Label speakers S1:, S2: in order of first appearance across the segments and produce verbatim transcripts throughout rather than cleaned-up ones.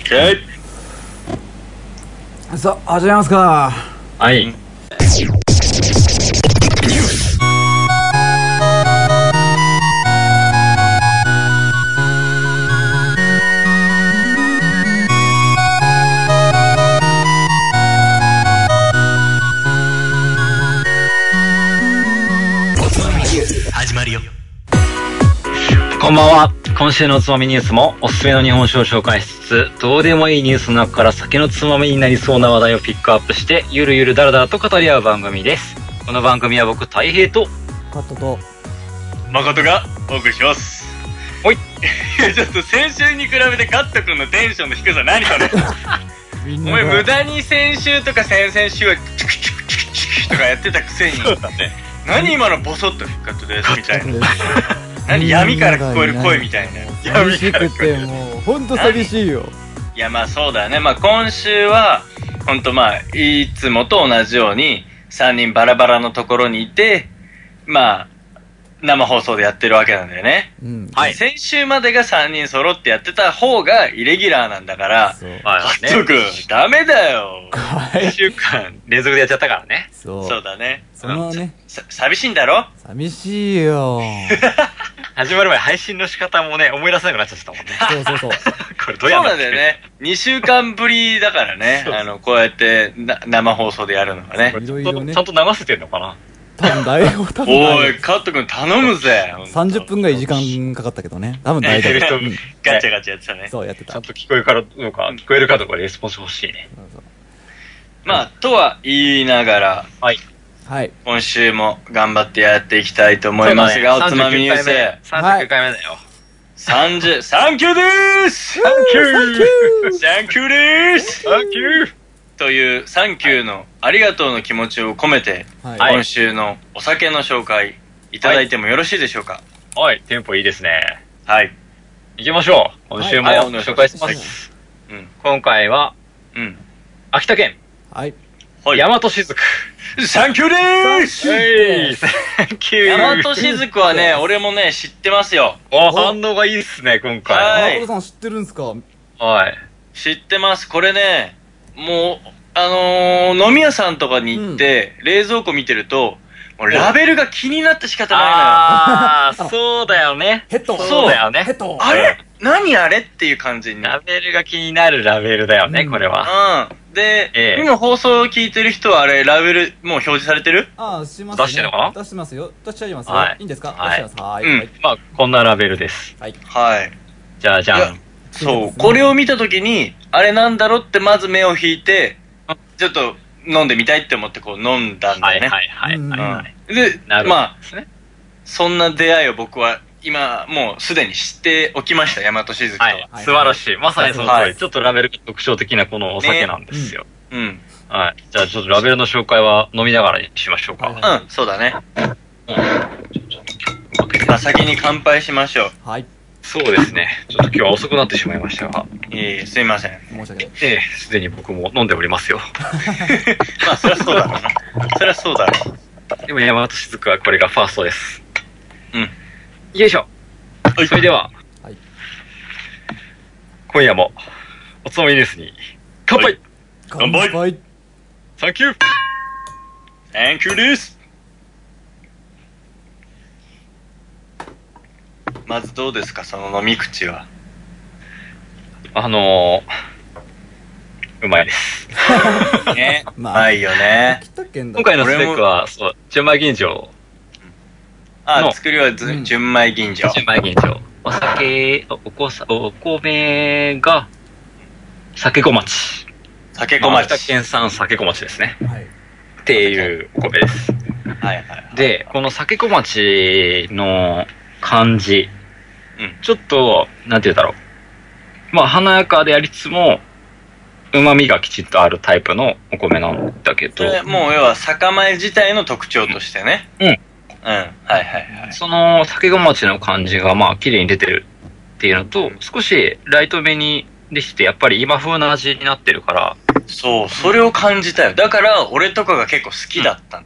S1: ケ
S2: ー。さあ、始めますか。
S1: はい。
S3: 始まるよ。
S1: こんばんは。今週のおつまみニュースもおすすめの日本酒を紹介しつつ、どうでもいいニュースの中から酒のつまみになりそうな話題をピックアップして、ゆるゆるだらだらと語り合う番組です。この番組は僕、たい平と
S2: カットと
S3: 誠がお送りします。
S1: おい。
S3: いや、ちょっと先週に比べてカット君のテンションの低さ何それ。お前無駄に先週とか先々週はチュキチュキチュキチュキとかやってたくせに、何今のボソッとカットですみたいな。何闇から聞こえる声みたいな。
S2: 寂しくてもうほんと寂しいよ。
S3: いやまあそうだね。まあ今週はほんとまあいつもと同じようにさんにんバラバラのところにいて、まあ生放送でやってるわけなんだよね。
S2: うん、
S3: はい。先週までがさんにん揃ってやってた方がイレギュラーなんだから、カット君ダメだよ。
S1: いっしゅうかん連続でやっちゃったからね。
S2: そう。
S3: そうだね。
S2: そのね、
S3: さ寂しいんだろ？
S2: 寂しいよ。
S1: 始まる前配信の仕方もね思い出せなくなっちゃってたもんね。
S2: そうそうそう。
S1: これどうやん
S3: そうなんだよね。にしゅうかんぶりだからね。あのこうやってな生放送でやるのがね。
S2: いろいろね。
S1: ちゃんと流せてんのかな。
S2: 多分大丈夫。
S3: おいカット君頼むぜ。
S2: さんじゅっぷんぐらい時間かかったけどね。多分大丈夫。
S3: ガチャガチャやってたね。
S2: そうやってた。
S1: ちゃんと聞こえるかどうか聞こえるかどうかレスポンス欲しいね。
S2: そうそう。
S3: まあとは言いながら、
S1: はい。
S2: はい。
S3: 今週も頑張ってやっていきたいと思いますが、おつまみニュース。
S1: さんじゅうきゅうかいめだよ。
S3: さんじゅう、サンキューでーす。
S1: サンキュー
S3: サンキューでーす。
S1: サンキュー
S3: というサンキューのありがとうの気持ちを込めて、
S2: はい、
S3: 今週のお酒の紹介いただいてもよろしいでしょうか。
S1: はい、テンポいいですね。
S3: はい。
S1: 行きましょう。今週も紹介します。
S3: うん。
S1: 今回は、
S3: うん。
S1: 秋田県。
S2: はい。
S3: はい。
S1: 大和しずく。
S3: サンキューでーす。
S1: はい。サンキュー。
S3: 大和しずくはね、俺もね、知ってますよ。
S1: お、反応がいいっすね、今回。
S3: はい。
S2: 誠さん知ってるんすか？
S1: はい。
S3: 知ってます。これね、もう、あのー、飲み屋さんとかに行って、うん、冷蔵庫見てると、もうラベルが気になって仕方ないのよ。
S1: あー、そうだよね。
S2: ヘッド。
S1: そうだよね。
S2: ヘッド。
S3: あれ何あれっていう感じに。
S1: ラベルが気になるラベルだよね、うん、これは。
S3: うん。で、ええ、今放送を聞いてる人はあれ、ラベルもう表示されてる？
S2: ああ、しますね。
S1: 出してるのかな？
S2: 出してますよ。出しちゃいますよ。
S1: はい。
S2: いいんですか？
S1: はい。
S2: 出してます。はい。
S3: うん。
S2: はい、
S1: まあ、こんなラベルです。
S2: はい。
S3: はい。
S1: じゃあ、じゃん。
S3: そう、これを見たときに、あれなんだろってまず目を引いて、ちょっと飲んでみたいって思ってこう飲んだんだよね。
S1: はいはいはい、はい
S3: うん。で、まあ、そんな出会いを僕は今もうすでに知っておきました、大和しずくとは。
S1: はい。素晴らしい。まさにその通り、ちょっとラベルが特徴的なこのお酒なんですよ。
S3: ね、うん。
S1: はい。じゃあちょっとラベルの紹介は飲みながらにしましょうか。
S3: はいはい、うん、そうだね。うん。まあ先に乾杯しましょう。
S2: はい。
S1: そうですね。ちょっと今日は遅くなってしまいましたが。
S3: いえいえ、すいません。
S2: 申し訳ない。
S1: ええ、すでに僕も飲んでおりますよ。
S3: まあ、そりゃそうだろうな。そりゃそうだろ
S1: う。でも、大和しずくはこれがファーストです。
S3: うん。
S1: よいしょ。はい。それでは、はい、今夜も、おつまみニュースに、乾杯、はい、
S3: 乾杯乾杯
S1: サンキュー
S3: サンキューです。まずどうですか、その飲み口は。
S1: あのー、うまいです。
S3: ね、うまいよね。
S1: 今回のスペックは、そう、純米吟醸。
S3: あ、作りはず、純米吟醸。
S1: 純米吟醸。お酒、お、おこさ、お米が、酒小町。
S3: 酒小町。
S1: 秋田県産酒小町ですね。はい。っていうお米です。
S3: はいはいはい。
S1: で、この酒小町の感じ。うん、ちょっと、なんて言うんだろう。まあ、華やかでありつつも、旨味がきちっとあるタイプのお米なんだけど。
S3: もう、要は、酒米自体の特徴としてね。
S1: うん。うん。
S3: はいはいはい。
S1: その、酒小町の感じが、まあ、綺麗に出てるっていうのと、少しライトめにできて、やっぱり今風な味になってるから。
S3: そう、それを感じたよ。だから、俺とかが結構好きだったんだよね。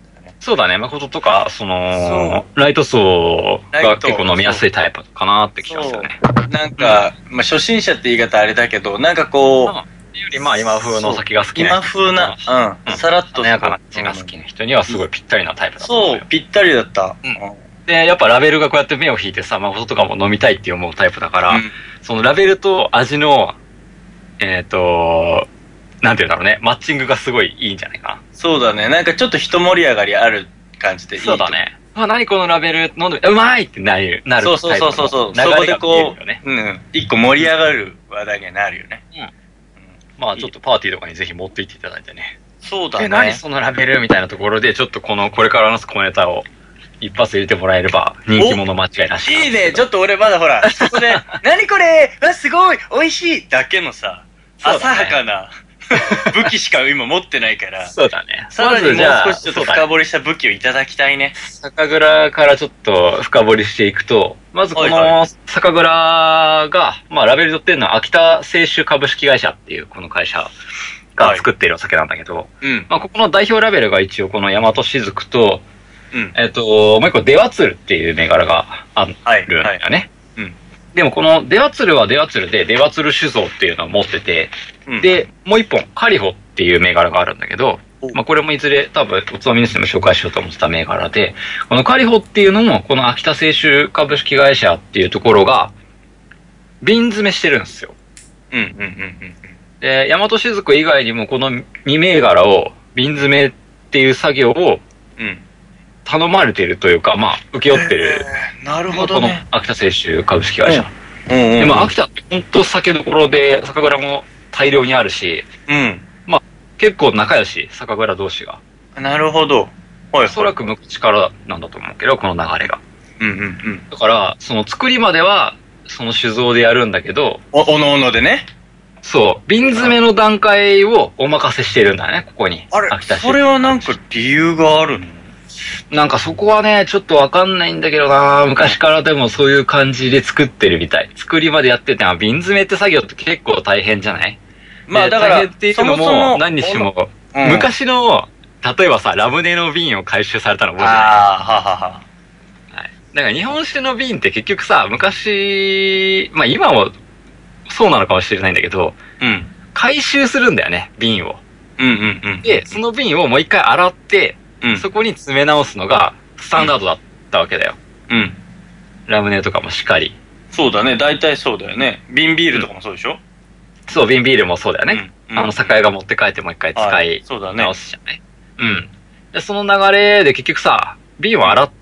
S1: そうだね、誠とか、その、ライト層が結構飲みやすいタイプかなって気がするね。
S3: なんか、うん、まあ初心者って言い方あれだけど、なんかこう、
S1: よりまあ今風のお酒が好きな
S3: 今風な、うん、さらっと
S1: 華やかな味が好きな人にはすごいぴったりなタイプだと思うよ。
S3: そう、ぴったりだった。
S1: うん。で、やっぱラベルがこうやって目を引いてさ、誠とかも飲みたいって思うタイプだから、うん、そのラベルと味の、えっと、なんていうんだろうね、マッチングがすごいいいんじゃないかな。
S3: そうだね、なんかちょっと一盛り上がりある感じでいい。
S1: そうだね。あ、何このラベル飲んで、うまいってなる、なるタイプの。
S3: そうそうそうそう。そこでこう、ね、うん、一個盛り上がる話題になるよね。うん。うん、
S1: まあちょっとパーティーとかにぜひ持って行っていただいてね。
S3: そうだね。
S1: え、何そのラベルみたいなところで、ちょっとこの、これから話す小ネタを一発入れてもらえれば、人気者間違いなし。
S3: いいね。ちょっと俺まだほら、そこで、何これわ、すごい美味しいだけのさ、浅はかな武器しか今持ってないから。
S1: そうだね。
S3: さらにもう少しちょっと深掘りした武器をいただきたいね。
S1: 酒蔵からちょっと深掘りしていくと、まずこの酒蔵が、まあラベル取ってるのは秋田清酒株式会社っていうこの会社が作ってるお酒なんだけど、はい、うん、まあここの代表ラベルが一応この大和雫と、うん、えっと、もう一個出羽鶴っていう銘柄があるんだよね。はいはい、うん。でもこの出羽鶴は出羽鶴で出羽鶴酒造っていうのを持ってて、うん、で、もう一本カリホっていう銘柄があるんだけど、まあこれもいずれ多分おつまみニュースでも紹介しようと思ってた銘柄で、このカリホっていうのもこの秋田清酒株式会社っていうところが瓶詰めしてるんですよ。うんうんうんうん。で、大和雫以外にもこのに銘柄を瓶詰めっていう作業を、うん頼まれてるというか、まあ、請け負ってる。
S3: なるほどね。
S1: この秋田清酒株式会社。うんうんうん、でも、秋田って本当酒どころで、酒蔵も大量にあるし、うん。まあ、結構仲良し、酒蔵同士が。
S3: なるほど。
S1: おそらく昔からなんだと思うけど、この流れが。うんうんうん。だから、その作りまでは、その酒造でやるんだけど、
S3: お、おのおのでね。
S1: そう。瓶詰めの段階をお任せしてるんだね、ここに。
S3: あれ、秋田それはなんか理由があるの？
S1: なんかそこはね、ちょっとわかんないんだけどな、昔からでもそういう感じで作ってるみたい。作りまでやってて、瓶詰めって作業って結構大変じゃない？まあだから、大変っていうのも何にしても、うん、昔の、例えばさ、ラムネの瓶を回収されたの覚えてない？ああ、ははは。はい。だから日本酒の瓶って結局さ、昔、まあ今もそうなのかもしれないんだけど、うん。回収するんだよね、瓶を。うんうんうん。で、その瓶をもう一回洗って、うん、そこに詰め直すのがスタンダードだったわけだよ。うん。ラムネとかもしっかり。
S3: そうだね。大体そうだよね。瓶ビールとかもそうでしょ？うん、
S1: そう、瓶ビールもそうだよね。うんうん、あの、酒屋が持って帰ってもう一回使い直すじゃない？う, ね、うん。で、その流れで結局さ、瓶を洗って、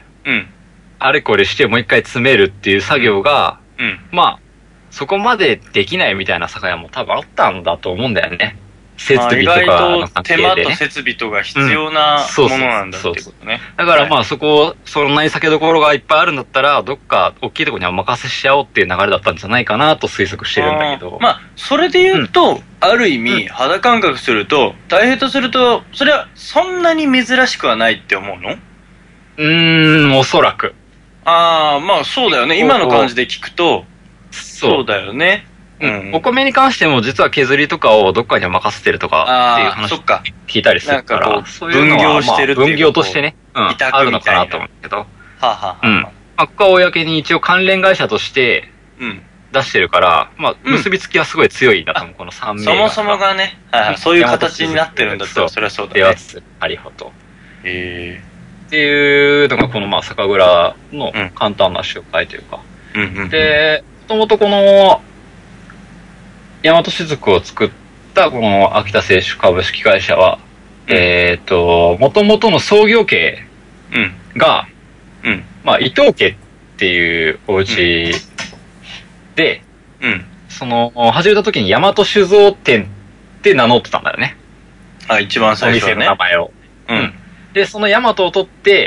S1: うん。あれこれしてもう一回詰めるっていう作業が、うん。まあ、そこまでできないみたいな酒屋も多分あったんだと思うんだよね。設備とかの関係で、ね、
S3: 意外と手間と設備とか必要なものなんだってことね。
S1: だからまあそこ、そんなに酒どころがいっぱいあるんだったら、どっか大きいところにお任せしちゃおうっていう流れだったんじゃないかなと推測してるんだけど。
S3: あまあ、それで言うと、うん、ある意味、肌感覚すると、大変とすると、それはそんなに珍しくはないって思うの？
S1: うーん、おそらく。
S3: ああ、まあそうだよね。今の感じで聞くと、そうだよね。
S1: うん、お米に関しても実は削りとかをどっかに任せてるとかっていう話を聞いたりするから、
S3: そういうのは、まあ、
S1: 分業としてね、うん、あるのかなと思うけど、はあ、はあ、うん。まあ、ここは公に一応関連会社として出してるから、まあ、結びつきはすごい強いんだと思う、このさんめいが。
S3: そもそもがね、はい、そういう形になってるんだったら、それはそうだね。
S1: ではつ、ありほと。へー。っていうのがこのまあ酒蔵の簡単な紹介というか。うんうんうん、で、もともとこの、大和雫を作ったこの秋田清酒株式会社は、うん、えっ、ー、と、もともとの創業家が、うんうん、まあ伊藤家っていうお家で、うん、その、始めた時に大和酒造店って名乗ってたんだよね。
S3: あ、一番最初はね。
S1: お店の名前を。うん。で、その大和を取って、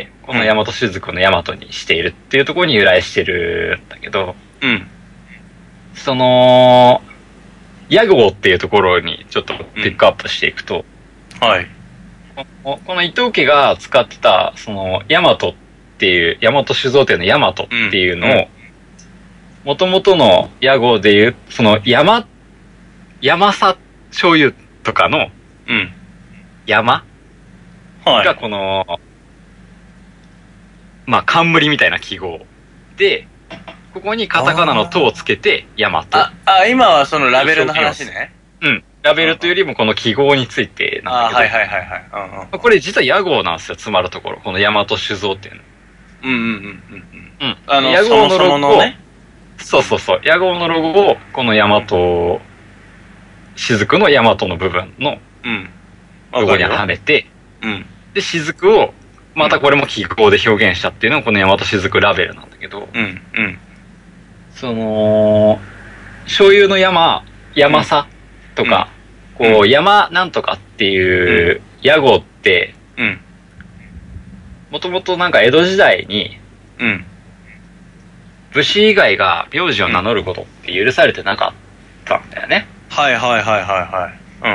S1: この大和雫の大和にしているっていうところに由来してるんだけど、うん。その、屋号っていうところにちょっとピックアップしていくと、うん、はい。この伊藤家が使ってた、その、大和っていう、大和酒造店の大和っていうのを、もともとの屋号でいう、その山、山さ醤油とかの、うん。山、はい、がこの、 まあ、冠みたいな記号で、ここにカタカナのとをつけて、大和。
S3: あ、あ、今はそのラベルの話ね。
S1: うん。ラベルというよりもこの記号についてなんだけど。
S3: あ、はいはいはいはい。うんうん、
S1: これ実は屋号なんですよ、詰まるところ。この大和酒造っていうの。
S3: うんうんうんうん。うん。
S1: あの、屋号のロゴを、ね、そうそうそう。屋号のロゴを、この大和、雫の大和の部分の、ロゴにはめて、
S3: うん。
S1: で、雫を、またこれも記号で表現したっていうのがこの大和雫ラベルなんだけど、
S3: うん。うん。
S1: その、醤油の山、山さとか、うん、こう、山なんとかっていう屋号って、
S3: うん。
S1: もともとなんか江戸時代に、
S3: うん。
S1: 武士以外が名字を名乗ることって許されてなかったんだよね。
S3: はいはいはいはいはい。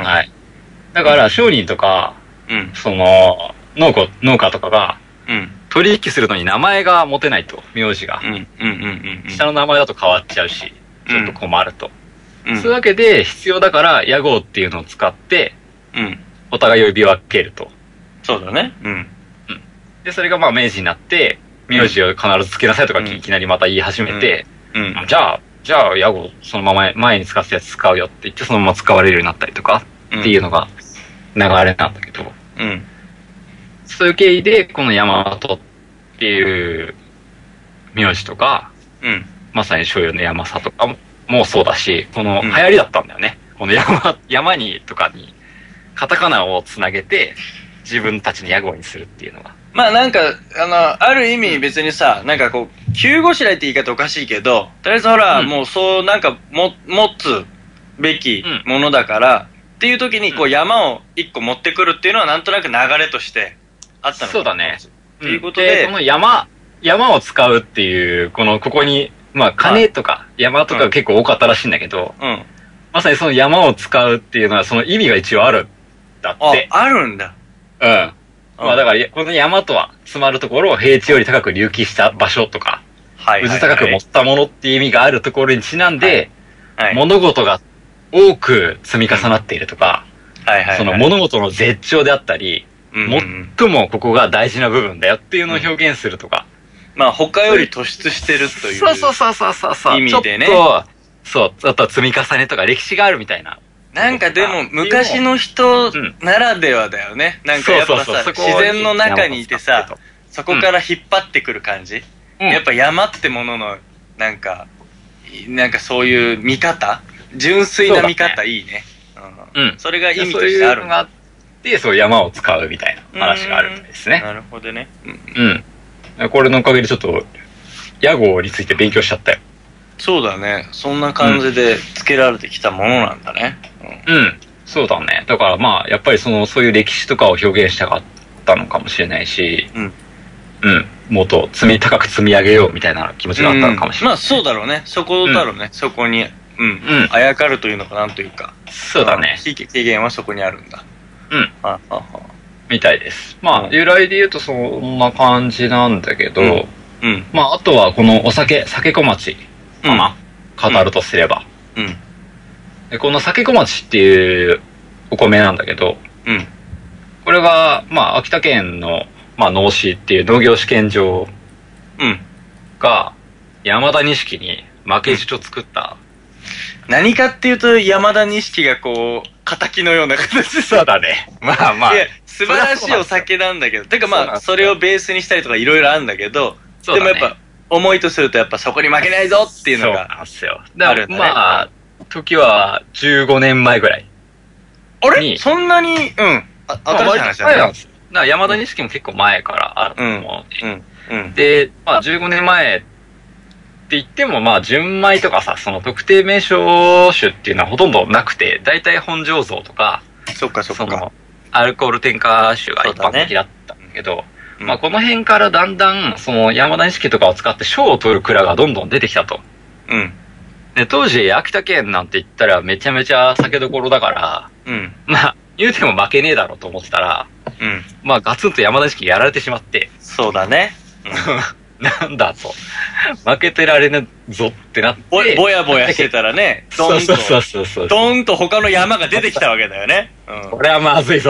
S1: うん、はい。だから商人とか、
S3: うん、
S1: その農家農家とかが、
S3: うん、
S1: 取引するのに名前が持てないと、名字が、
S3: うんうんうんうん、
S1: 下の名前だと変わっちゃうし、ちょっと困ると、
S3: うん、
S1: そういうわけで必要だから屋号っていうのを使って、
S3: うん、
S1: お互いを呼び分けると。
S3: そうだね。うん。
S1: うん。でそれがまあ明治になって、名字を必ずつけなさいとかいきなりまた言い始めて、
S3: うんうん、
S1: じゃあじゃあ屋号そのまま前に使ってたやつ使うよって言ってそのまま使われるようになったりとかっていうのが流れなんだけど、
S3: うん、
S1: そういう経緯でこの大和っていう名字とか、
S3: うん、
S1: まさに醤油の山さとかももそうだし、この流行りだったんだよね、うん、この山山にとかにカタカナをつなげて自分たちの屋号にするっていうのが、
S3: まあなんかあのある意味別にさ、なんかこう急ごしらえって言い方おかしいけど、とりあえずほら、うん、もうそうなんかも持つべきものだから、うん、っていう時にこう山を一個持ってくるっていうのはなんとなく流れとしてあったのかな。
S1: そうだね。
S3: ということで、
S1: でこの山山を使うっていうこのここにまあ金とか山とか結構多かったらしいんだけど、
S3: うん、
S1: まさにその山を使うっていうのはその意味が一応あるんだって。
S3: あ、あるんだ。
S1: うん。まあだからこの山とは詰まるところを平地より高く隆起した場所とか、
S3: はいはいはい、
S1: うず高く持ったものっていう意味があるところにちなんで、
S3: はいはい、
S1: 物事が多く積み重なっているとか、
S3: はいはいはい、
S1: その物事の絶頂であったり、
S3: うんうん、
S1: 最もここが大事な部分だよっていうのを表現するとか、
S3: うん、まあ他より突出してるという
S1: そうそうそうそうそうそう
S3: 意味でね、
S1: ちょっとそうちょっと積み重ねとか歴史があるみたいな。
S3: なんかでも昔の人ならではだよね、うん、なんかやっぱさ自然の中にいてさ、そこから引っ張ってくる感じ、うん、やっぱ山ってもののなんかなんかそういう見方、純粋な見方、ね、いいね、うん、それが意味としてあるんだ。
S1: そういうのがあってそう山を使うみたいな話があるみたいですね。
S3: なるほどね。
S1: うん、うん、これのおかげでちょっと屋号について勉強しちゃったよ。
S3: そうだね。そんな感じで付けられてきたものなんだね。
S1: うん、うん、そうだね。だからまあやっぱりそのそういう歴史とかを表現したかったのかもしれないし、
S3: うん、
S1: うん、もっと積み高く積み上げようみたいな気持ちがあったのかもしれない。
S3: うん、まあそうだろうね。そこだろうね。うん、そこに、うん、うん、あやかるというのかなんというか。
S1: そうだね。
S3: 非軽減はそこにあるんだ。
S1: うん、
S3: あああ
S1: みたいです。まあ、うん、由来で言うとそんな感じなんだけど、
S3: うんうん、
S1: まああとはこのお酒酒小町かな。うん、語るとすれば、
S3: うん、
S1: でこの酒小町っていうお米なんだけど、
S3: うん、
S1: これはまあ秋田県の、まあ、農試っていう農業試験場が山田錦に負けじと作った、
S3: うん、何かっていうと山田錦がこう仇のような形。
S1: そうだね。まあまあ
S3: いや素晴らしいお酒なんだけど、てかまあそれをベースにしたりとかいろいろあるんだけど、
S1: そうだね、
S3: でもやっぱ思いとするとやっぱそこに負けないぞっていうのが
S1: そうなんですよ。だからまあ時はじゅうごねんまえぐらい。
S3: あれそんなに、うん。あ、新しい話だね。
S1: だから山田錦も結構前からあると思う、
S3: ね。うん。うん。
S1: で、まあじゅうごねんまえって言ってもまあ純米とかさ、その特定名称種っていうのはほとんどなくて、大体本醸造とか、
S3: そっかそっか。
S1: そのアルコール添加種が一般的だったんだけど、うん、まあこの辺からだんだんその山田錦とかを使って賞を取る蔵がどんどん出てきたと。
S3: うん。
S1: で当時秋田県なんて言ったらめちゃめちゃ酒どころだから、
S3: うん、
S1: まあ言うても負けねえだろうと思ってたら、
S3: うん、
S1: まあガツンと山田錦やられてしまって、
S3: そうだね、
S1: うん、なんだと負けてられねえぞってなって
S3: ぼ, ぼやぼやしてたらね、ドンと
S1: そうそうそうそう
S3: ドンと他の山が出てきたわけだよね、
S1: うん、これはまずいぞと、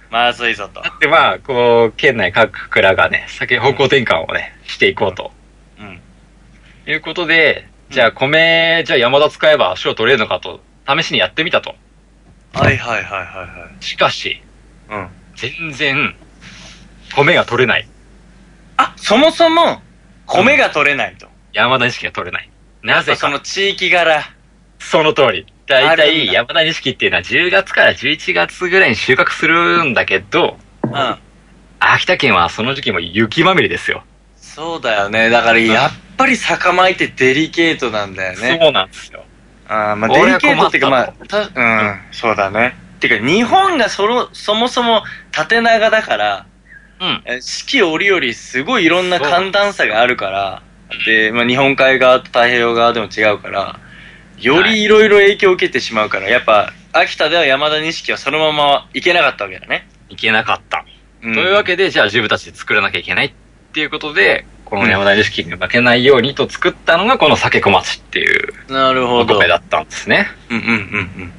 S3: まずいぞと。
S1: で、まあ、こう、県内各蔵がね、酒方向転換をね、していこうと。
S3: うん。
S1: いうことで、じゃあ米、じゃあ山田使えば賞取れるのかと、試しにやってみたと。
S3: はいはいはいはいは
S1: しかし、
S3: い。うん。
S1: 全然、米が取れない。
S3: あ、そもそも、米が取れないと。
S1: 山田錦が取れない。なぜか。
S3: その地域柄。
S1: その通り。だいたい
S3: あるんだ
S1: 山田錦っていうのはじゅうがつからじゅういちがつぐらいに収穫するんだけど、
S3: うん。
S1: 秋田県はその時期も雪まみれですよ。
S3: そうだよね。だからやっぱり酒米ってデリケートなんだよね。
S1: そうなんですよ。
S3: あまあデリケートっていうかまあ、たうん、そうだね。てか日本がその、そもそも縦長だから、
S1: うん。
S3: 四季折々すごいいろんな寒暖差があるから、で、まあ日本海側と太平洋側でも違うから、よりいろいろ影響を受けてしまうから、やっぱ秋田では山田錦はそのままいけなかったわけだね。
S1: いけなかった。
S3: うん、
S1: というわけで、じゃあ自分たちで作らなきゃいけないっていうことで、この山田錦に負けないようにと作ったのがこの酒小町っていう
S3: なるほど。
S1: お米だったんですね。
S3: うんうんうんうん。
S1: うん。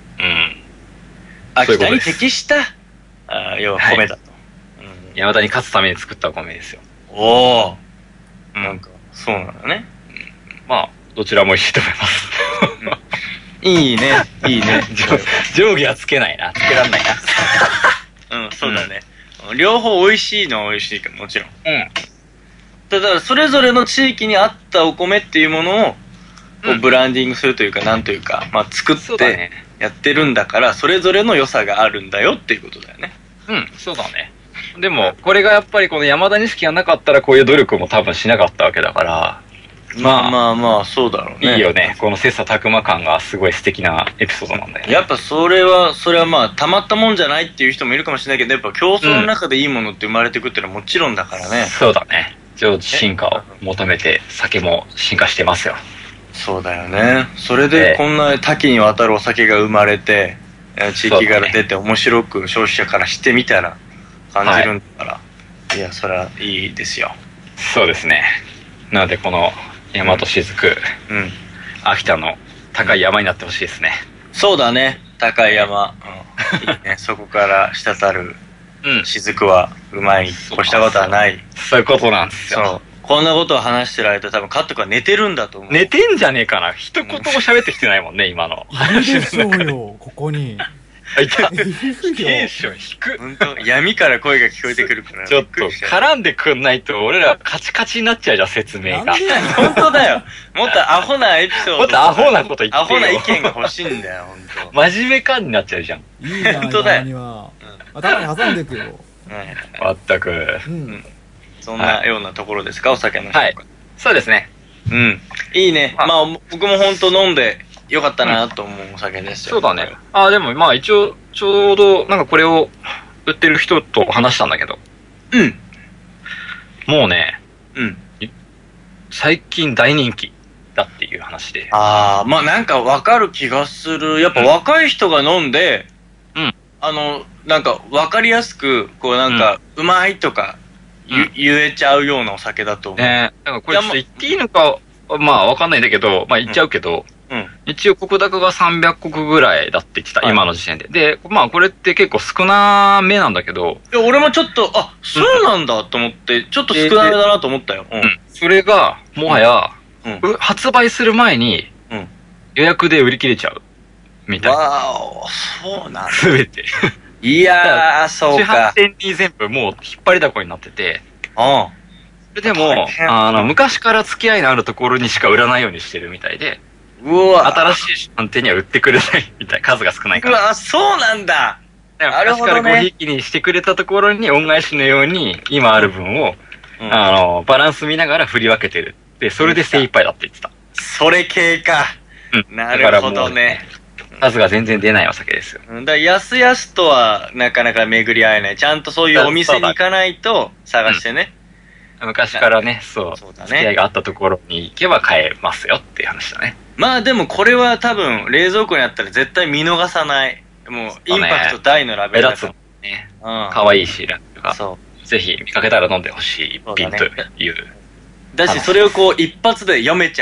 S3: 秋田に適した、あ要は米だと、
S1: はいうん。山田に勝つために作ったお米ですよ。
S3: おお、
S1: うん。
S3: なんか、そうなんだね。
S1: うん、まあ、どちらも美味しいと思います。
S3: いいね、いいね。
S1: 上下はつけないな。つけらんない
S3: な。うん、そうだね。うん、両方美味しいのは美味しいけど、もちろん。
S1: うん。
S3: だから、それぞれの地域に合ったお米っていうものを、うん、ブランディングするというか、なんというか、まあ、作ってやってるんだから、それぞれの良さがあるんだよっていうことだよね。
S1: うん、そうだね。でも、これがやっぱりこの山田錦がなかったらこういう努力も多分しなかったわけだから、
S3: まあまあまあ、そうだろうね。
S1: いいよね。この切磋琢磨感がすごい素敵なエピソードなんだよね。
S3: やっぱそれは、それはまあ、たまったもんじゃないっていう人もいるかもしれないけど、やっぱ競争の中でいいものって生まれてくっていうのはもちろんだからね。
S1: そうだね。常時進化を求めて酒も進化してますよ。
S3: そうだよね。それでこんな多岐にわたるお酒が生まれて、地域から出て面白く消費者からしてみたら感じるんだから、はい、いや、それはいいですよ。
S1: そうですね。なのでこの大和雫、うん、うん、秋田の高い山になってほしいですね。
S3: そうだね、高い山、うん、いいね。そこから滴る雫はうまいに越したことはない。
S1: そういうことなんですよ。
S3: そう、こんなことを話してる間多分カット君は寝てるんだと思う。
S1: 寝てんじゃねえかな。一言も喋ってきてないもんね、今の。
S2: いるでしょうよ、ここに。
S1: あ、いた。テンション低く。
S3: 本当、闇から声が聞こえてくるから。
S1: ちょっと、絡んでくんないと、俺らカチカチになっちゃうじゃん、説明が。
S3: 本当だよ。もっとアホなエピソード。
S1: もっとアホなこと言ってよ。
S3: アホな意見が欲しいんだよ、本当。
S1: 真面目感になっちゃうじゃん。
S2: いいな、本当だよ。頭に挟んでくよ。
S1: まったく。
S3: うん。そんなようなところですか、お酒の紹介。はい。
S1: そうですね。
S3: うん。いいね。まあ、僕も本当飲んで、よかったなと思うお酒ですよ、
S1: うん、そうだね。あ、でもまあ一応、ちょうど、なんかこれを売ってる人と話したんだけど。
S3: うん。
S1: もうね、
S3: うん。
S1: 最近大人気だっていう話で。
S3: ああ、まあなんかわかる気がする。やっぱ若い人が飲んで、
S1: うん。
S3: あの、なんかわかりやすく、こうなんか、うまいとか言、うん、言えちゃうようなお酒だと思う。
S1: ねえ。なんかこれちょっと言っていいのか、まあわかんないんだけど、まあ言っちゃうけど、
S3: うん、
S1: 一応石高がさんびゃくこくぐらいだって言ってた、はい、今の時点で。で、まあこれって結構少なめなんだけど。
S3: いや、俺もちょっと、あ、そうなんだと思って、ちょっと少なめだなと思ったよ。
S1: うん。うん、それが、もはや、うん、発売する前に、
S3: うん、
S1: 予約で売り切れちゃう。みたいな。
S3: わお、そうなんだ。
S1: すべて。
S3: いやー、そうか。
S1: 市販店に全部もう引っ張りだこになってて。
S3: ああ。
S1: それでも、あの、昔から付き合いのあるところにしか売らないようにしてるみたいで。
S3: うわ
S1: 新しい市販店には売ってくれないみたいな、数が少ないから。
S3: うわ、そうなんだ。
S1: なるほどね。昔からごひいきにしてくれたところに恩返しのように、今ある分を、うん、あの、バランス見ながら振り分けてる。で、それで精一杯だって言ってた。
S3: それ系か。うん。なるほどね。
S1: 数が全然出ないお酒ですよ。
S3: だから安々とはなかなか巡り合えない。ちゃんとそういうお店に行かないと探してね。
S1: うん、昔からね、そう、そうだね、付き合いがあったところに行けば買えますよっていう話だね。
S3: まあでもこれは多分冷蔵庫にあったら絶対見逃さない。もうインパクト大のラベルだから。
S1: 目立つね。うん。可愛いし、ラベルが。
S3: そう。
S1: ぜひ見かけたら飲んでほしい一品という。
S3: だし、それをこう一発で読めちゃう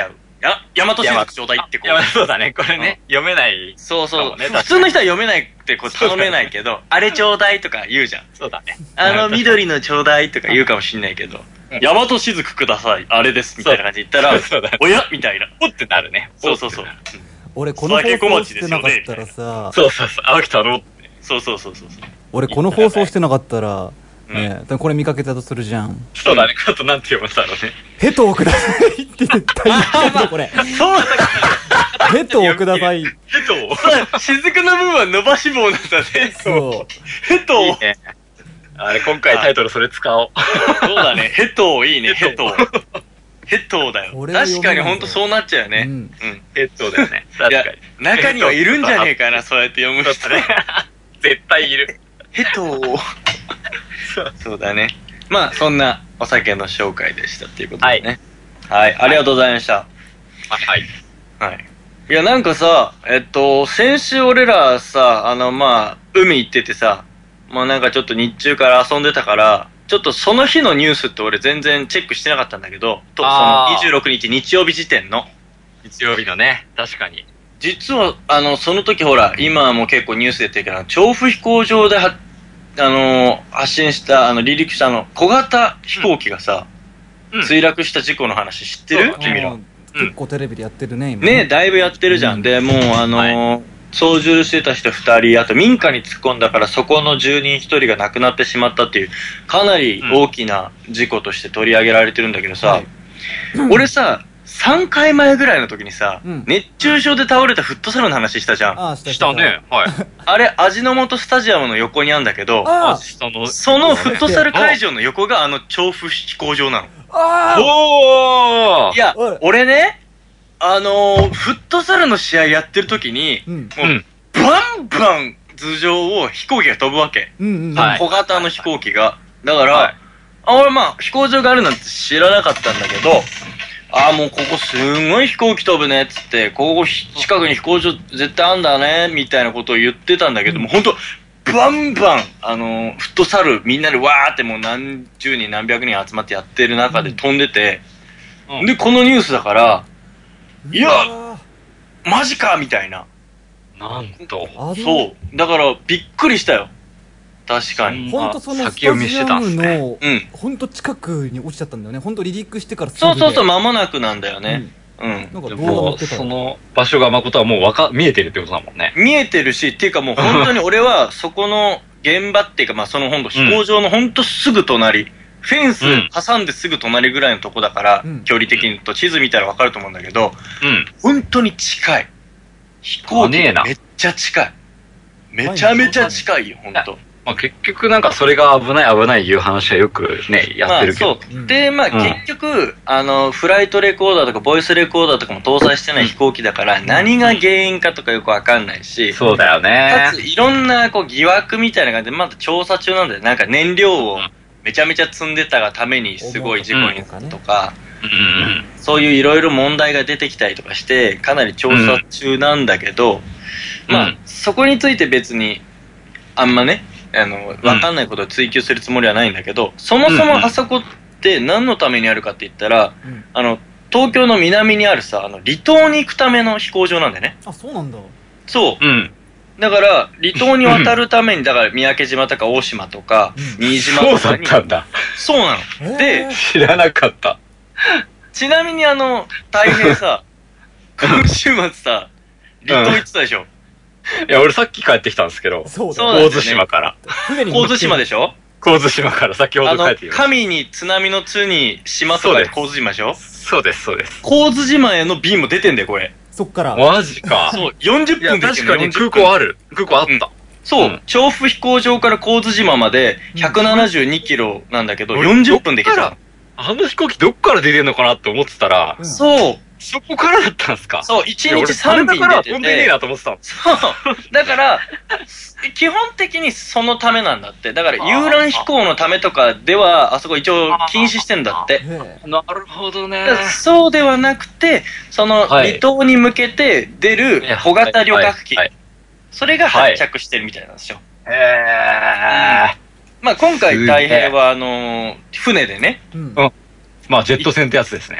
S3: や、大和雫ちょうだいってこ
S1: いや、そうだね。これね、読めない。
S3: そうそう。
S1: ね、
S3: 普通の人は読めないってこう頼めないけど、あれちょうだいとか言うじゃん。
S1: そうだね。
S3: あの緑のちょうだいとか言うかもしんないけど、大和雫ください、あれですみたいな感じで言ったら、おやみたいな。
S1: おってなるね。
S3: そうそうそう。
S2: 俺この放送してなかったらさ、
S1: そうそうそう、青木太郎って。
S3: そうそうそうそう。
S2: 俺この放送してなかったら、ね、これ見かけたとするじゃん。
S1: そうだね、あとなんて読むんだろうね。
S2: ヘトをくださいって絶対言ってんのこれ。
S3: そうだ
S2: ヘトをください。
S1: ヘトを
S3: 雫の部分は伸ばし棒なんだね。
S2: そう。
S3: ヘトを。
S1: あれ、今回タイトルそれ使おう。
S3: そうだね、ヘトいいね、ヘトヘトだよ。確かにほんとそうなっちゃうよね。うん。
S1: ヘトだよね。確かに。
S3: 中にはいるんじゃねえかな、そうやって読む人ね。
S1: 絶対いる。
S3: ヘトそうだね。まあ、そんなお酒の紹介でしたっていうことでね。はい。ありがとうございました。
S1: はい。
S3: はい。いや、なんかさ、えっと、先週俺らさ、あの、まあ、海行っててさ、まあなんかちょっと日中から遊んでたから、ちょっとその日のニュースって俺全然チェックしてなかったんだけど、と、そのにじゅうろくにち日曜日時点の。
S1: 日曜日のね、確かに。
S3: 実は、あの、その時ほら、今はもう結構ニュース出てるけど、調布飛行場では、あのー、発進した、あの、離陸したあの、小型飛行機がさ、うん、墜落した事故の話知ってる、君ら。
S2: 結構テレビでやってるね、今。
S3: ね、だいぶやってるじゃん。うん、で、もう、あのー、はい、操縦してた人ふたり、あと民家に突っ込んだからそこの住人ひとりが亡くなってしまったっていう、かなり大きな事故として取り上げられてるんだけどさ、はい、俺さ、さんかいまえぐらいの時にさ、うん、熱中症で倒れたフットサルの話したじゃん。
S2: ああ、した
S1: したね。はい。
S3: あれ、味の素スタジアムの横にあるんだけど、あのそのフットサル会場の横があの調布飛行場なの。
S2: あ
S3: あおーいや、俺ね、あのー、フットサルの試合やってる時に、うん、もう、バンバン頭上を飛行機が飛ぶわけ。うんうん、小型の飛行機が。だから、はい、あ俺まあ、飛行場があるなんて知らなかったんだけど、ああ、もうここすんごい飛行機飛ぶねっつって、ここ近くに飛行場絶対あんだね、みたいなことを言ってたんだけども、ほんと、バンバン、あのー、フットサルみんなでわーってもう何十人何百人集まってやってる中で飛んでて、うん、で、このニュースだから、いや、マジかみたいな。
S1: なんと。
S3: そう。だから、びっくりしたよ。確かに。
S2: ほんとそのスタジアムの、ほんと近くに落ちちゃったんだよね。ほんと離陸してからすぐ
S3: そうそうそう、間もなくなんだよね。うん。うん、
S1: なんかもう、その場所が誠はもうわか、見えてるってことだもんね。
S3: 見えてるし、っていうかもう本当に俺は、そこの現場っていうか、まあそのほんと飛行場のほんとすぐ隣、フェンス挟んですぐ隣ぐらいのとこだから、うん、距離的に言うと地図見たらわかると思うんだけど、うん、本当に近い。飛行機めっちゃ近い。めちゃめちゃ近いよ、ほんと。
S1: まあ結局なんかそれが危ない危ないいう話はよくね、やってるけど。
S3: まあ、そう。で、まあ結局、あの、フライトレコーダーとかボイスレコーダーとかも搭載してない飛行機だから、何が原因かとかよくわかんないし。
S1: そうだよね。
S3: かつ、いろんなこう疑惑みたいな感じで、まだ調査中なんだよ。なんか燃料をめちゃめちゃ積んでたがためにすごい事故になったとか、そういういろいろ問題が出てきたりとかして、かなり調査中なんだけど、まあ、そこについて別に、あんまね、あの、わかんないことを追求するつもりはないんだけど、そもそもあそこって何のためにあるかって言ったら、うん、あの、東京の南にあるさ、あの、離島に行くための飛行場なんだよね。
S2: あ、そうなんだ。
S3: そう。うん。だから、離島に渡るために、だから、三宅島とか大島とか、新島とかに。
S1: そうだったんだ。
S3: そうなの。で、
S1: 知らなかった。
S3: ちなみにあの、大変さ、今週末さ、離島行ってたでしょ。
S1: いや、俺さっき帰ってきたんですけど、
S3: そう
S1: だね。神津島から。
S3: 神津島でしょ
S1: 神津島から先ほど帰ってきました。
S3: 神に津波の津に島とかで神津島でしょ
S1: そうです、そうです。
S3: 神津島への便も出てんだよ、これ。
S2: そっから。
S1: マジか。
S3: そう、よんじゅっぷんで
S1: 確かに空港ある。空港あった。
S3: そう、調布飛行場から神津島までひゃくななじゅうにキロなんだけど、よんじゅっぷんで行けた。
S1: あの飛行機どっから出てんのかなって思ってたら、
S3: そう。
S1: そこからだったんすか？
S3: そう、いちにちさんびん出てて。
S1: 飛んでねえなと思ってた。
S3: そう。だから、基本的にそのためなんだって。だから遊覧飛行のためとかでは、あそこ一応禁止してんだって。
S1: なるほどね。
S3: そうではなくて、その離島に向けて出る小型旅客機。それが発着してるみたいなんですよ。
S1: へー。
S3: まあ今回大平は、あの、船でね。
S1: うん。まあジェット船ってやつですね。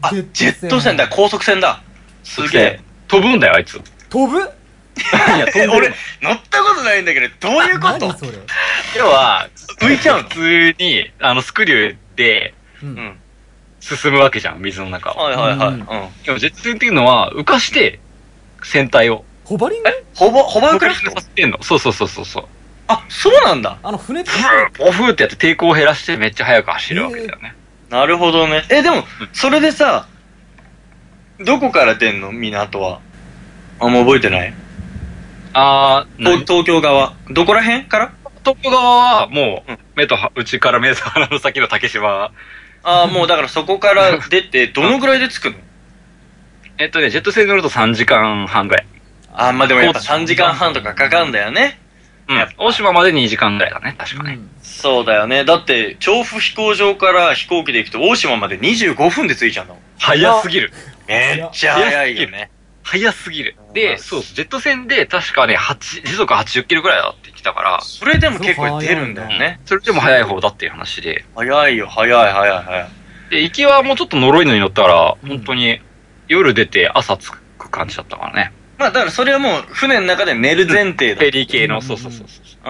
S3: あ、ジェット船だ、高速船だ。すげえ。
S1: 飛ぶんだよ、あいつ。
S2: 飛ぶ？
S1: いや、飛んでる。
S3: 俺、乗ったことないんだけど、どういうこと
S2: 何それ？
S1: 要は、浮いちゃうの。普通に、あの、スクリューで、
S2: うん。
S1: 進むわけじゃん、水の中を。
S3: はいはいはい。うん。
S1: でも、ジェット船っていうのは、浮かして、船体を。
S2: ホバリング？
S3: ホバ、ホバークラフト
S1: させてんの。そうそうそうそうそう。
S3: あ、そうなんだ。
S2: あの、船って。
S1: オフってやって抵抗を減らしてめっちゃ速く走るわけだよね。
S3: なるほどね。え、でも、それでさ、どこから出んの港は。あ、もう覚えてない
S1: あー、
S3: 東東京側。どこら辺から
S1: 東京側は、もう、目と、内から目と鼻の先の竹島。
S3: ああ、もうだからそこから出て、どのぐらいで着くの
S1: えっとね、ジェット船に乗るとさんじかんはんぐらい。
S3: ああ、まあでもやっぱさんじかんはんとかかかんだよね。
S1: うん。大島までにじかんぐらいだね、確かね。
S3: そうだよね。だって、調布飛行場から飛行機で行くと大島までにじゅうごふんで着いちゃうの。
S1: 早すぎる。
S3: めっちゃ早いよね。
S1: 早すぎる。で、そう、ジェット船で確かね、はち、時速はちじゅっキロぐらいだって言ってたから。
S3: それでも結構出るんだよね。
S1: それでも早い方だっていう話で。
S3: 早いよ、早い早い早い。
S1: で、行きはもうちょっと呪いのに乗ったら、本当に夜出て朝着く感じだったからね。
S3: まあだからそれはもう船の中で寝る前提だ。
S1: フェリー系の、そうそうそうそう。
S3: うん、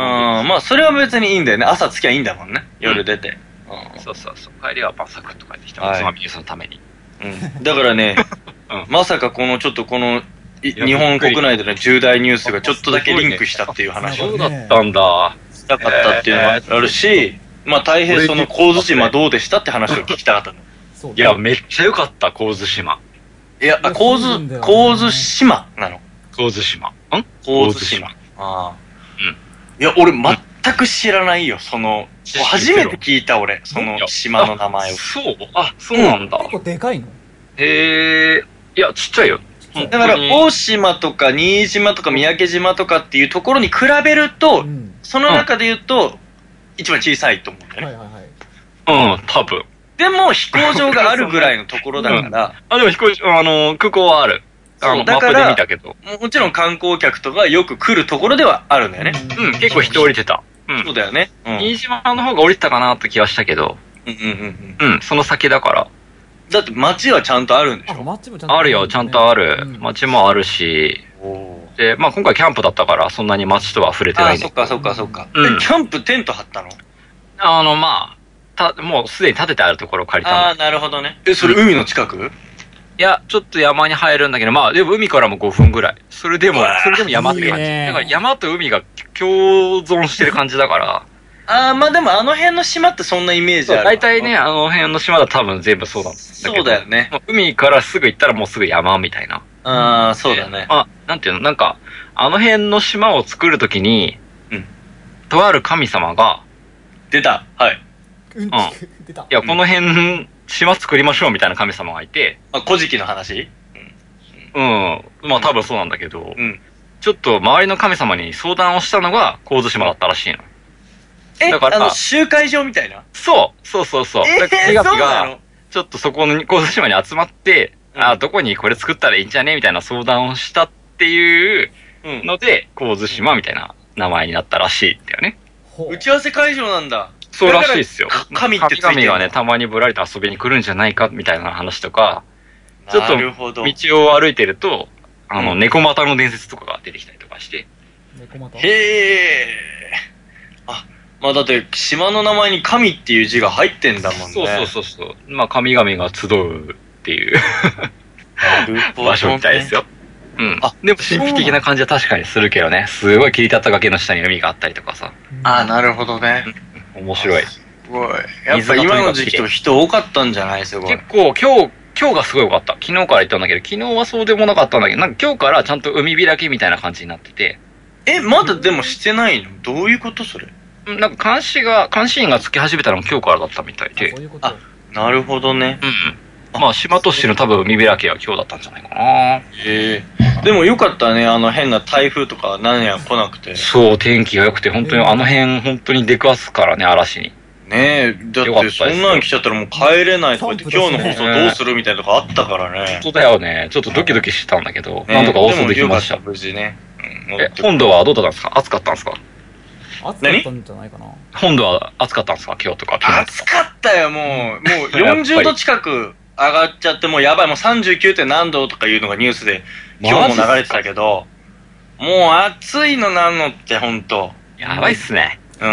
S3: まあそれは別にいいんだよね。朝着きゃいいんだもんね。夜出て。
S1: うん、そうそうそう。帰りはまあサクッと帰ってきた。おつまみニュースのために。
S3: うん。だからね、まさかこのちょっとこの、日本国内での重大ニュースがちょっとだけリンクしたっていう話
S1: そうだったんだ。
S3: したかったっていうのもあるし、まあ大変その神津島どうでしたって話を聞きたかったの。
S1: いや、めっちゃ良かった、神津島。
S3: いや、神津、神津島なの。
S1: 神津島。ん
S3: 神津島。ああ。うん。いや、俺全く知らないよ、その、初めて聞いた俺、その島の名前を。
S1: そうあ、そうなんだ。
S2: 結構でかいの？
S1: へえ、いや、ちっちゃいよ。
S3: だから、大島とか新島とか三宅島とかっていうところに比べると、うん、その中で言うと、うん、一番小さいと思うんだよね。はいはいはい。うん、多分。でも、飛行場があるぐらいのところだから。うん、
S1: あ、でも飛行場、あの、空港はある。あの、マップで見たけど。
S3: もちろん観光客とかよく来るところではあるんだよね。
S1: うん、結構人降りてた。
S3: うん。そうだよね。
S1: うん。新島の方が降りてたかなって気はしたけど。うんうんうんうん。うん、その先だから。
S3: だって街はちゃんとあるんでしょ？
S2: 街もちゃんと
S1: あるよ、ちゃんとある。街もあるし。で、まあ今回キャンプだったからそんなに街とは触れてないんで。
S3: あ、そっかそっかそっか。うん。キャンプテント張ったの？
S1: あの、まあ、た、もうすでに建ててあるところを借りたの。
S3: ああ、なるほどね。え、それ海の近く？
S1: いや、ちょっと山に入るんだけど、まあ、でも海からもごふんぐらい。それでも、それでも山って感じ。だから山と海が共存してる感じだから。
S3: ああ、まあでもあの辺の島ってそんなイメージある。
S1: 大体ね、あの辺の島だと多分全部そうなんだけど。
S3: そうだよね。
S1: 海からすぐ行ったらもうすぐ山みたいな。
S3: ああ、そうだね。
S1: あ、なんていうの、なんか、あの辺の島を作るときに、うん。とある神様が、
S3: 出た。はい。
S2: うん。出た。
S1: いや、この辺、島作りましょうみたいな神様がいて。
S3: あ、古事記の話？
S1: うん。うん。まあ多分そうなんだけど、うん。ちょっと周りの神様に相談をしたのが神津島だったらしいの。
S3: え、だからあの、集会場みたいな？
S1: そう、そうそうそう。
S3: えー、
S1: 神々が、ちょっとそこの神津島に集まって、うん、あ、どこにこれ作ったらいいんじゃねみたいな相談をしたっていうので、うん、神津島みたいな名前になったらしいんだよね。
S3: 打ち合わせ会場なんだ。
S1: そうらしいっすよ。
S3: 神ってついてる。
S1: 神々がね、たまにぶらりと遊びに来るんじゃないかみたいな話とか、ちょっと道を歩いてると、あの、うん、猫股の伝説とかが出てきたりとかして。
S2: 猫股？
S3: へえ。あ、まあだって島の名前に神っていう字が入ってんだもんね。
S1: そうそうそうそう。まあ神々が集うっていう場所みたいですよ。うん。あ、でも神秘的な感じは確かにするけどね。すごい切り立った崖の下に海があったりとかさ。
S3: あ、なるほどね。
S1: 面白い。
S3: すごい。やっぱ今の時期と人多かったんじゃないですか。
S1: 結構今日、今日がすごい多かった。昨日から行ったんだけど、昨日はそうでもなかったんだけど、なんか今日からちゃんと海開きみたいな感じになってて。
S3: え、まだでもしてないの？どういうことそれ？
S1: なんか監視が、監視員がつき始めたのも今日からだったみたいで。
S2: そういうこと。
S3: あ、なるほどね。
S1: うんうん。まあ島としての多分海開きは今日だったんじゃないかな。
S3: へえ。でもよかったね、あの変な台風とか何や来なくて。
S1: そう、天気が良くて、本当にあの辺本当に出くわすからね、嵐に。
S3: ねえ、だってそんなん来ちゃったらもう帰れないとか言って、今日の放送どうするみたいなとかあったからね。
S1: そうだよね。ちょっとドキドキしてたんだけど、なんとか放送できました。
S3: 無事ね。
S1: え、本土はどうだったんですか？暑かったんですか？
S2: 暑かったんじゃないかな。
S1: 本土は暑かったんですか？今日とか。
S3: 暑かったよ、もう。もうよんじゅうど近く、 上がっちゃって、もうやばい、もうさんじゅうきゅうてん何度とかいうのがニュースで、今日も流れてたけど、もう暑いのなんのってほんと。
S1: やばいっすね。
S3: うん、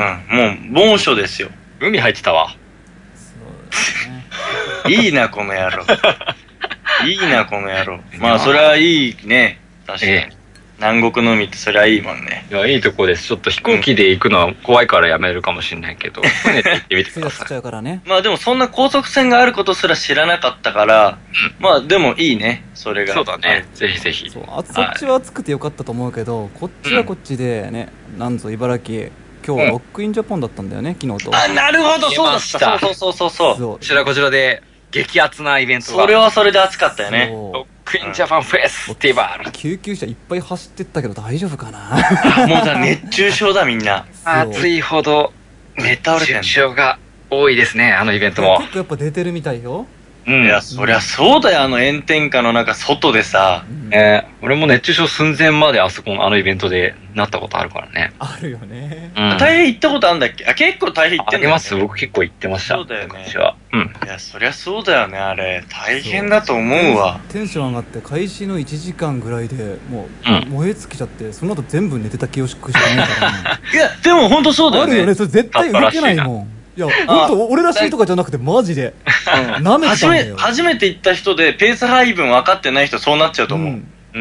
S3: もう猛暑ですよ。
S1: 海入ってたわ。
S2: そうですね。
S3: いいな、この野郎。いいな、この野郎。まあ、それはいいね。確かに。ええ、南国の海ってそれはいいもんね。
S1: いや、いいとこです。ちょっと飛行機で行くのは怖いからやめるかもしれないけど、船で行ってみてください。
S2: ちゃうからね。
S3: まあでもそんな高速船があることすら知らなかったから、うん、まあでもいいね、それが。
S1: そうだね。ぜひぜひ。
S2: そう、あそっちは暑くてよかったと思うけど、こっちはこっちでね、うん、なんぞ茨城、今日ロックインジャパンだったんだよね、昨日と。
S3: あ、なるほど、そうだった。そうそうそうそう。
S1: こちらこちらで激アツなイベントが。
S3: それはそれで暑かったよね。
S1: ロックインジャパンフェスティバル。
S2: 救急車いっぱい走ってったけど大丈夫かな。
S3: もうだ、熱中症だみんな。
S1: 暑いほど熱中症が多いですね、あのイベントも。
S2: 結構やっぱ出てるみたいよ。
S3: うん、いや、そりゃそうだよ、あの炎天下の中、外でさ。
S1: うん、えー、俺も熱中症寸前まであそこのあのイベントでなったことあるからね。
S2: あるよね。
S3: うん、大変行ったことあるんだっけ？あ、結構大変行ってんだよね。
S1: あります、僕結構行ってました。
S3: そうだよね。
S1: うん。
S3: いや、そりゃそうだよね、あれ。大変だと思うわ。
S2: テンション上がって開始のいちじかんぐらいでもう燃え尽きちゃって、うん、その後全部寝てた記憶しかないからね。
S3: いや、でも本当そうだよね。
S2: あるよね、それ絶対動けないもん。いや、ほんと、俺らしいとかじゃなくて、マジで。なめてたんだよ。
S3: 初めて行った人で、ペース配分分かってない人、そうなっちゃうと思う。うん。
S1: うん。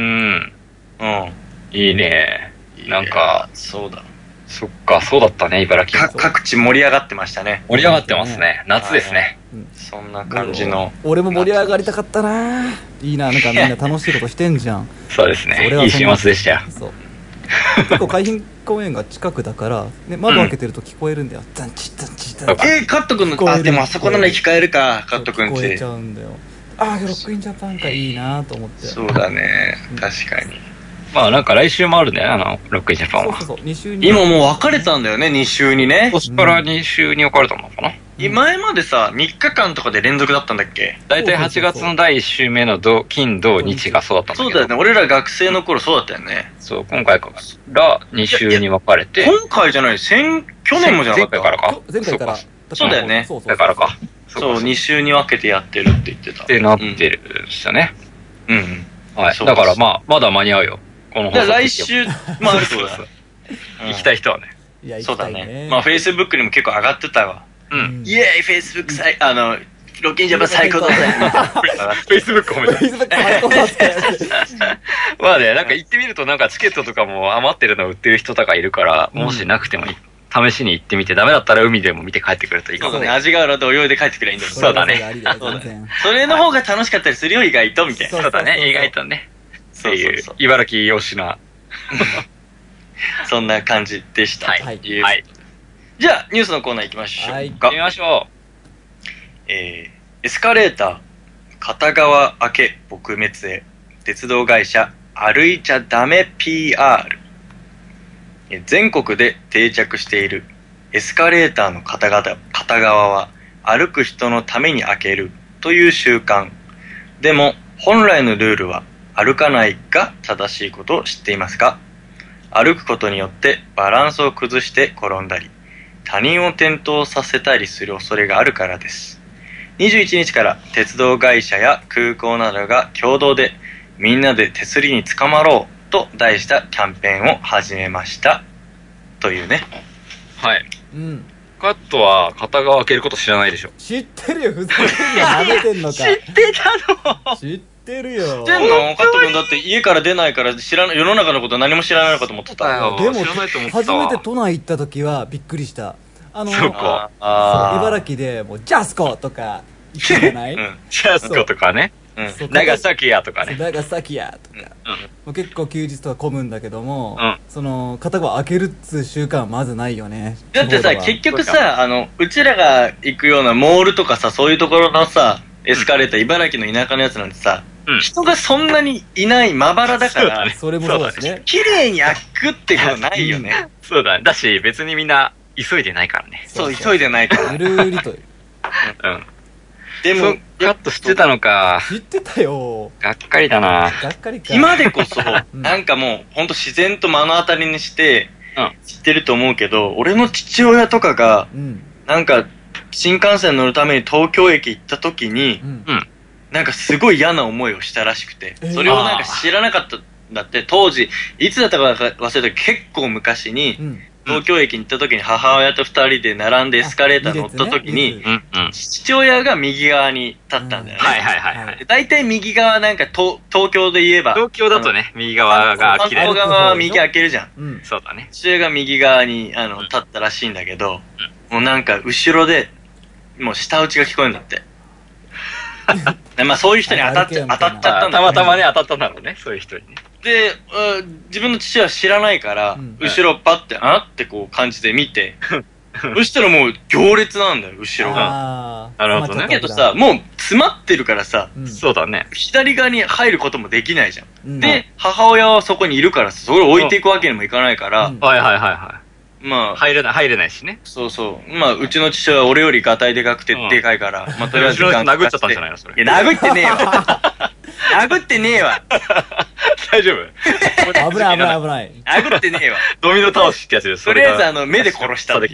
S1: うん。いいね。なんか、
S3: そうだ。
S1: そっか、そうだったね、茨城。
S3: 各地盛り上がってましたね。
S1: 盛り上がってますね。夏ですね。
S3: そんな感じの。
S2: 俺も盛り上がりたかったな。いいな、なんかみんな楽しいことしてんじゃん。
S1: そうですね。いい週末でしたよ。そう。
S2: 結構海浜公園が近くだから、ね、窓開けてると聞こえるんだよ。ザンチザンチザンチ。
S3: えー、カット君の、あ、でもあそこなら聞こえるか、カット君ち。
S2: 聞こえちゃうんだよ。あー、ロックインジャパンか、いいなと思って。
S3: そうだね、確かに。
S1: まあなんか来週もあるね、あの、ロックインジャパンは。
S2: そうそうそう、に週に。
S3: 今もう分かれたんだよね、に週にね。
S1: そっからに週に分かれたのかな。
S3: 前までさ、みっかかんとかで連続だったんだっけ？
S1: だいたいはちがつのだいいっ週目の土金土日がそうだったんだけど。
S3: そうだよね、俺ら学生の頃そうだったよね。
S1: そう、今回からに週に分かれて。
S3: 今回じゃない、先、去年もじゃなかった。
S1: 前回からか。
S2: 前回から。
S3: そうだよね。
S1: だからか。
S3: そう、に週に分けてやってるって言ってた。
S1: ってなってるんですよね。
S3: うん。
S1: はい。だからまあ、まだ間に合うよ。この放送。
S3: 来週、まああるそうだ。
S1: 行きたい人はね。
S2: いや、
S3: そうだね。まあ、Facebook にも結構上がってたわ。うん。イエーイ、Facebook 最、あの、ロッキンジャパン最高だぜ。
S1: Facebook 褒めて。Facebook 最高だぜ。まあね、なんか行ってみるとなんかチケットとかも余ってるの売ってる人とかいるから、もしなくても試しに行ってみて、ダメだったら海でも見て帰ってくるといいかもね。
S3: 味が浦で泳いで帰ってくればいいんだよ。
S1: そうだね。
S3: それの方が楽しかったりするよ、意外と、みたいな。
S1: そうだね、意外とね。そういう、茨城推しな。
S3: そんな感じでした。
S1: はい。はい。
S3: じゃあ、ニュースのコーナー行きましょう。はい。行
S1: きましょう。
S3: えー、エスカレーター、片側開け撲滅へ。鉄道会社、歩いちゃダメ ピーアール。全国で定着しているエスカレーターの片側、片側は歩く人のために開けるという習慣。でも、本来のルールは歩かないが正しいことを知っていますか？歩くことによってバランスを崩して転んだり、他人を転倒させたりする恐れがあるからです。にじゅういちにちから鉄道会社や空港などが共同でみんなで手すりに捕まろうと題したキャンペーンを始めましたというね。
S1: はい。うん。カットは片側開けること知らないでしょ。
S2: 知ってるよ、ふざけんな、舐めてんのか。
S1: 知ってたの？
S2: 知ってるよ。
S3: 知ってんの？カット君だって家から出ないから知らない、世の中のこと何も知らないのかと思ってたよ。
S2: でも初めて都内行った時はびっくりした。あの、
S1: そうか。
S2: 茨城でもうジャスコとか言ってんじゃない？うん、
S1: ジャスコとかね。長崎やとかね。
S2: 長崎やとか、うん、結構休日とか混むんだけども、うん、その片側開けるっつう習慣はまずないよね。
S3: だってさ、結局さ、あのうちらが行くようなモールとかさ、そういうところのさエスカレーター、うん、茨城の田舎のやつなんてさ、うん、人がそんなにいないまばらだから、
S2: それもそうですね。
S3: 綺麗に開くってことないよね。
S1: そうだね。だし別にみんな急いでないからね。
S3: そう、急いでないから。
S2: ゆるりと。うん。
S1: でもカット知ってたのか。
S2: 知ってたよ。
S1: がっかりだな。
S2: がっかりか。
S3: 今でこそ、なんかもうほんと自然と目の当たりにして知ってると思うけど、俺の父親とかが、なんか新幹線乗るために東京駅行った時に、 なんかすごい嫌な思いをしたらしくて、それをなんか知らなかったんだって。当時いつだったか忘れたけど結構昔に、うん、東京駅に行った時に母親と二人で並んでエスカレーター乗った時に、ね、父親が右側に立ったんだよね。
S1: はいはいはいはい。
S3: だいたい右側なんか東東京で言えば
S1: 東京だとね右側が開ける。
S3: 反対側は右開けるじゃん。
S1: うん、そうだね。
S3: 父親が右側にあの立ったらしいんだけど、うん、もうなんか後ろでもう舌打ちが聞こえるんだって。まあそういう人に当たっちゃ当たっちゃったんだ、ね。
S1: たまたまね当たったんだろうね、そういう人にね。
S3: で、自分の父は知らないから、うん、後ろパッて、あってこう感じで見て、そしたらもう行列なんだよ、後ろが。
S1: なるほどね。
S3: だけどさ、もう詰まってるからさ、
S1: うん、そうだね。
S3: 左側に入ることもできないじゃん。うん、で、母親はそこにいるからさ、それを置いていくわけにもいかないから、うん、
S1: はいはいはいはい。
S3: まあ、
S1: 入れない、入れないしね。
S3: そうそう。まあ、うちの父親は俺よりガタイでかくてでかいから、うん、まあ、とりあえず
S1: 後ろの人殴っちゃったんじゃないのそれ。
S3: いや、殴ってねえわ。殴ってねえわ。
S1: 大丈夫？
S2: 危ない危ない危ない。
S3: 殴ってねえわ。
S1: ドミノ倒しってやつです。
S3: とりあえずあの、目で殺した。い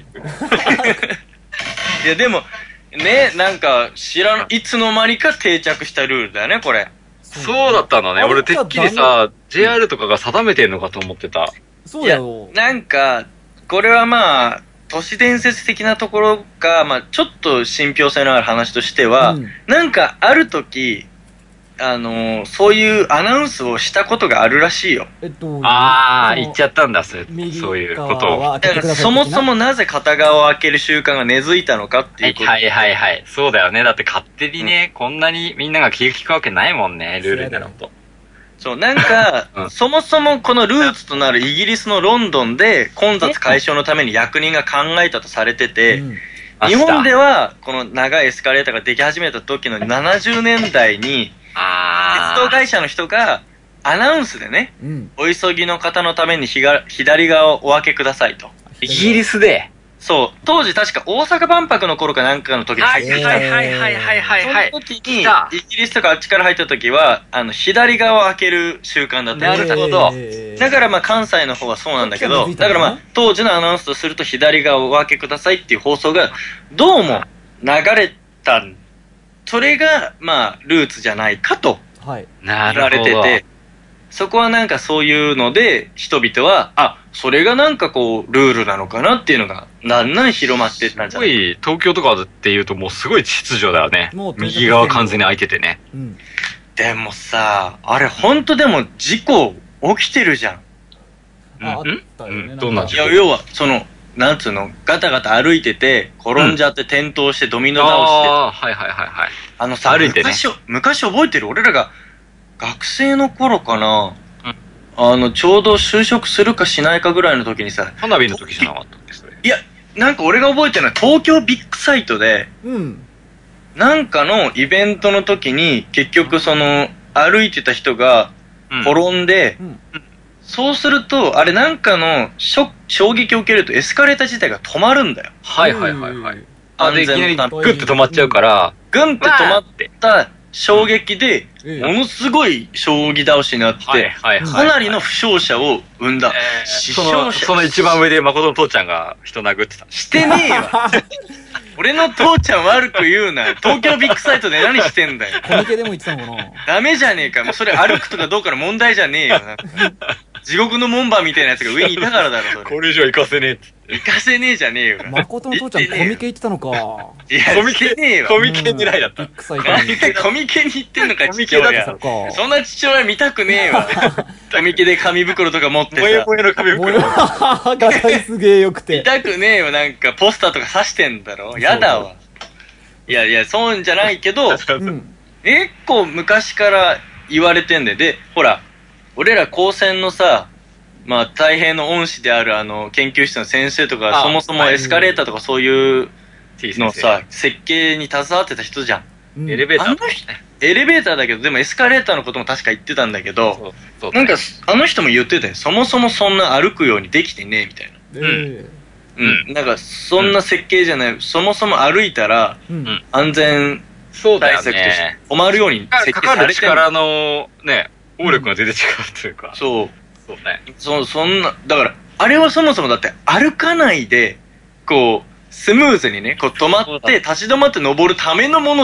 S3: や、でも、ね、なんか、知らん、いつの間にか定着したルールだよね、これ。
S1: そうだったんだね。俺てっきりさ、ジェイアール とかが定めてんのかと思ってた。
S2: そうだよ。
S3: なんか、これはまあ、都市伝説的なところが、まあ、ちょっと信憑性のある話としては、うん、なんかある時、あのー、そういうアナウンスをしたことがあるらしいよ。
S2: えっと、
S1: ああ、言っちゃったんだ、そういうことを。
S3: だからそもそもなぜ片側を開ける習慣が根付いたのかっていうこと。
S1: はいはいはいはい。そうだよね。だって勝手にね、うん、こんなにみんなが気が利くわけないもんね、ルールになると。
S3: そう、なんか、うん、そもそもこのルーツとなるイギリスのロンドンで混雑解消のために役人が考えたとされてて、うん、日本ではこの長いエスカレーターができ始めた時のななじゅうねんだいに、鉄道会社の人がアナウンスでね、うん、お急ぎの方のために左側をお開けくださいと。
S1: イギリスで
S3: そう。当時確か大阪万博の頃かなんかの時に入ってきた。
S1: はいはいはいはいはいはい。
S3: その時に、イギリスとかあっちから入った時は、あの、左側を開ける習慣だった。
S1: なるほど。
S3: だからまあ関西の方はそうなんだけど、だからまあ当時のアナウンスとすると左側をお開けくださいっていう放送が、どうも流れた、それがまあルーツじゃないかと言われてて、そこはなんかそういうので人々は、あ、それがなんかこうルールなのかなっていうのがだんだん広まってったんじゃない。
S1: すごい東京とかっていうともうすごい秩序だよね。右側完全に開いててね、うん、
S3: でもさあれ本当でも事故起きてるじゃん。
S2: あ、あったよね、うん、
S1: どんな事故？
S3: いや要はそのなんつうのガタガタ歩いてて転んじゃって転倒してドミノ倒して、うん、
S1: ああはいはいはいはい。
S3: あのさ歩いてね、昔昔覚えてる？俺らが学生の頃かな、あの、ちょうど就職するかしないかぐらいの時にさ、
S1: 花火の時じゃなかったっけそれ。
S3: いや、なんか俺が覚えてるのは東京ビッグサイトで、うん、なんかのイベントの時に結局その歩いてた人が転んで、うんうん、そうするとあれなんかの衝撃を受けるとエスカレーター自体が止まるんだよ。
S1: はいはいはいはい。あでいきなりグッて止まっちゃうから、
S3: グンって止まった衝撃で、ものすごい将棋倒しになって、かなりの負傷者を生んだ。
S1: 死傷者。その一番上で誠の父ちゃんが人殴ってた。
S3: してねえわ。俺の父ちゃん悪く言うな。東京ビッグサイトで何してんだよ。
S2: コミケでも言ってたのかな。
S3: ダメじゃねえか。もうそれ歩くとかどうかの問題じゃねえよ。なんか地獄の門番みたいなやつが上にいたからだろ、それ。
S1: これ以上行かせねえって。
S3: 行かせねえじゃねえよ。
S2: 誠の父ちゃんコミケ行ってたのか。
S3: いや、コミケねえわ。
S1: コミケ狙いだった。
S3: ビッグサイトに。コミケに行ってんのか、父親。そんな父親見たくねえわ。コミケで紙袋とか持ってさ。
S1: 萌え萌えの紙袋。
S2: ガタイすげえよくて。
S3: 見たくねえよ、なんかポスターとか刺してんだろ。やだわ。いやいや、そうじゃないけど、結構昔から言われてんで、で、ほら、俺ら高専のさ、まあ大変の恩師であるあの研究室の先生とか、そもそもエスカレーターとかそういうのさ、設計に携わってた人じゃん。
S1: エレベーター、ね、
S3: エレベーターだけど、でもエスカレーターのことも確か言ってたんだけど、そうそうなんかあの人も言ってたよ。そもそもそんな歩くようにできてねえみたいな。うん。うん。なんかそんな設計じゃない。うん、そもそも歩いたら、うん、安全対策として止まるように設計されてる。
S1: かかる力のね、応力が全然違うというか。
S3: そう。
S1: そうね。
S3: そ、そんな、だから、あれはそもそもだって歩かないで、こう、スムーズにね、こう止まって、立ち止まって登るためのものじゃん。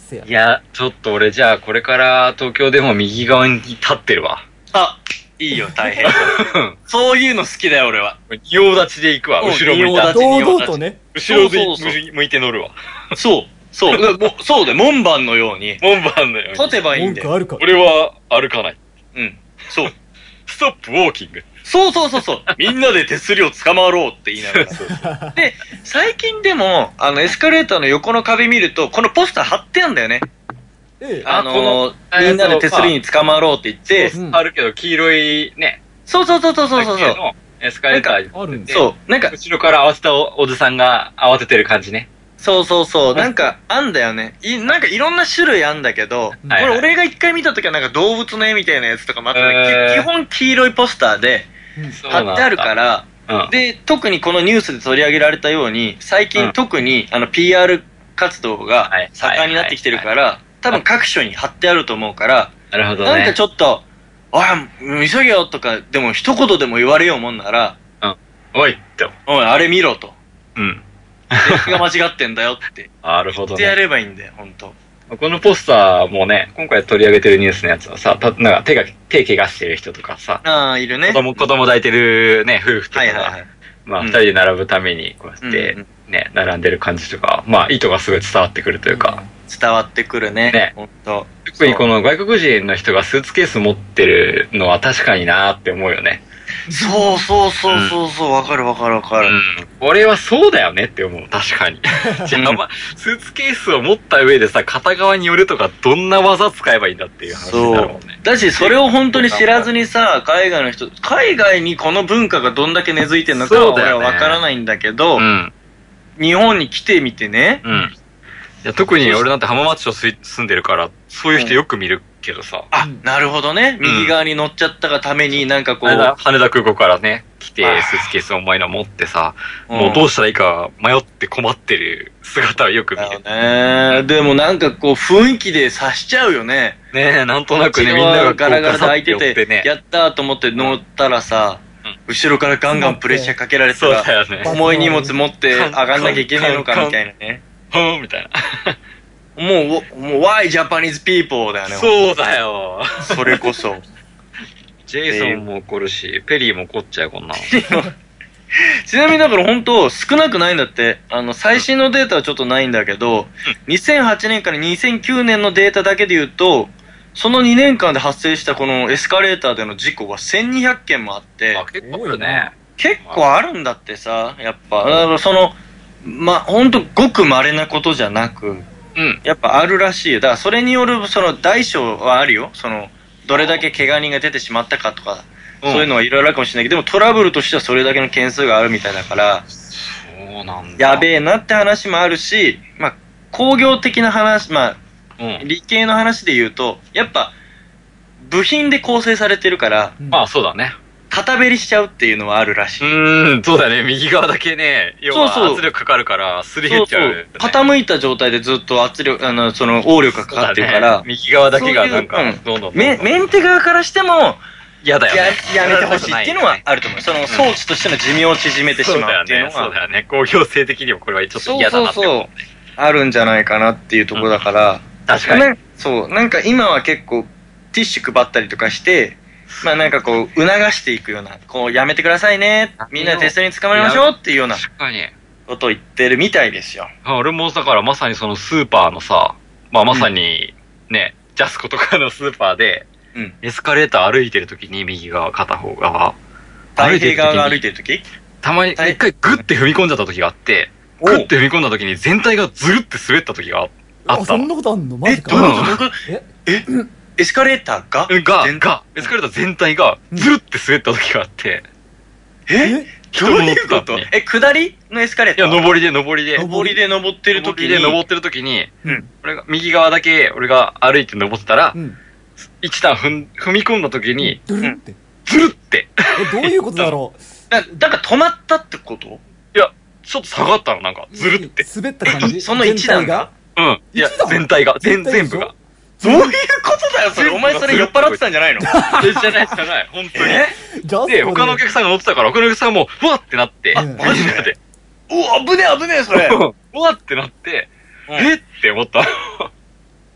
S2: せや。
S1: いや、ちょっと俺じゃあこれから東京でも右側に立ってるわ。
S3: あ、いいよ、大変。そういうの好きだよ、俺は。
S1: 仁王立ちで行くわ、
S3: うん
S1: 後ろ向いた
S3: 仁王立。ち
S2: 堂々とね。
S1: 後ろで
S3: そうそうそう
S1: 向いて乗るわ。
S3: そう、そう、だもそうだよ、門番のように。
S1: 門番のように。
S3: 立てばいいんだよ。
S2: 文句あるか。
S1: 俺は歩かない。
S3: うん。そう。
S1: ストップウォーキング。
S3: そうそうそうそう。みんなで手すりを捕まろうって言いながら。で、最近でも、あの、エスカレーターの横の壁見ると、このポスター貼ってあんだよね。
S2: ええ。
S3: あの
S1: この
S3: ー、みんなで手すりに捕まろうって言って、
S2: うん
S1: あるけど黄色いね、
S3: そうそうそうそうそうそう。
S1: さっきのエスカレーターに
S2: あるんだ。
S3: そう。なんか、
S1: 後ろから慌てたおおじさんが慌ててる感じね。
S3: そうそうそう。なんか、あんだよね。い、なんかいろんな種類あんだけど、
S2: うん
S3: これ
S1: はいはい
S3: 俺が一回見た時はなんか動物の絵みたいなやつとかもあったんだけど、
S1: へー
S3: き基本黄色いポスターで
S2: うん
S1: そうなんだ
S3: 貼ってあるから、
S1: うん。
S3: で、特にこのニュースで取り上げられたように、最
S1: うん
S3: 近特にあの ピーアール 活動が
S1: はい
S3: 盛んになってきてるから、多分各所に貼ってあると思うから、
S1: なるほどね。
S3: なんかちょっと、おい、急げよとか、でも一言でも言われようもんなら、
S1: おいって。
S3: おい、あれ見ろと。
S1: うん。
S3: 敵が間違ってんだよって
S1: なるほど
S3: 言ってや
S1: ね。
S3: ればいいんだよ、ほんと。
S1: このポスターもね、今回取り上げてるニュースのやつはさ、たなんか手が、手怪我してる人とかさ、
S3: ああ、いるね。
S1: 子供、子供抱いてるね、夫婦とかが、
S3: はいはいはい。
S1: まあ、
S3: うん
S1: 二人で並ぶために、こうやって
S3: うん、
S1: ね、並んでる感じとか、まあ、意図がすごい伝わってくるというか、
S3: 伝わってくるね。
S1: ね
S3: ほんと。
S1: 特にこの外国人の人がスーツケース持ってるのは確かになーって思うよね。
S3: そうそうそうそうそう、わかるわかるわかる。
S1: うん。俺はそうだよねって思う、確かに。じゃあ、まあ、スーツケースを持った上でさ、片側に寄るとか、どんな技使えばいいんだっていう話になるもんね。
S3: だし、それを本当に知らずにさ、海外の人、海外にこの文化がどんだけ根付いてるのかは俺
S1: そうだよね
S3: はわからないんだけど、
S1: うん。
S3: 日本に来てみてね、
S1: うん。いや、特に俺なんて浜松町すい住んでるから、そういう人よく見るけどさ。
S3: あ、なるほどね。右側に乗っちゃったがためになんかこう、
S1: 羽田羽田空港からね、来て
S3: あー、
S1: スーツケース重いの持ってさ、
S3: うん
S1: もうどうしたらいいか迷って困ってる姿をよく見る。
S3: だよね。でもなんかこう雰囲気で察しちゃうよね。
S1: ねえ、なんとなくね、
S3: 内側
S1: みんながこう
S3: ガラガラで開いて
S1: ガサッ寄って
S3: て、
S1: ね。
S3: やったーと思って乗ったらさ、
S1: うん
S3: 後ろからガンガンプレッシャーかけられてた
S1: そう
S3: ら、
S1: だよね。
S3: 重い荷物持って上がんなきゃいけねえのかみたいなね。
S1: ふーんみたいな。
S3: もう、もう、Why Japanese people だよね。
S1: そうだよ。
S3: それこそ。
S1: ジェイソンも怒るし、ペリーも怒っちゃう、こんなの。
S3: ちなみにだから本当少なくないんだって。あの、最新のデータはちょっとないんだけど、にせんはちねんからにせんきゅうねんのデータだけで言うと、そのにねんかんで発生したこのエスカレーターでの事故がせんにひゃっけんもあって、
S1: あ、結構あるね。
S3: 結構あるんだってさ、やっぱ。だからその、ま、ほんとごく稀なことじゃなく、
S1: うん。
S3: やっぱあるらしいよ。だからそれによるその大小はあるよ。その、どれだけ怪我人が出てしまったかとか、
S1: うん
S3: そういうのはいろいろあるかもしれないけど、でもトラブルとしてはそれだけの件数があるみたいだから、
S1: そうなんだ。
S3: やべえなって話もあるし、まあ、工業的な話、まあ、
S1: うん。
S3: 理系の話で言うと、やっぱ、部品で構成されてるから、
S2: うん
S1: まあ、そうだね。
S3: 片べりしちゃうっていうのはあるらし
S1: う
S3: い。
S1: ーん、そうだね。右側だけね、要は
S3: そうそう
S1: 圧力かかるから、すり減
S3: そうそう
S1: っちゃうよね。。
S3: 傾いた状態でずっと圧力、あの、その、応力がかかってるから、
S1: 右側だけがなんか
S3: そういううん、
S1: どんどんどんどん。
S3: メメンテ側からしても、
S1: 嫌だよね。
S3: や、やめてほしいっていうのはあると思う。その装置としての寿命を縮めてし
S1: そうだよ
S3: まうっていうの
S1: ね。そう
S3: は、
S1: だよね。工業性的にもこれはちょっと嫌だなって思うね。
S3: あるんじゃないかなっていうところだから、
S1: 確かに。
S3: ねそう、なんか今は結構、ティッシュ配ったりとかして、まあなんかこう、促していくような、こう、やめてくださいね、みんなでテストに捕まりましょうっていうような
S1: 確かに。
S3: ことを言ってるみたいですよ。
S1: あ俺もだからまさにそのスーパーのさ、まあまさにね、ジャスコとかのスーパーで、
S3: うん。
S1: エスカレーター歩いてる時に右側、片方側、
S3: 太平側が歩い
S1: てる
S3: てる時
S1: たまに
S3: はい
S1: 一回グッて踏み込んじゃった時があって、
S3: お
S1: グッて踏み込んだ時に全体がずるって滑った時があった
S2: そん
S1: の。
S2: なことあんのマ
S3: え、
S2: ジか
S3: どういうことどういうこと
S2: え
S3: えエスカレーターが
S1: が、
S3: 全
S1: が、エスカレーター全体がずるって滑った時があって、
S3: え
S1: 人
S3: どういう
S1: 乗ってたのに
S3: ことえ、下りのエスカレー
S1: いや、
S3: ター
S1: 上りで上りで、
S3: 上りで登ってる
S1: 上
S3: 時に、
S1: りで登ってる時に、
S3: うん。
S1: 俺が、右側だけ俺が歩いて登ってたら
S2: う、ん
S1: 一段踏ん踏み込んだ時に、
S2: ドゥルンって
S1: ずるって、
S2: えどういうことだろう
S3: だ、だから止まったってこと
S1: いや、ちょっと下がったの、なんか、ずるって。
S2: 滑った感じ
S3: その一段が
S1: うん。いや
S2: 一段、
S1: 全体が、全、
S2: 全体でしょ
S1: 全部が。
S3: どういうことだよ、それ。お前それ酔っ払ってたんじゃないの
S1: えじゃない、じゃない、本当に。
S3: え
S2: ジャスコ
S1: で、他のお客さんが乗ってたから、他のお客さんも、ふわってなって、
S2: あ
S1: みん
S3: マジで
S1: なで、
S3: お、危ねえ危ねえ、それ。
S1: ふわってなって、
S3: うん
S1: えって思った。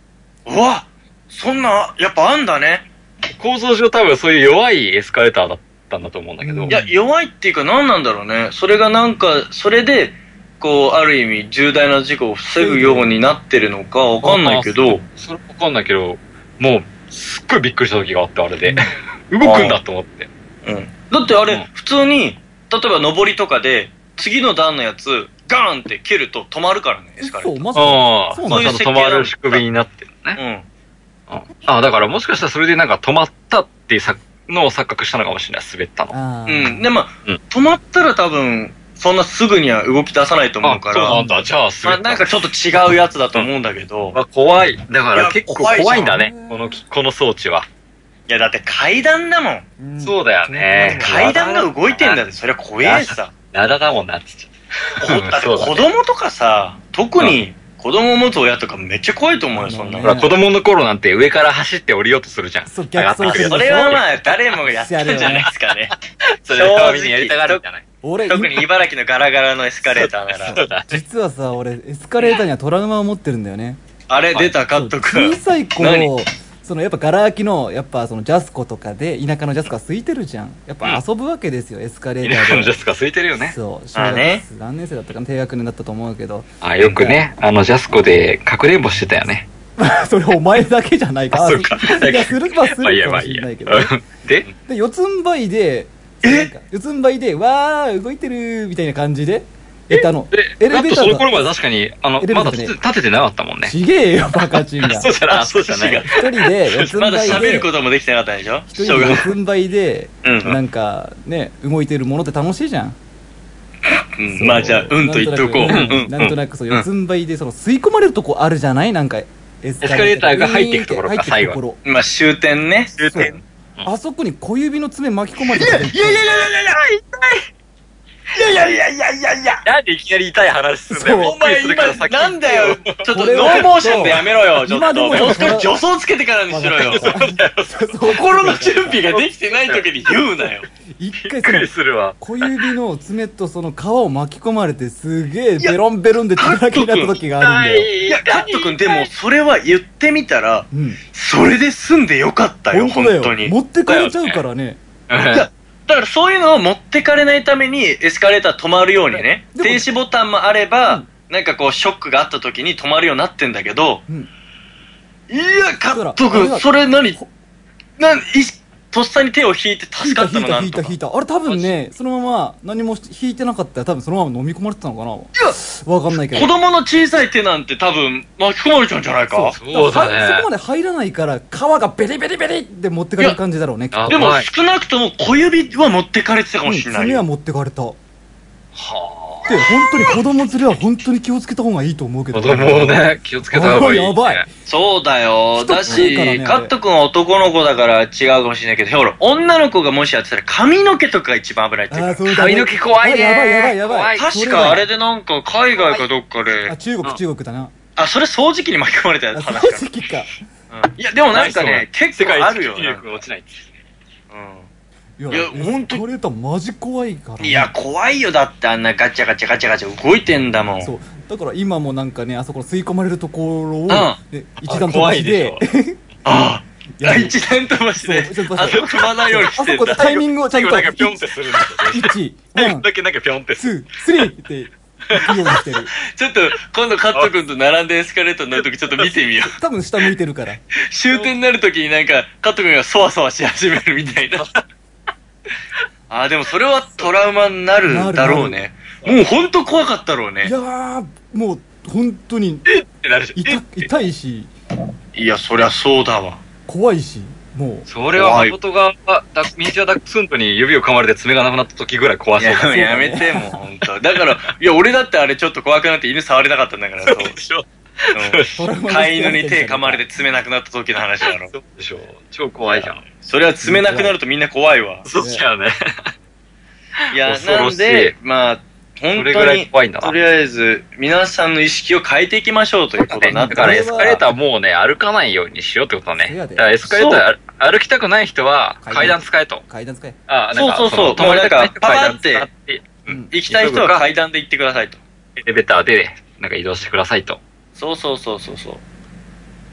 S3: うわそんな、やっぱあんだね。
S1: 構造上多分そういう弱いエスカレーターだったんだと思うんだけど。
S3: いや、弱いっていうか何なんだろうね。それがなんか、それで、こう、ある意味重大な事故を防ぐようになってるのかわかんないけど。
S1: それわかんないけど、もう、すっごいびっくりした時があって、あれで。動くんだと思って。
S3: うん。だってあれ、
S1: うん、
S3: 普通に、例えば上りとかで、次の段のやつ、ガーンって蹴ると止まるからね、エスカレーター。
S2: そう、まさ
S1: ああ、
S2: そう
S1: まあちゃんと止まる仕組みになってるね。うん。ああ、だからもしかしたらそれでなんか止まったっていうのを錯覚したのかもしれない、滑ったの。
S3: うん。で、まあ、
S1: うん、
S3: 止まったら多分、そんなすぐには動き出さないと思うから。
S1: そうなんだ、じゃあ滑った。
S3: まあなんかちょっと違うやつだと思うんだけど。
S1: まあ怖い。だから結構怖いんだね、この、この装置は。
S3: いやだって階段だもん。
S2: うん、
S1: そうだよね。
S3: 階段が動いてんだって、そりゃ怖えしさ。
S1: やだだもんなって言っちゃう。
S3: だって子供とかさ、特に子供を持つ親とかめっちゃ怖いと思うよ、そんなの。
S1: ほら、子供の頃なんて上から走って降りようとするじゃん。
S2: そう、逆走する。
S3: それはまあ、誰もがやってるんじゃないですかね。
S1: それはみんなやりたがるんじゃない。
S3: 俺特に茨城のガラガラのエスカレーターなら。
S2: 実はさ、俺、エスカレーターにはトラウマを持ってるんだよね。
S3: あれ、出た、カット君。
S2: 小さい頃、そのやっぱガラ空きのやっぱそのジャスコとかで田舎のジャスコが空いてるじゃん。やっぱ遊ぶわけですよ、エスカレーターで。
S1: 田舎のジャスコが空いてるよね。
S2: そう、小学何年生だったかな、低学年だったと思うけど。
S1: あ、よくね、あのジャスコでかくれんぼしてたよね。
S2: それお前だけじゃないか。
S1: そうか。
S2: いや、するはするかもしれないけど。
S1: で
S2: で、四つん這いで、え四つん這いで、わー、動いてるみたいな感じで、えっとあの、
S1: エレベーター。その頃まで確かに、あの、まだ立ててなかったもんね。
S2: ちげえよ、バカチンが。
S1: そうじゃない、そうじゃない。
S2: 一人で、四つん這いで。
S3: まだ喋ることもできてなかったでしょ。
S2: 一人で四つん這いで、なんか、ね、動いてるものって楽しいじゃん。
S3: まあじゃあ、うんと言っとこう。
S2: なんとなくそう、四つん這いで、その、吸い込まれるとこあるじゃないなんか、
S1: エスカレーターが入っていくところか、最後。
S3: まあ終点ね。終点。
S2: あそこに小指の爪巻き込まれてる。
S3: いやいやいやいやいやいや、痛い。いやいやいやいやいやいや。
S1: なんでいきなり痛い話すんだよ。
S3: お前今、なんだよ。ちょっとノーモーションでやめろよ、ちょっと。もう少し助走つけてからにしろよ。心の準備ができてない時に言うなよ。
S2: 一回その、小指の爪とその皮を巻き込まれてすげえベロンベロンで血だらけになった時があるんだよ。
S3: いや、カット君でもそれは言ってみたら、それで済んでよかったよ、本当に。
S2: 持ってかれちゃうからね。
S3: いや、だからそういうのを持ってかれないためにエスカレーター止まるようにね、停止ボタンもあれば、うん、なんかこうショックがあった時に止まるようになってんだけど、うん、いや、カット君、それ何、な、い、とっさに手を引いて助かったのなんとか。
S2: 引いた引いた引いた。あれ多分ね、そのまま何も引いてなかったら多分そのまま飲み込まれてたのかな。いや、わかんないけど。
S3: 子供の小さい手なんて多分巻き込まれちゃうんじゃないか。
S1: そう、そうだね。
S2: そこまで入らないから皮がベリベリベリって持ってかれる感じだろうね。
S3: でも少なくとも小指は持ってかれてたかもしれない。
S2: 爪は持ってかれた。は
S1: あ。
S2: で、本当に子供連れは本当に気をつけた方がいいと思うけど。
S1: 子供をね、気をつけた方がいい、ね。
S2: やばい。
S3: そうだよ。だし、ね、カット君は男の子だから違うかもしれないけど、ほら、女の子がもしやってたら髪の毛とかが一番危ないっていうか。
S2: ね、
S1: 髪の毛怖いね。
S2: やばいやばいやばい。
S3: 確かあれでなんか海外かどっかで。
S2: あ、中国、中国だな。
S3: あ、それ掃除機に巻き込まれたやつ話か。
S2: 掃除機か。
S3: うん。いや、でもなんかね、結構あるよ。
S1: 世界一力落ちない。
S3: うん。
S2: いや、ほんと。エスカレーターマジ怖いから、ね。
S3: いや、怖いよ。だってあんなガチャガチャガチャガチャ動いてんだもん。
S2: そう。だから今もなんかね、あそこの吸い込まれるところを、ね、一段飛ばしで。
S3: ああ。一段飛ばしで。あそこ踏まないようにして。
S2: あそこタイミングをちゃんと。
S1: なんかピョンってするんだけど。
S2: いち、ワン。
S1: だけなんかピョンってする。
S2: ツー、スリーって。
S3: ちょっと今度カット君と並んでエスカレーターになるときちょっと見てみよう。
S2: 多分下向いてるから。
S3: 終点になるときになんかカット君がそわそわし始めるみたいな。あーでもそれはトラウマになるだろうね。もうほんと怖かったろうね。
S2: いやーもう本当に
S1: えってなるし
S2: 痛痛いし。
S3: いやそりゃそうだわ。
S2: 怖いしもう。
S1: それは誠がミニチュアダックスントに指を噛まれて爪がなくなった時ぐらい怖そうだ。
S3: いややめてもうほんと。だからいや俺だってあれちょっと怖くなって犬触れなかったんだから。そうでしょ。飼い犬に手噛まれて爪なくなった時の話だろ。
S1: そうでしょ。超怖いじゃん。
S3: それは爪なくなるとみんな怖いわ。
S1: そうじゃね。
S3: いやなんでまあ本当にとりあえず皆さんの意識を変えていきましょうということになって
S1: だからエスカレーターもうね歩かないようにしようってことだね。だからエスカレーター歩きたくない人は階段使えと。
S2: 階段使え。
S3: あそうそうそう。止まりだからパパって行きたい人は階段で行ってくださいと。
S1: エレベーターでなんか移動してくださいと。
S3: そうそうそうそうそう。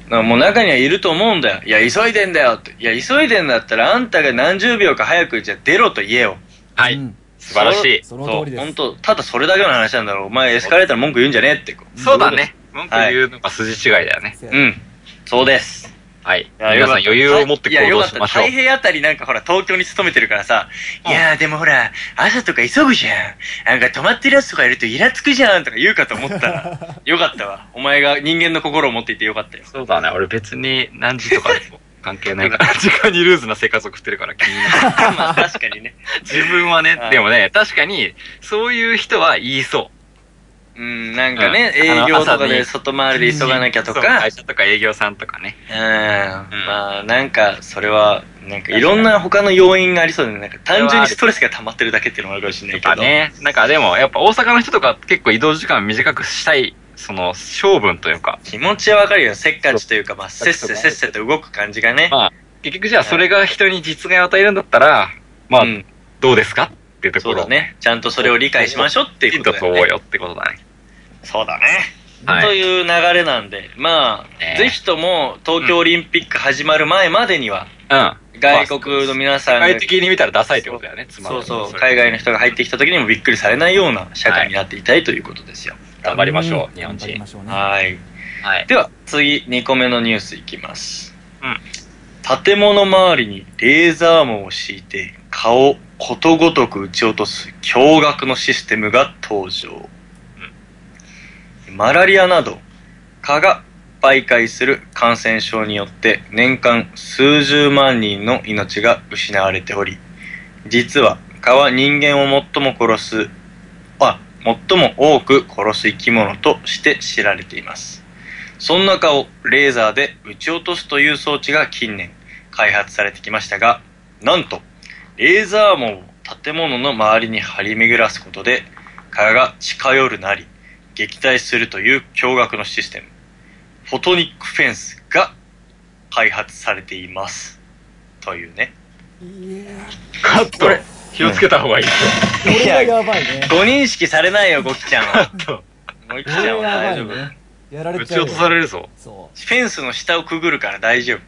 S3: なもう中にはいると思うんだよ。いや、急いでんだよって。いや、急いでんだったら、あんたが何十秒か早くじゃ出ろと言えよ。
S1: はい。うん、素晴らしい。
S2: その通りです。
S3: 本当ただそれだけの話なんだろう。お前エスカレーターの文句言うんじゃねえって。
S1: そうだね。文句言うのが筋違いだよね。
S3: はい、うん。そうです。
S1: はい。皆さん余裕を持って行動しましょう。
S3: 太平あたりなんかほら東京に勤めてるからさ、いやーでもほら、朝とか急ぐじゃん。なんか止まってるやつとかいるとイラつくじゃんとか言うかと思ったら、よかったわ。お前が人間の心を持っていてよかったよ。
S1: そうだね。俺別に何時とかでも関係ないから、時間にルーズな生活を送ってるから気になる。
S3: まあ確かにね。
S1: 自分はね、でもね、確かにそういう人は言いそう。
S3: うん、なんかね、うん、営業とかで外回りで急がなきゃとか。
S1: 会社とか営業さんとかね。
S3: うん。うん、まあ、なんか、それは、なんかいろんな他の要因がありそうで、なんか単純にストレスが溜まってるだけっていうのもあるかもしれないけど。
S1: ね。なんかでも、やっぱ大阪の人とか結構移動時間短くしたい、その、性分というか。
S3: 気持ちはわかるよ。せっかちというか、まあ、せっせせっせと動く感じがね。
S1: まあ、結局じゃあそれが人に実害を与えるんだったら、まあ、うん、どうですかっていうところ。
S3: そうだね。ちゃんとそれを理解しましょうっていうことだよね。
S1: ヒント問おうよってことだね。
S3: そうだね。はい、という流れなんで、まあ、ね、ぜひとも東京オリンピック始まる前までには、うん、外国の皆さんが、
S1: 世界的に見たらダサいってことだよね。
S3: そうそう、海外の人が入ってきた時にもびっくりされないような社会になっていたいということですよ。はい、
S1: 頑張りましょう、日本人。ね、
S3: はい。はい。では、次、にこめのニュースいきます。うん。建物周りにレーザー網を敷いて、蚊をことごとく撃ち落とす驚愕のシステムが登場。マラリアなど蚊が媒介する感染症によって年間数十万人の命が失われており、実は蚊は人間を最も殺すあ最も多く殺す生き物として知られています。そんな蚊をレーザーで撃ち落とすという装置が近年開発されてきましたが、なんとレーザー網を建物の周りに張り巡らすことで蚊が近寄るなり撃退するという驚愕のシステム、フォトニックフェンスが開発されていますというね。
S1: カット。これ気をつけた方がいいよ。
S2: これはやばいね。
S3: ご認識されないよゴキちゃんは。ゴキちゃんは大丈夫。
S2: やられちゃう。
S1: 撃ち落とされるぞ。
S3: そう。フェンスの下をくぐるから大丈夫。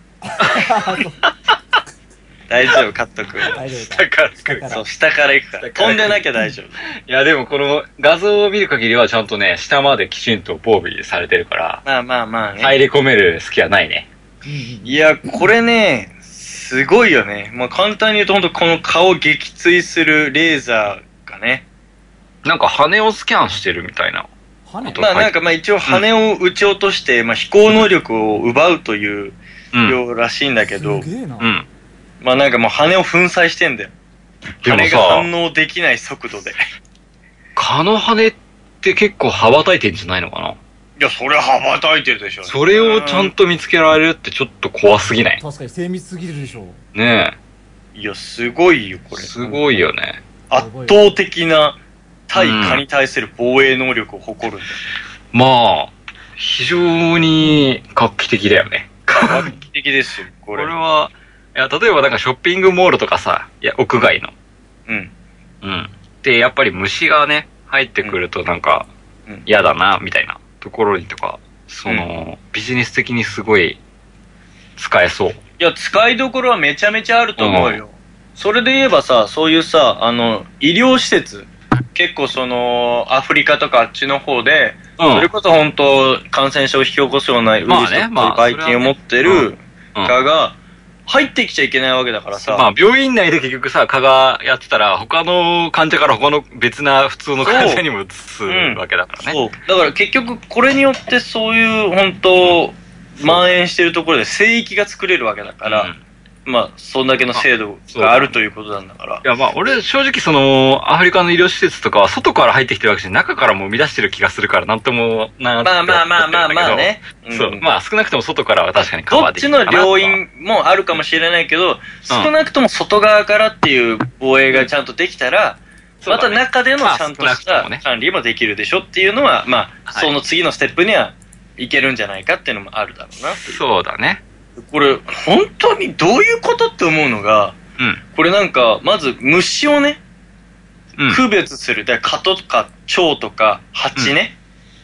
S3: 大丈夫、カット君。
S1: 下から行く。
S3: そう、下から行くから。飛んでなきゃ大丈夫。
S1: いや、でもこの画像を見る限りはちゃんとね、下まできちんと防備されてるから。
S3: まあまあまあね。
S1: 入り込める隙はないね。
S3: いや、これね、すごいよね。まあ簡単に言うと本当この顔を撃墜するレーザーがね。
S1: なんか羽をスキャンしてるみたいな。
S3: 羽まあなんかまあ一応羽を撃ち落として、まあ飛行能力を奪うというようらしいんだけど。
S2: すげえな。
S1: うん。
S3: まあなんかもう羽を粉砕してんだよ。羽が反応できない速度で。
S1: 蚊の羽って結構羽ばたいてんじゃないのかな。
S3: いや、それは羽ばたいてるでしょ。
S1: それをちゃんと見つけられるってちょっと怖すぎない？
S2: 確かに精密すぎるでしょ。
S1: ね
S3: え。いや、すごいよ、これ。
S1: すごいよね。
S3: 圧倒的な対蚊に対する防衛能力を誇るんだよ、
S1: うん。まあ、非常に画期的だよね。
S3: 画期的ですよ、これ。
S1: これは、いや、例えばなんかショッピングモールとかさ、いや、屋外の。
S3: うん。
S1: うん。で、やっぱり虫がね、入ってくるとなんか、嫌だな、みたいなところにとか、その、うん、ビジネス的にすごい、使えそう。い
S3: や、使いどころはめちゃめちゃあると思うよ。うん、それで言えばさ、そういうさ、あの、医療施設、結構その、アフリカとかあっちの方で、うん、それこそ本当感染症を引き起こすようなウイルスとか、まあね、ばい菌を持ってる蚊が、入ってきちゃいけないわけだからさ。
S1: まあ、病院内で結局さ、蚊がやってたら、他の患者から他の別な普通の患者にも移すわけだからね。
S3: そう。うん、そうだから結局、これによってそういう、本当蔓延してるところで聖域が作れるわけだから、うん、まあ、そんだけの制度があるということなんだから。い
S1: や、まあ、俺、正直その、アフリカの医療施設とかは、外から入ってきてるわけじゃ中からも生み出してる気がするから、なんともな
S3: まあまあまあまあまあね。
S1: うん、そう。まあ、少なくとも外からは確かにカバーできる
S3: どっちの両因もあるかもしれないけど、少なくとも外側からっていう防衛がちゃんとできたら、うん、また中でのちゃんとした管理もできるでしょっていうのは、まあ、その次のステップにはいけるんじゃないかっていうのもあるだろうな。
S1: そうだね。
S3: これ、本当にどういうことって思うのが、うん、これなんか、まず虫をね、うん、区別する。だから蚊とか蝶とか蜂ね、うん、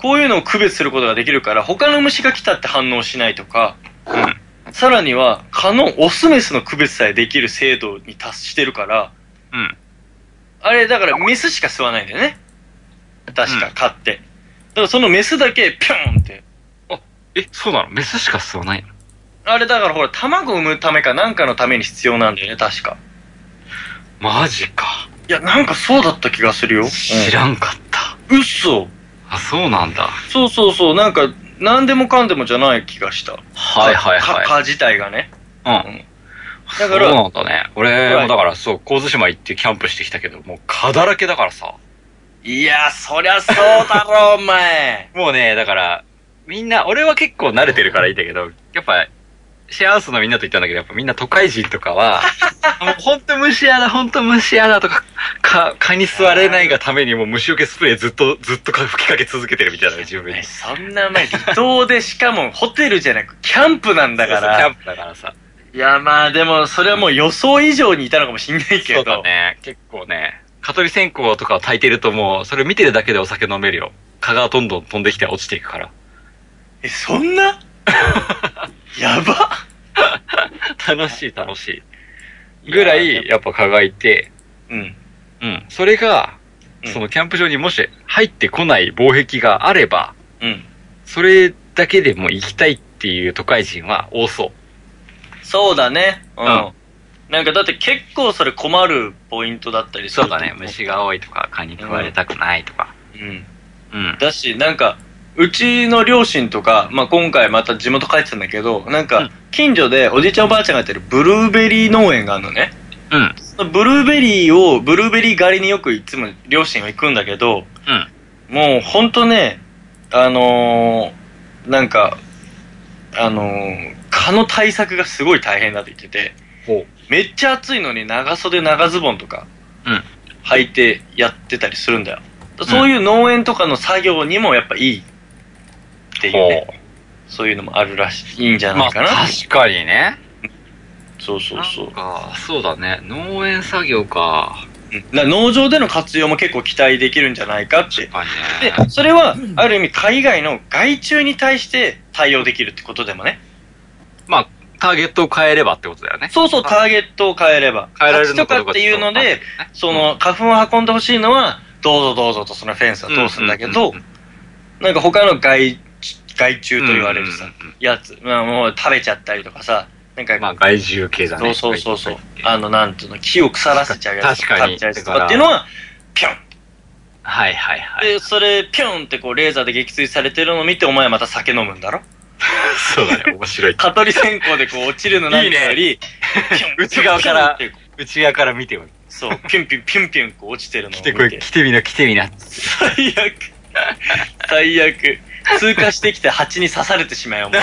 S3: こういうのを区別することができるから、他の虫が来たって反応しないとか、
S1: うん。
S3: さらには、蚊のオスメスの区別さえできる精度に達してるから、
S1: うん。
S3: あれ、だからメスしか吸わないんだよね。確か、蚊って。だからそのメスだけ、ピョーンって。
S1: あ、え、そうなの？メスしか吸わないの？
S3: あれだからほら、卵を産むためかなんかのために必要なんだよね、確か。
S1: マジか。
S3: いや、なんかそうだった気がするよ。
S1: 知らんかった。
S3: うん、嘘。
S1: あ、そうなんだ。
S3: そうそうそう、なんか、なんでもかんでもじゃない気がした。
S1: はいはいはい。
S3: 蚊自体がね。
S1: うん。うん、だから。そうなんだね。俺もだからそう、神津島行ってキャンプしてきたけど、もう蚊だらけだからさ。
S3: いや、そりゃそうだろ、お前。
S1: もうね、だから、みんな、俺は結構慣れてるからいいんだけど、やっぱ、シェアハウスのみんなと言ったんだけど、やっぱみんな都会人とかは、もうほんと虫嫌だ、ほんと虫嫌だとか、か、蚊に座れないがためにもう虫除けスプレーずっと、ずっと吹きかけ続けてるみたいな自分に。
S3: そんな前、離島でしかもホテルじゃなく、キャンプなんだから。
S1: そうそうキャンプだからさ。
S3: いや、まあでも、それはもう予想以上にいたのかもしんないけど。
S1: そうだね。結構ね、蚊取り線香とかを焚いてるともう、それ見てるだけでお酒飲めるよ。蚊がどんどん飛んできて落ちていくから。
S3: え、そんなやば
S1: 楽しい楽しい。ぐらい、やっぱ蚊がいて、
S3: うん。
S1: うん。それが、うん、そのキャンプ場にもし入ってこない防壁があれば、
S3: うん。
S1: それだけでも行きたいっていう都会人は多そう。
S3: そうだね。うん。
S1: うん、
S3: なんかだって結構それ困るポイントだったりする。
S1: そうだね。虫が多いとか、蚊に食われたくないとか。
S3: うん。
S1: うん。
S3: だし、なんか、うちの両親とか、まあ、今回また地元帰ってたんだけど、なんか、近所でおじいちゃんおばあちゃんがやってるブルーベリー農園があるのね。
S1: うん。
S3: そのブルーベリーを、ブルーベリー狩りによくいつも両親は行くんだけど、
S1: うん。
S3: もうほんとね、あのー、なんか、あのー、蚊の対策がすごい大変だって言ってて、
S1: ほう。
S3: めっちゃ暑いのに長袖長ズボンとか、
S1: うん。
S3: 履いてやってたりするんだよ。そういう農園とかの作業にもやっぱいいっていうね、そういうのもあるらしい、いいんじゃないかな。
S1: まあ、確かにね。
S3: そうそうそう。
S1: なんか、そうだね。農園作業か。
S3: うん、農場での活用も結構期待できるんじゃないかって。
S1: 確かにね。
S3: で、それは、ある意味、海外の害虫に対して対応できるってことでもね。
S1: まあ、ターゲットを変えればってことだよね。
S3: そうそう、ターゲットを変えれば。
S1: 変えられるのかどうか
S3: っていうので、その、花粉を運んでほしいのは、どうぞどうぞとそのフェンスは通すんだけど、なんか他の害、害虫と言われるさ、やつ、まあもう食べちゃったりとかさ、なんか、
S1: まあ害獣系だね。
S3: そうそうそうそう。あの、なんていうの、木を腐らせちゃうやつ。
S1: 確かに。
S3: 食べちゃうやつとかっていうのは、ピョン。
S1: はいはいはい。
S3: で、それ、ピョンってこう、レーザーで撃墜されてるのを見て、お前また酒飲むんだろ
S1: そうだね、面白い。
S3: 蚊取り線香でこう落ちるのなんかより、
S1: 内側から、内側から見ても。
S3: そう、ピュンピュンピュンピュンこう落ちてるのを見て。
S1: 来てこれ、来てみな、来てみな。
S3: 最悪。最悪。通過してきて蜂に刺されてしまえよ、お前。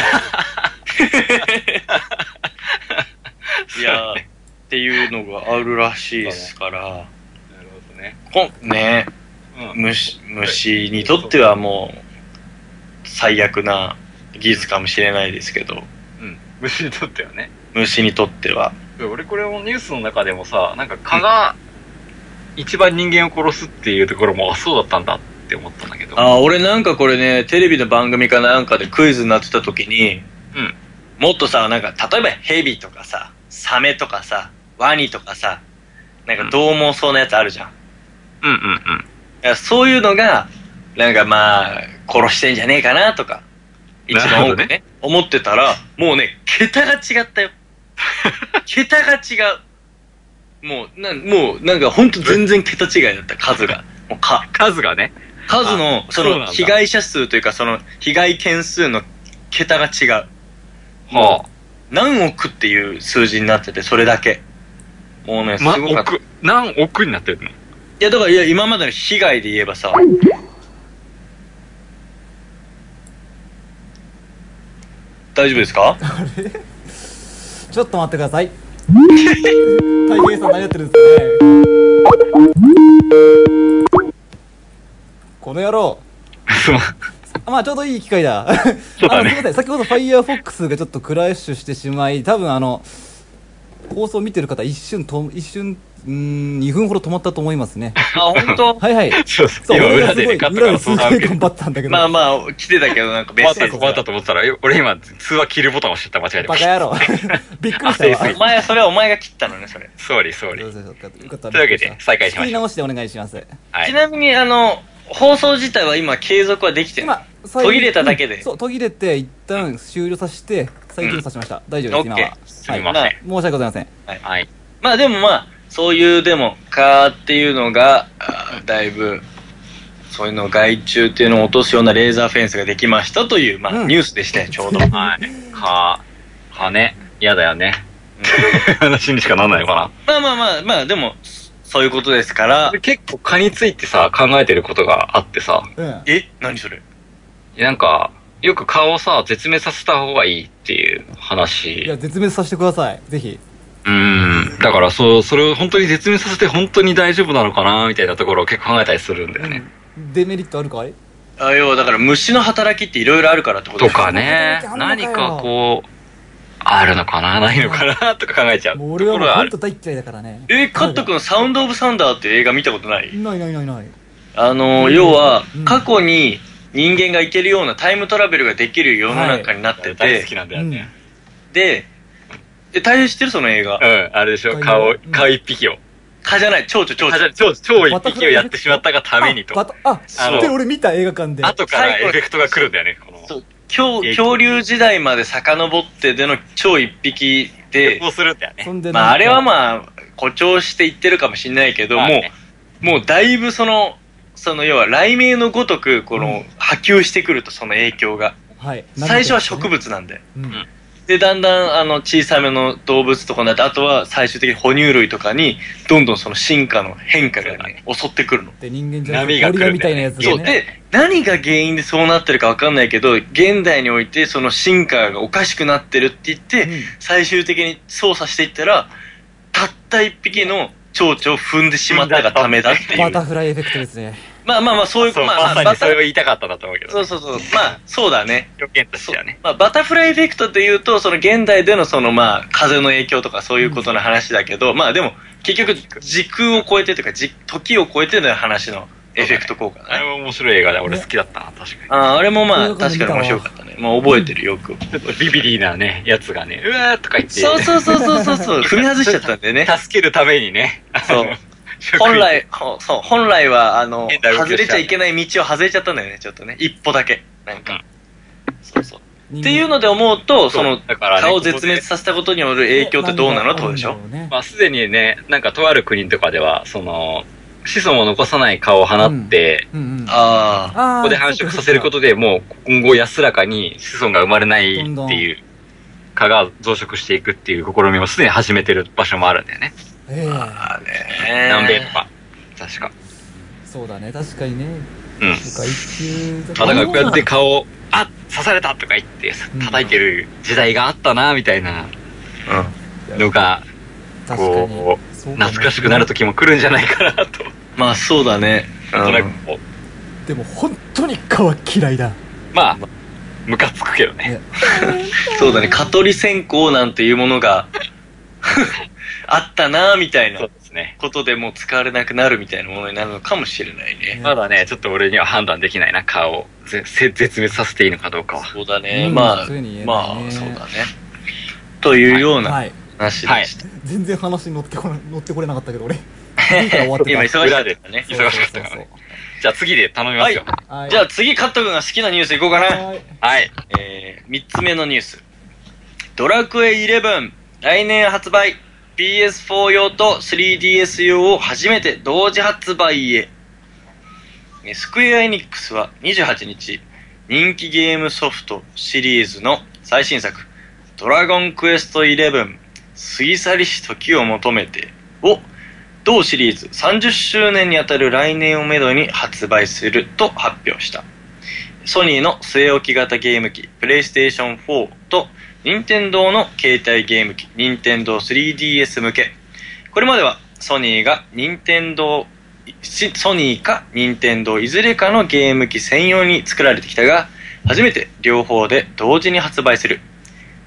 S3: いやー、っていうのがあるらしいですから。なる
S1: ほどね。
S3: ほん、ね、うん、虫、虫にとってはもう、最悪な技術かもしれないですけど。
S1: うん。虫にとってはね。
S3: 虫にとっては。
S1: 俺これもニュースの中でもさ、なんか蚊が一番人間を殺すっていうところも、あ、そうだったんだって思ったんだけど。
S3: ああ、俺なんかこれね、テレビの番組かなんかでクイズになってた時に、
S1: うん。
S3: もっとさ、なんか、例えばヘビとかさ、サメとかさ、ワニとかさ、なんか獰猛そうなやつあるじゃん。
S1: うんうんうん。
S3: いやそういうのが、なんかまあ、殺してんじゃねえかなとか、一番多くね、ね思ってたら、もうね、桁が違ったよ。桁が違う。もう、な、もう、なんかほんと全然桁違いだった、数が。もうか。
S1: 数がね。
S3: 数の、その、被害者数というか、その、被害件数の桁が違う。もう、何億っていう数字になってて、それだけ。もうね、すごかった。ま、
S1: 億、何億になってるの？い
S3: や、だから、いや、今までの被害で言えばさ、大丈夫ですか？
S2: あれちょっと待ってください。大平さん何やってるんですかね。この野郎。まあちょうどいい機会だ。
S1: そうだね。
S2: あのすみません、先ほどファイヤーフォックスがちょっとクラッシュしてしまい、多分あの放送見てる方一瞬と一瞬うーんにふんほど止まったと思いますね。
S3: あ、本当？
S2: はいはい。
S1: そうそう。
S2: そう
S1: 今
S2: 俺がすごい
S1: 裏でカットか
S2: 裏ですご
S1: ら相談受けて。
S2: い頑張ったんだけど。
S3: まあまあ、来てたけど、なんかメッセージ
S1: 困ったと思ってたら、俺今通話切るボタン押しちゃった。間違えた。
S2: バカ野郎。びっくりしたわ。
S1: あ
S3: お前、それはお前が切ったのね、それ。
S1: ソーリー、ソーリー。
S2: そうそうそうよかった
S1: というわけで再開しましょう
S2: 作り直してお願いします。
S1: はい。
S3: ちなみに、あの、放送自体は今継続はできてる。
S2: 今
S3: 途切れただけで
S2: うんそう途切れて一旦終了させて再起動させました。大丈夫です今は。
S3: オッケ
S1: すみません。
S2: 申し訳ございません。
S1: はい。
S3: まあでもまあ、そういうでも、かっていうのが、あだいぶ、そういうのを害虫っていうのを落とすようなレーザーフェンスができましたという、まあ、
S2: うん
S3: ニュースでしたよ、ちょうど。
S1: はい。か、かね。嫌だよね。話にしかなんないのか
S3: まあまあまあ、まあでも、そういうことですから
S1: な。、結構蚊についてさ、考えてることがあってさ、
S2: うん。
S3: え何それ
S1: なんか、よく蚊をさ、絶滅させた方がいいっていう話。
S2: いや絶滅させてください。ぜひ。
S1: うーん。だからそう、それを本当に絶滅させて本当に大丈夫なのかなみたいなところを結構考えたりするんだよね。
S2: デメリットあるかい？
S3: あ要はだから虫の働きっていろいろあるからってこと
S1: と
S3: でしょ
S1: かね
S2: そんなことあんのかよ
S1: 何かこうあるのかなないのかなとか考えちゃう
S2: もう俺はもう
S1: ところがある。
S2: 本当大っ嫌いだからね。
S3: え、カット君サウンドオブサンダーっていう映画見たことない？
S2: ないないないない。
S3: あの、
S2: うん
S3: 要は
S2: うん、
S3: 過去に人間が行けるようなタイムトラベルができる世の中になってて
S1: 大好き、なんだよね。
S3: で、え、大変知ってるその映画
S1: う。ん、あれでしょ、
S2: うん
S1: 顔、顔一匹を。
S3: 蚊じゃない、蝶々、蝶
S1: あじゃあ
S3: 々。
S1: 超、超一匹をやってしまったがためにと。
S2: あバタあ知ってる俺見た映画館で。
S1: 後からエフェクトが来るんだよね、この。
S3: そう恐恐竜時代まで遡ってでの超一匹で、
S1: こうするんだよね
S2: そ。んで
S3: まああれは
S2: あ
S3: まあ、誇張して言ってるかもしんないけど、も
S1: まあね
S3: う、もうだいぶその、その要は雷鳴のごとく、この、波及してくると、その影響が。
S2: はい。
S3: 最初は植物なんだよ。
S2: うん。
S3: で、だんだん、あの、小さめの動物とかになって、あとは最終的に哺乳類とかに、どんどんその進化の変化がね、襲ってくるの。
S2: で人間じゃなく
S1: 波が来る
S2: てゴリラみたいなやつ
S3: そう。
S2: がね。
S3: で、何が原因でそうなってるかわかんないけど、現代においてその進化がおかしくなってるって言って、
S2: うん
S3: 最終的に操作していったら、たった一匹の蝶々を踏んでしまったがためだっていう。
S2: バタフライエフェクトですね。
S3: まあまあまあ、そういう、
S1: そう、
S3: まあまあ、
S1: まさにそ
S3: バタ
S1: れを言いたかったんだと思うけど。
S3: そうそうそう。まあ、そうだね。
S1: 表現としてはね。
S3: まあ、バタフライエフェクトっていうと、その現代でのそのまあ、風の影響とかそういうことの話だけど、まあでも、結局、時空を超えてというか、じ時を超えての話のエフェクト効果だね。
S1: あれは面白い映画で俺好きだったな、確かに。
S3: ああ、あれもまあ、
S2: よく見たわ
S3: 確かに面白かったね。まあ、覚えてるよく。
S1: ちょっとビビリーなね、やつがね、うわーとか言って。
S3: そうそうそうそうそうそう、踏み外しちゃったんでね。
S1: 助けるためにね。
S3: そう
S1: あの。
S3: 本来、ほそう、本来は、あの
S1: 変な、動きをした
S3: 外れちゃいけない道を外れちゃったんだよね、ちょっとね。一歩だけ。なんか。そうそう。っていうので思うと、その、
S1: だからね
S3: 顔を絶滅させたことによる影響ってどうなのってことでしょ。
S1: まあ、すでにね、なんかとある国とかでは、その、子孫を残さない蚊を放って、
S2: うんうん。
S3: ああ。
S2: あ
S1: ここで繁殖させることでもう今後安らかに子孫が生まれないって
S2: どんどん
S1: いう蚊が増殖していくっていう試みもすでに始めてる場所もあるんだよね。
S2: ええ
S3: あね
S1: 南米とか。確か。
S2: そうだね確かにね。
S1: うん。
S2: 害虫
S1: まあ、だからこうやって蚊を、あ刺されたとか言って叩いてる時代があったな、みたいな
S3: うん。
S1: のが、
S2: 確かに
S1: こう、
S2: そうかも
S1: 懐かしくなる時も来るんじゃないかなと。
S3: まあそうだね。
S1: なんとなく
S3: うん
S1: こう、
S2: でも本当に蚊は嫌いだ。
S1: まあ、ムカつくけどね。
S2: ね
S3: そうだね。蚊取り線香なんていうものがあったなみたいな
S1: そうですね。
S3: ことでもう使われなくなるみたいなものになるのかもしれないね。
S1: まだね、ちょっと俺には判断できないな、蚊をぜぜ絶滅させていいのかどうかは。
S3: そうだね。
S2: うん
S3: まあ
S2: そういうふうに言え
S3: ま
S2: ないね
S3: あそうだね。というような
S2: はい。
S3: 話でした。
S2: 全然話に乗ってこな乗ってこれなかったけど俺。次から終わってた
S3: 今忙しかったね。
S2: そう
S1: 忙しかったからね。じゃあ次で頼みますよ。
S2: はい
S3: じゃあ次カット君が好きなニュースいこうかな。
S2: はい
S1: はい。
S3: えー、みっつめのニュース。ドラクエイレブン来年発売。ピーエスフォー 用と スリーディーエス 用を初めて同時発売へ。えースクエアエニックスはにじゅうはちにち、人気ゲームソフトシリーズの最新作、ドラゴンクエストイレブン過ぎ去りし時を求めてを同シリーズさんじゅっしゅうねんにあたる来年をめどに発売すると発表した。ソニーの据え置き型ゲーム機プレイステーションフォーと任天堂の携帯ゲーム機任天堂 スリーディーエス 向け。これまではソニーが任天堂ソニーか任天堂いずれかのゲーム機専用に作られてきたが、初めて両方で同時に発売する。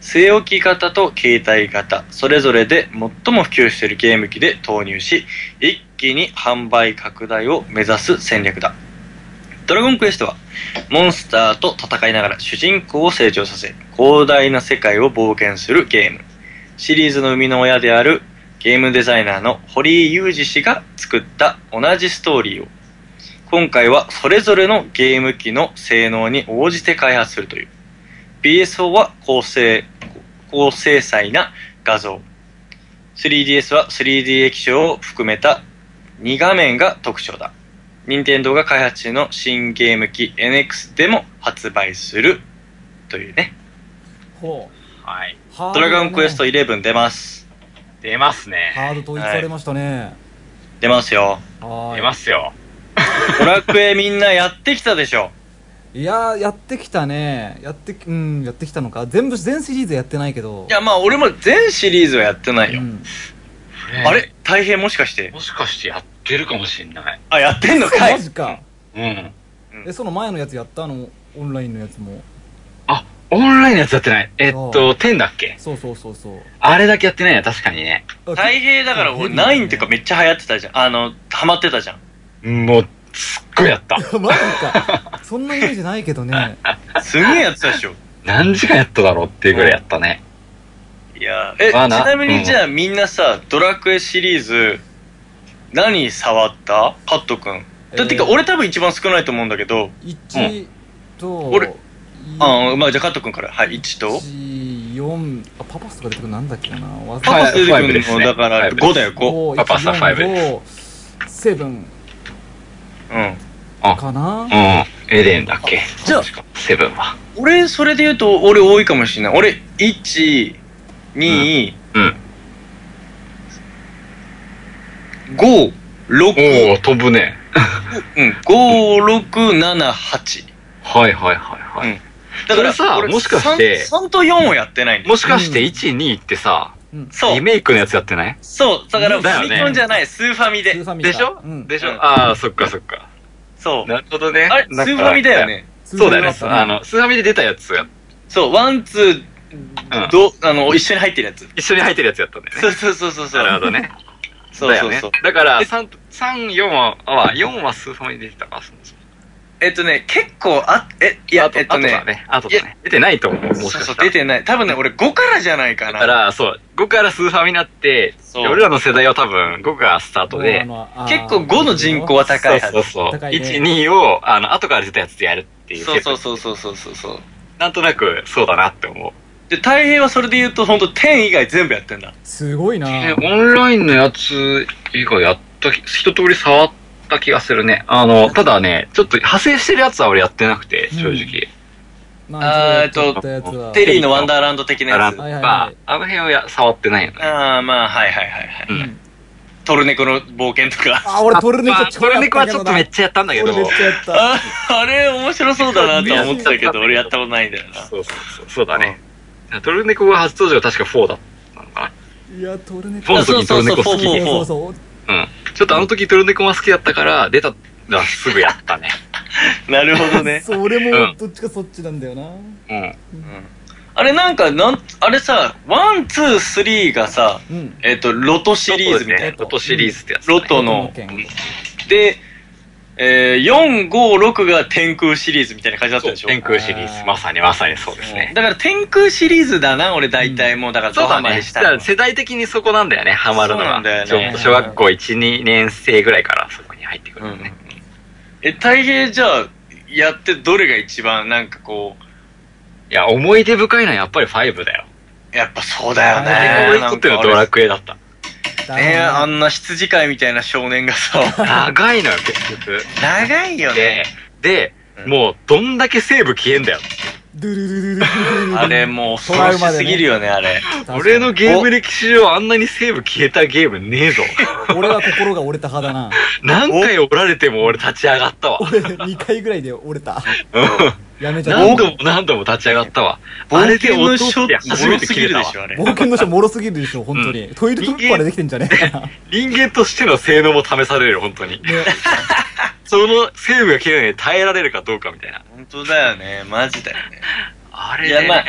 S3: 据え置き型と携帯型、それぞれで最も普及しているゲーム機で投入し、一気に販売拡大を目指す戦略だ。ドラゴンクエストは、モンスターと戦いながら主人公を成長させ、広大な世界を冒険するゲーム。シリーズの生みの親であるゲームデザイナーの堀井雄二氏が作った同じストーリーを、今回はそれぞれのゲーム機の性能に応じて開発するという。ピーエスフォー は高精、高精細な画像。スリーディーエス は スリーディー 液晶を含めたに画面が特徴だ。任天堂が開発中の新ゲーム機 エヌエックス でも発売するというね。
S2: ほ
S3: う。はい。
S2: ド
S3: ドラゴンクエストじゅういち出ます。
S1: 出ますね。
S2: ハード統一されましたね。はい、
S3: 出ますよ。
S1: 出ますよ。
S3: ドラクエみんなやってきたでしょ。
S2: いやー、やってきたね。やってうん、やってきたのか。全部、全シリーズやってないけど。
S3: いや、まあ、俺も全シリーズはやってないよ。うん、
S1: え
S3: あれ大変もしかして
S1: もしかしてやってるかもしんない。
S3: あ、やってんのかい。
S2: マジか。
S1: うん。
S2: え、その前のやつやったのオンラインのやつも。
S1: あ、オンラインのやつやってない。えっと、じゅうだっけ。
S2: そうそうそうそう。
S1: あれだけやってないや、確かにね。
S3: 大変だから、俺、ナインってかめっちゃ流行ってたじゃん。あの、ハマってたじゃん。
S1: もう、すっごいやった。
S2: マジか。そんなイメージないけどね。
S3: すげえやってたでしょ。
S1: 何時間やっただろうっていうぐらいやったね。
S3: いや、え、ちなみにじゃあみんなさ、ドラクエシリーズ、何触ったカットくん。だってか、俺多分一番少ないと思うんだけど。
S2: いちと、
S3: 俺、あ、まあじゃあカットくんから。はい、いちと。
S2: いち、よん、あ、パパスとか出てくるなんだっけな。
S3: パパス出てくるのだからごだよ、ご。
S1: パパスはご。
S2: ご、セブン。
S3: うん。
S2: かな。
S1: うん。エデンだっけ。
S3: じゃあ、
S1: セブンは。
S3: 俺、それで言うと、俺多いかもしれない。俺、いち、に、
S1: うん。
S3: ご、ろく。
S1: おお、飛ぶね。
S3: うん、ご、ろく、なな、はち。
S1: はいはいはいはい。うん、
S3: だから
S1: さ、もしかして、
S3: さんとよんをやってないんだよ。
S1: もしかしていち、にってさ、そう。リメイクのやつやってない？
S3: そう。だから、ファミコンじゃない、スーファミで。
S1: でしょでしょああ、そっかそっか。
S3: そう。
S1: なるほどね。
S3: あれ、スーファミだよね。
S1: そうだよね。あの、スーファミで出たやつや。
S3: そう、ワン、ツー、ど、あの、一緒に入ってるやつ。
S1: 一緒に入ってるやつやったんだよね。
S3: そうそうそうそう。
S1: なるほどね。
S3: そうそうそう。
S1: だから、さん、さん、よんは、よんはスーファミで出てたか、
S3: えっとね、結構、あ、え、いや、えっとね。
S1: あとだね。出てないと思う、もしかしたら。
S3: そうそう、出てない。多分ね、俺ごからじゃないかな。
S1: だから、そう、ごからスーファミになって、俺らの世代は多分ごがスタートで、
S3: 結構ごの人口は高いはず。
S1: そうそうそう。いち、にを、あの、後から出たやつでやるっていう。
S3: そうそうそうそうそうそう。
S1: なんとなく、そうだなって思う。
S3: で、太平はそれで言うと、ほんとじゅう以外全部やってんだ。
S2: すごいな。
S1: オンラインのやつ以外やった、一通り触った気がするね。あの、ただね、ちょっと派生してるやつは俺やってなくて、正直。
S3: あー、えっと、テリーのワンダーランド的なやつ。
S1: あの辺はや触ってないよね。
S3: あー、まあ、はいはいはいはい。トルネコの冒険とか。
S2: あ、俺トルネコ
S1: トルネコはちょっとめっちゃやったんだけど。
S2: 俺めっちゃやった。
S3: あ、あれ面白そうだなと思ってたけど、俺やったことないんだよな。
S1: そうそうそう、そうだね。トルネコが初登場確かフォーだったのかな。
S2: いや、トルネコ。
S1: フォーの時トルネコ好きで。
S2: そうそう。うん。
S1: ちょっとあの時トルネコが好きだったから、出たらすぐやったね。
S3: なるほどね。
S2: そう、俺もどっちかそっちなんだよな。うん。
S3: あれなんか、なん、あれさ、ワン、ツー、スリーがさ、えっと、ロトシリーズみたいな。
S1: ロトシリーズってやつ。
S3: ロトの。で、えー、よん、ご、ろくが天空シリーズみたいな感じだったでしょ。
S1: 天空シリーズ。まさにまさにそうですね。
S3: だから天空シリーズだな、俺大体もう、だからドハマりした。
S1: だから世代的にそこなんだよね、ハマるのは。そうなんだよね。小学校いち、にねん生ぐらいからそこに入ってくるよね。
S3: え、大平じゃあ、やってどれが一番なんかこう、
S1: いや、思い出深いのはやっぱりファイブだよ。
S3: やっぱそうだよね。
S1: 俺にとってのドラクエだった。
S3: ねえ、あんな羊飼いみたいな少年がさ。
S1: 長いのよ、結局。
S3: 長いよね。
S1: で、もう、どんだけセーブ消えんだよ。
S3: あれ、もう、恐ろしすぎるよね、あれ。
S1: 俺のゲーム歴史上あんなにセーブ消えたゲームねえぞ。
S2: 俺は心が折れた派だな。
S1: 何回折られても俺立ち上がったわ。
S2: 俺、にかいぐらいで折れた。やめちゃった。
S1: 何度も何度も立ち上がったわ。あれで落として初めて切れたわ。
S2: 冒険の書もろすぎるでしょ、本当に。トイレットペーパーでできてんじゃねえかな。
S1: 人間としての性能も試される、本当に。そのセーブが切れないで耐えられるかどうかみたいな。
S3: 本当だよね、マジだよね。
S1: あれね。
S3: いや、まあ、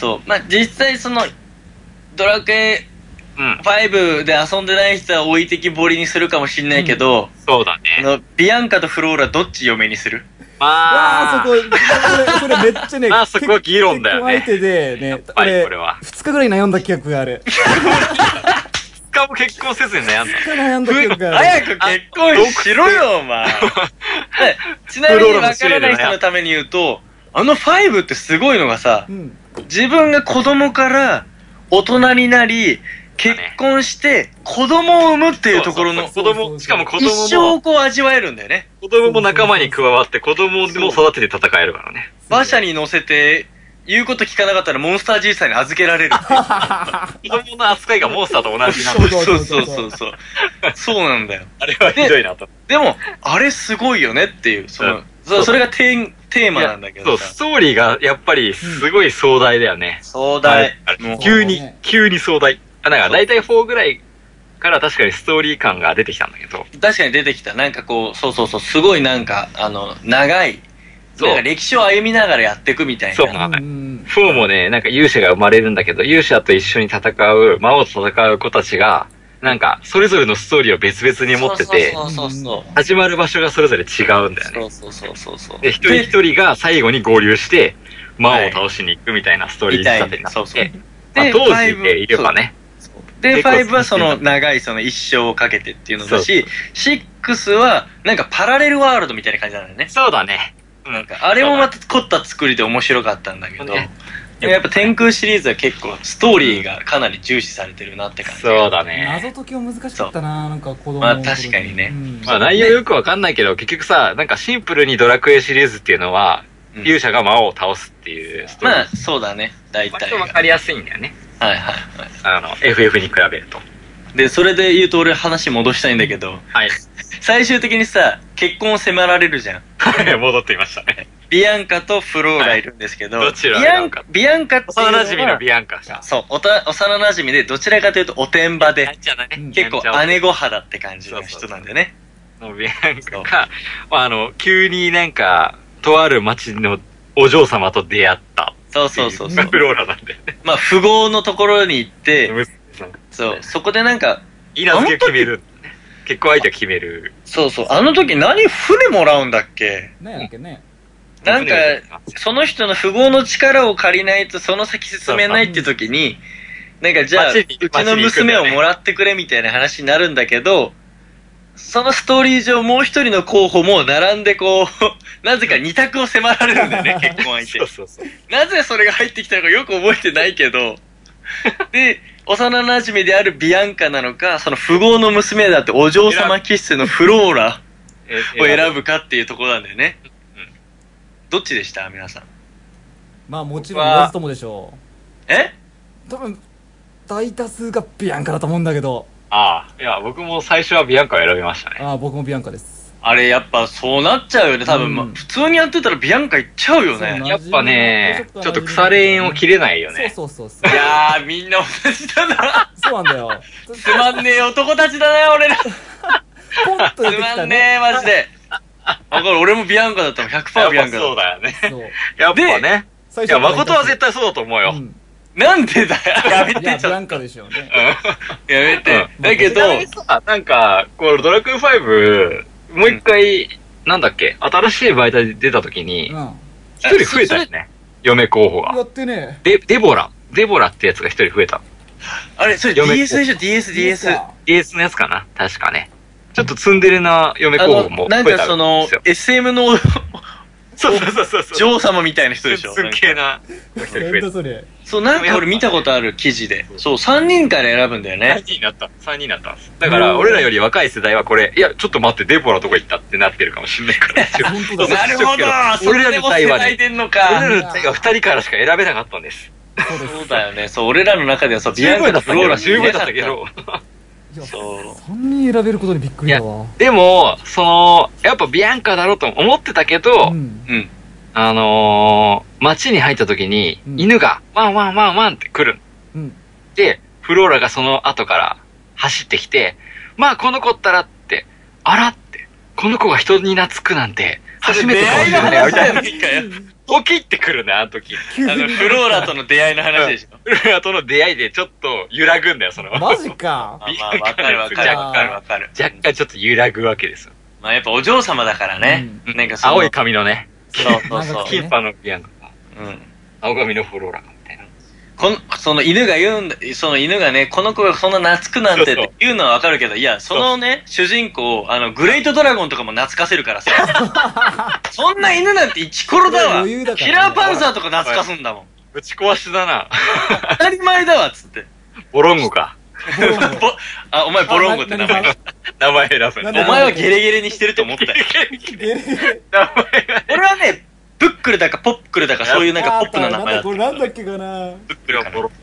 S3: そう。まあ、実際その、ドラクエ
S1: うん。
S3: ファイブで遊んでない人は置いてきぼりにするかもしんないけど、
S1: そうだね。
S3: あの、ビアンカとフローラどっち嫁にする？
S1: ま
S2: わあ、
S1: あ、
S2: そこ、それ、それめっちゃね、
S1: まあそこは議論だよね
S2: 結婚相手でね、
S1: やっぱりこれは
S2: ふつかぐらい悩んだ企画がある。
S1: しかも結婚せずに悩んだ。
S2: ふつか悩んだ企画がある。
S3: 早く結婚しろよ、お前。ちなみにわからない人のために言うと、あのファイブってすごいのがさ、
S2: うん。
S3: 自分が子供から大人になり、結婚して子供を産むっていうところの、
S1: 子供、しかも子
S3: 一
S1: 供も、
S3: 生こう味わえるんだよね。
S1: 子供も仲間に加わって子供も育てて戦えるからね。
S3: 馬車に乗せて、言うこと聞かなかったらモンスターじいさんに預けられるっていう。
S1: 子供の扱いがモンスターと同じなんだ。
S3: そうそうそうそう。そうなんだよ。
S1: あれはひどいなと。
S3: でも、あれすごいよねっていう、その、
S1: うん
S3: そそれがテーテーマなんだけ
S1: そう、
S3: どさ。
S1: ストーリーがやっぱりすごい壮大だよね。
S3: 壮大
S1: あれ。
S3: もう
S1: 急に
S2: そうね、
S1: 急に壮大。あ、だから大体よんぐらいから確かにストーリー感が出てきたんだけど。
S3: 確かに出てきた。なんかこう、そうそうそう、すごいなんか、あの、長い、
S1: そう
S3: なんか歴史を歩みながらやっていくみたいな。
S1: そう
S2: う
S1: なんだよ。
S2: ん。
S1: よんもね、なんか勇者が生まれるんだけど、勇者と一緒に戦う、魔王と戦う子たちが、なんか、それぞれのストーリーを別々に持ってて、
S3: そうそうそうそう。
S1: 始まる場所がそれぞれ違うんだよね。
S3: そうそうそうそうそう。
S1: で、一人一人が最後に合流して、魔王を倒しに行くみたいなストーリー仕立てにな
S3: そうそう
S1: ってて、まあ当時でいればね、
S3: で、
S1: 結構
S3: ファイブはその長いその一生をかけてっていうのだし、シックスはなんかパラレルワールドみたいな感じなんだよね。
S1: そうだね。
S3: なんか、あれもまた凝った作りで面白かったんだけど、
S1: ね
S3: でもやっぱ天空シリーズは結構ストーリーがかなり重視されてるなって感じ。
S1: そうだね。
S2: 謎解きも難しかったな、なんか子供の
S3: まあ
S2: 頃
S3: 確かにね
S2: うん
S1: まあ内容よくわかんないけど、結局さ、なんかシンプルにドラクエシリーズっていうのは、
S3: うん
S1: 勇者が魔王を倒すっていうストーリー。
S3: まあ、そうだね。大体が。
S1: 割とわかりやすいんだよね。
S3: はいはいはい。
S1: あの、エフエフ に比べると。
S3: で、それで言うと俺話戻したいんだけど、
S1: はい。
S3: 最終的にさ、結婚を迫られるじゃん。
S1: 戻っていましたね。
S3: ビアンカとフローラいるんですけど、
S1: はいどちら
S3: ビアン
S1: 選ぶか
S3: ビアンカっていうのは
S1: 幼馴染のビアンカが。
S3: そう、おた幼馴染で、どちらかというとおてんばで、
S1: ちゃだね
S2: うん
S3: 結構姉御肌って感じの人なんだよね。
S1: のビアンカが、まあ、あの、急になんか、とある町のお嬢様と出会った。
S3: そうそうそうそう。
S1: フローラなんで。
S3: まあ、富豪のところに行って、
S1: 娘さん
S3: そう、そこでなんか、
S1: 稲付けを決める。結婚相手を決める。
S3: そうそう、あの時何船もらうんだっけ？
S2: ねやっけね。
S3: なんか、その人の富豪の力を借りないとその先進めないって時に、なんかじゃあ、う
S1: 街に
S3: ちの娘をもらってくれみたいな話になるんだけど、そのストーリー上もう一人の候補も並んでこう、なぜか二択を迫られるんだよね、結婚相手
S1: そう。そうそう。
S3: なぜそれが入ってきたのかよく覚えてないけど、で、幼馴染であるビアンカなのか、その富豪の娘だってお嬢様気質のフローラを選ぶかっていうところなんだよね。どっちでした皆さん。
S2: まあもちろん言わずともでしょ
S3: え
S2: う。多分、大多数がビアンカだと思うんだけど。
S1: ああ、いや、僕も最初はビアンカを選びましたね。
S2: ああ、僕もビアンカです。
S3: あれやっぱそうなっちゃうよね。多分、
S2: うん
S3: まあ普通にやってたらビアンカいっちゃうよね
S2: そう。
S1: やっぱね、ちょっと腐れ縁を切れないよね。
S2: そうそうそうそう。
S3: いやー、みんな同じだな。
S2: そうなんだよ。
S3: つまんねえ男たちだね、俺ら。
S2: ポンと出て
S3: つ
S2: きたね。
S3: まんねえ、マジで。わかる、俺もビアンカだったもん、ひゃくパーセントビアンカだ
S1: そうだよね。
S2: そう。
S1: やっぱね。いや、
S2: 最から
S1: 誠は絶対そうだと思うよ。
S2: うん
S3: なんでだよ。やめて
S2: いや、
S3: ちょっと。
S2: ビアンカでしょうね。
S3: やめて。
S1: うん
S3: だけど
S1: ち、なみにさなんか、このドラクエファイブ、もう一回、なんだっけ、新しい媒体で出た時に
S2: う、ん。
S1: 一人増えたよね。嫁候補が。
S2: やってね。
S1: デ、デボラ。デボラってやつが一人増えた。
S3: あれ、それ ディーエス でしょ ?ディーエス、ディーエス。
S2: か
S1: ディーエス のやつかな確かね。ちょっとツンデレな嫁
S3: あの
S1: 候補も、増
S3: なん
S1: えたんですよ。
S3: かその、エスエム の
S1: そうそうそうそう。
S3: 女王様みたいな人でしょ
S1: ツン系な一人増
S2: なん
S1: えた。
S2: だそれ。
S3: そう、なんか俺見たことある記事で。そう、さんにんから選ぶんだよ
S1: さん
S3: ね。
S1: にんになった。さんにんになったんです。だから、俺らより若い世代はこれ、いや、ちょっと待って、デボラどこ行ったってなってるかもしんないから。
S2: 本当だ。
S3: なるほどそ
S1: 俺ら
S3: れでも世
S1: の代はね、
S3: 代出んの
S1: 俺
S3: か。
S1: らの代はふたりからしか選べなかったんです。
S2: そうです。
S3: そうだよね。そう、俺らの中ではそう、ビ
S1: 十
S3: アンカ
S1: 分だったけど、
S3: とフローラ
S1: 十分だったけど。
S2: いや、
S3: そう
S2: さんにん選べることにびっくりだわ。
S1: でも、その、やっぱビアンカだろうと思ってたけど、
S2: うん。
S3: うん。
S1: あのー、街に入った時に、
S2: うん
S1: 犬がワンワンワンワンって来る。
S2: うん。
S1: で、フローラがその後から走ってきて、まあこの子ったらって、あらって、この子が人に懐くなんて、初めてかもしれないみたいな。
S3: いかよ。
S1: ポキってくるんだよ、あの時。
S3: あの、フローラとの出会いの話でしょ。
S1: フローラとの出会いでちょっと揺らぐんだよ、その。
S2: マジか。
S3: まあまあ、わかるわかるわかるわかる。
S1: 若干ちょっと揺らぐわけですよ。
S3: まあやっぱお嬢様だからね。なんかその
S1: 青い髪のね。
S3: そうそうそう。
S1: キンパのビアンカ。
S3: うん。
S1: 青髪のフローラみたいな。
S3: この、その犬が言うんだ、その犬がね、この子がそんな懐くなんてって言うのはわかるけど、いや、そのね、主人公、あの、グレートドラゴンとかも懐かせるからさ。そんな犬なんてイチコロだわ。
S2: 余裕だからね
S3: キラーパンサーとか懐かすんだもん。
S1: ぶち壊しだな。
S3: 当たり前だわ、つって。
S1: ボロンゴか。
S3: ボあ、お前ボロンゴって名前。
S1: 名前選ぶ。
S3: お前はゲレゲレにしてると思ったよ。俺はね、ブックルだかポックルだかそういうなんかポップな名前だった。
S2: これなんだっけかな。
S1: ブックルはボロンゴ。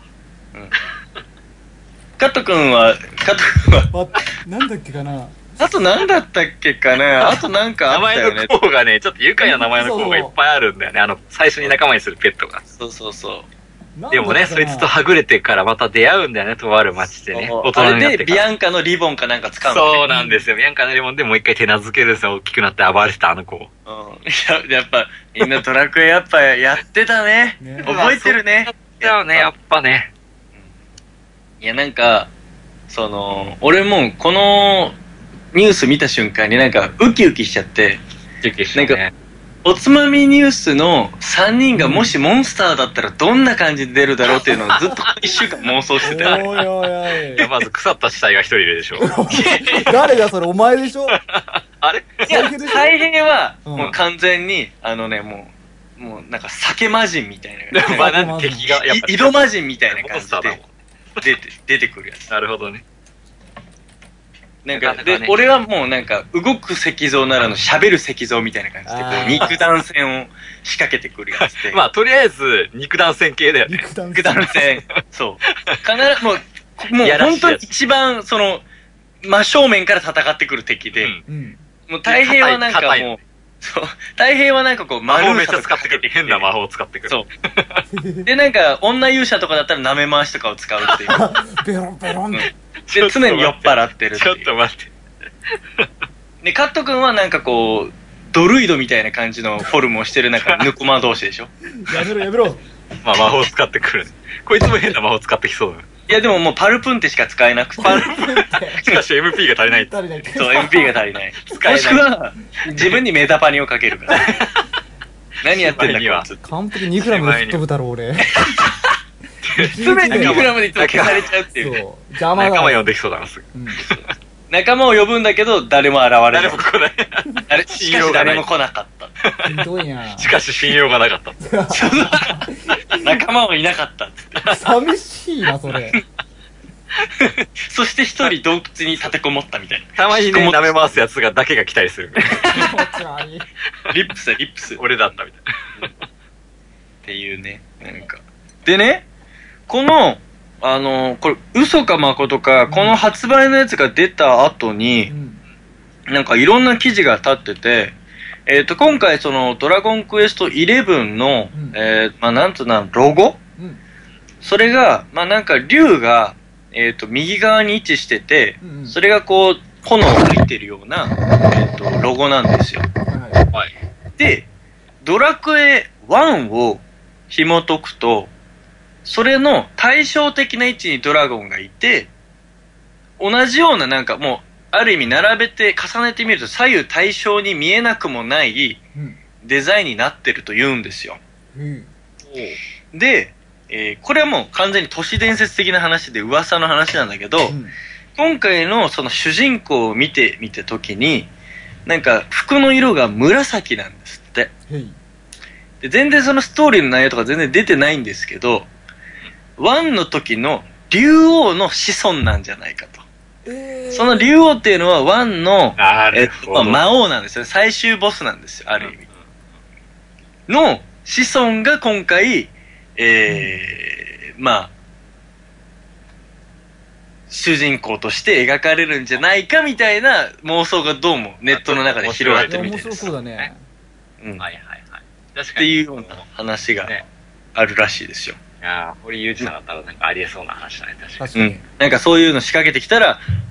S3: カット君は、カット君は、
S2: なんだっけかな。
S3: あとなんだったっけかな。あとなんかあ
S1: 名
S3: ったよね。
S1: 前の子がね、ちょっと愉快な名前の子がいっぱいあるんだよね。あの、最初に仲間にするペットが。
S3: そうそうそう。
S1: でもね、そいつとはぐれてからまた出会うんだよね、とある街でね。大人になってから。
S3: あれで、ビアンカのリボンかなんか使うの、ね。
S1: そうなんですよ。ビアンカのリボンでもう一回手なずけるんですよ。大きくなって暴れてたあの子。
S3: うん。や、やっぱ、みんなドラクエやっぱやってたね。ね覚えてるね。
S1: だよね、やっぱね。
S3: いや、なんか、その、俺もこのニュース見た瞬間になんかウキウキしちゃって、
S1: ウキウキしちゃって、ね。なんか、
S3: おつまみニュースのさんにんがもしモンスターだったらどんな感じで出るだろうっていうのをずっといっしゅうかん妄想してて。
S2: おいおいおい。
S1: いや、まず腐った死体が一人いるでしょ。
S2: 誰だそれ、お前でしょ。
S1: あれ
S3: いや、大平はもう完全に、あのね、もう、もうなんか酒魔人みたいな。
S1: まあなんて敵が、
S3: やっぱ井戸魔人みたいな感じで出て、出てくるやつ。
S1: なるほどね。
S3: なんか、で、俺はもうなんか、動く石像ならの喋る石像みたいな感じで、こう、肉弾戦を仕掛けてくるやつで。
S1: まあ、とりあえず、肉弾戦系だよね。
S3: 肉弾戦。そう。必ず、もう、もう本当に一番、その、真正面から戦ってくる敵で、うん、もう太平はなんかもう、そう、太平はなんかこう、
S1: 魔法めっちゃ使ってくる。変な魔法を使ってくる。
S3: そう。で、なんか、女勇者とかだったら舐め回しとかを使うっていう。
S2: ペロンペロンって。
S3: で、常に酔っ払ってるっていう。
S1: ちょっと待って。
S3: で、カット君はなんかこう、ドルイドみたいな感じのフォルムをしてるなんか、ヌコマ同士でしょ。
S2: やめろやめろ。
S1: まあ魔法使ってくる。こいつも変な魔法使ってきそうだね。
S3: いやでももうパルプンテしか使えなくて。パルプンテ
S1: しかし エムピー が足りない。
S2: 足りない。
S3: そう、エムピー が足りない。使えない。もしくは、自分にメタパニをかけるから。何やってんだこいつ。
S2: 完璧にグラムで吹っ飛ぶだろ俺。
S3: 常ににグラムでいつも消されちゃうっていう。
S2: そう。邪魔だ。
S1: 仲間呼んできそうだな、すぐ。
S3: 仲間を呼ぶんだけど、誰も現れない。
S1: 誰も来ない。
S3: あれ、しかし誰も来なかった。
S2: ひどいな。
S1: しかし信用がなかった。
S3: 仲間はいなかったっつって。
S2: 寂しいな、それ。
S3: そして一人洞窟に立てこもったみたいな。
S1: たまにね、舐め回すやつがだけが来たりする。
S2: 気持ち悪い。
S3: リップスだ、リップス。
S1: 俺だったみたいな。
S3: っていうね、なんか。でね、この、あの、これ、嘘か誠か、この発売のやつが出た後に、うん、なんかいろんな記事が立ってて、えっ、ー、と、今回その、ドラゴンクエストじゅういちの、うん、えー、まあ、なんつうの、ロゴ、うん、それが、まあ、なんか竜が、えっ、ー、と、右側に位置してて、うんうん、それがこう、炎を吹いてるような、えっ、ー、と、ロゴなんですよ。はい。で、ドラクエワンを紐解くと、それの対照的な位置にドラゴンがいて、同じようななんかもう、ある意味並べて重ねてみると左右対称に見えなくもないデザインになってると言うんですよ。うん、で、えー、これはもう完全に都市伝説的な話で噂の話なんだけど、うん、今回のその主人公を見てみたときに、なんか服の色が紫なんですって。で、全然そのストーリーの内容とか全然出てないんですけど、ワンの時の竜王の子孫なんじゃないかと。えー、その竜王っていうのはワンの、えっと、魔王なんですよ。最終ボスなんですよ、ある意味。の子孫が今回、えー、まあ、主人公として描かれるんじゃないかみたいな妄想がどうもネットの中で広がってるみたいです。
S2: 面白そうだね。
S3: うん。はいはいはい。確かに。っていうような話があるらしいですよ。
S1: いやー、堀裕二さんだったらなんかありえそうな話だね、確かに。
S3: うん。なんかそういうの仕掛けてきたら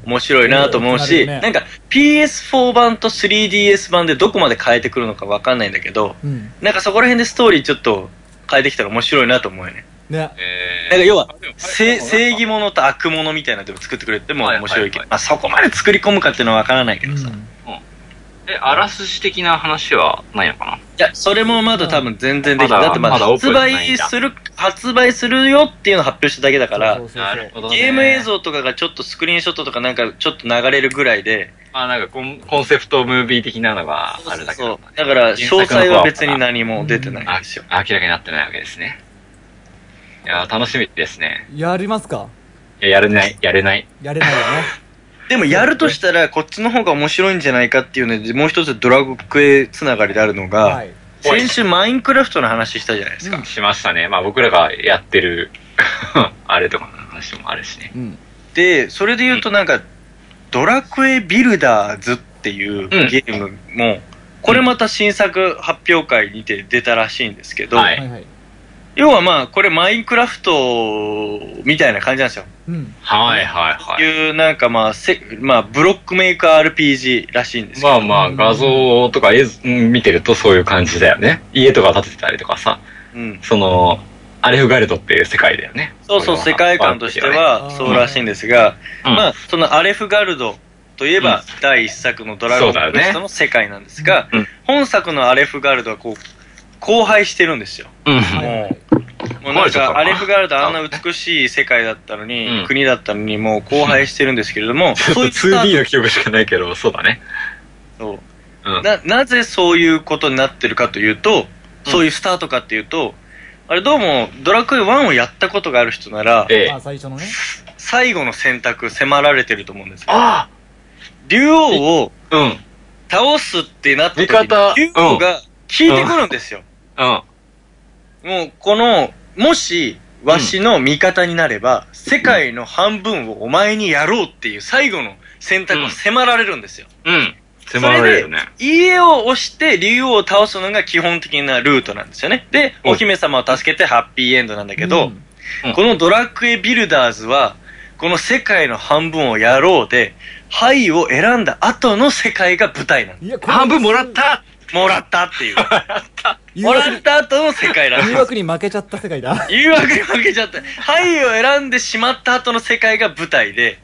S3: 面白いなと思うし、
S2: うんなるほどね
S3: なんか ピーエスフォー 版と スリーディーエス 版でどこまで変えてくるのかわかんないんだけど、
S2: うん
S3: なんかそこら辺でストーリーちょっと変えてきたら面白いなと思うよね。
S2: ね
S1: え
S3: なんか要は
S1: あでも
S3: せ正義者と悪者みたいなのでも作ってくれても面白いけど、
S1: はいはいはい
S3: まあそこまで作り込むかっていうのはわからないけどさ、
S2: うん
S1: え、あらすじ的な話はないのかない
S3: やそれもまだ多分全然できない、
S1: まだ
S3: だってまだ
S1: まだオープ
S3: 発
S1: ンじゃないんだ
S3: 売する発売するよっていうのを発表しただけだから、
S2: そうそうそう
S1: なるほどね。
S3: ゲーム映像とかがちょっとスクリーンショットとかなんかちょっと流れるぐらいで、
S1: まあなんかコンコンセプトムービー的なのがあるだけ
S3: そう
S1: なんだね。
S3: だから詳細は別に何も出てないん
S1: あ
S3: ですよ。
S1: 明らかになってないわけですね。いやー楽しみですね。
S2: やりますか？
S1: いや、やれない、やれない。
S2: やれないよね。
S3: でもやるとしたらこっちの方が面白いんじゃないかっていうので、もう一つドラクエつながりであるのが、
S2: はい。
S3: 先週マインクラフトの話したじゃないですか。
S1: しましたね。まあ僕らがやってるあれとかの話もあるしね。
S2: うん。
S3: で、それで言うとなんか、ドラクエビルダーズっていうゲームも、これまた新作発表会にて出たらしいんですけど、
S1: はい
S2: はいはい。
S3: 要はまあ、これマインクラフトみたいな感じなんですよ。
S2: うん。
S1: はいはいはい。
S3: いうなんかまあ、せまあ、ブロックメーカー アールピージー らしいんですけど、
S1: まあまあ画像とか映像うん見てるとそういう感じだよね。家とか建ててたりとかさ、
S3: うん、
S1: その、アレフガルドっていう世界だよね。
S3: そうそう、世界観としてはそうらしいんですが、
S1: うん
S3: まあ、そのアレフガルドといえば、だいいっさくのドラゴンクエストの世界なんですが、
S1: うん
S3: 本作のアレフガルドはこう、荒廃してるんですよ。
S1: うん。
S2: はい
S3: もう、もうなんか、アレフガルドあんな美しい世界だったのに、
S1: うん
S3: 国だったのに、もう荒廃してるんですけれども、
S1: ちょっと
S3: そういった
S1: ツーディー の記憶しかないけど、そうだね。
S3: そう
S1: うん。
S3: な、なぜそういうことになってるかというと、そういうスタートかっていうと、あれどうも、ドラクエワンをやったことがある人なら、
S1: ええ
S2: まあ。最初のね。
S3: 最後の選択迫られてると思うんですよ。
S1: あ
S3: 竜王を
S1: あうん。
S3: 倒すってなった時
S1: 味方
S3: 竜王が効いてくるんですよ。
S1: うん。
S3: もう、この、もし、わしの味方になれば、世界の半分をお前にやろうっていう最後の選択を迫られるんですよ。
S1: うん。迫られるよね。
S3: 家を押して竜王を倒すのが基本的なルートなんですよね。で、
S1: うん
S3: お姫様を助けてハッピーエンドなんだけど、
S2: うん
S3: このドラクエビルダーズは、この世界の半分をやろうで、ハイを選んだ後の世界が舞台なんで
S2: いや、これ
S1: 半分もらった
S3: す。もらったっていう。
S2: 誘
S3: もら
S2: 惑に
S3: った後の世界らしい
S2: 誘。惑に負けちゃった世界だ。
S3: 誘惑に負けちゃった。ハイを選んでしまった後の世界が舞台で、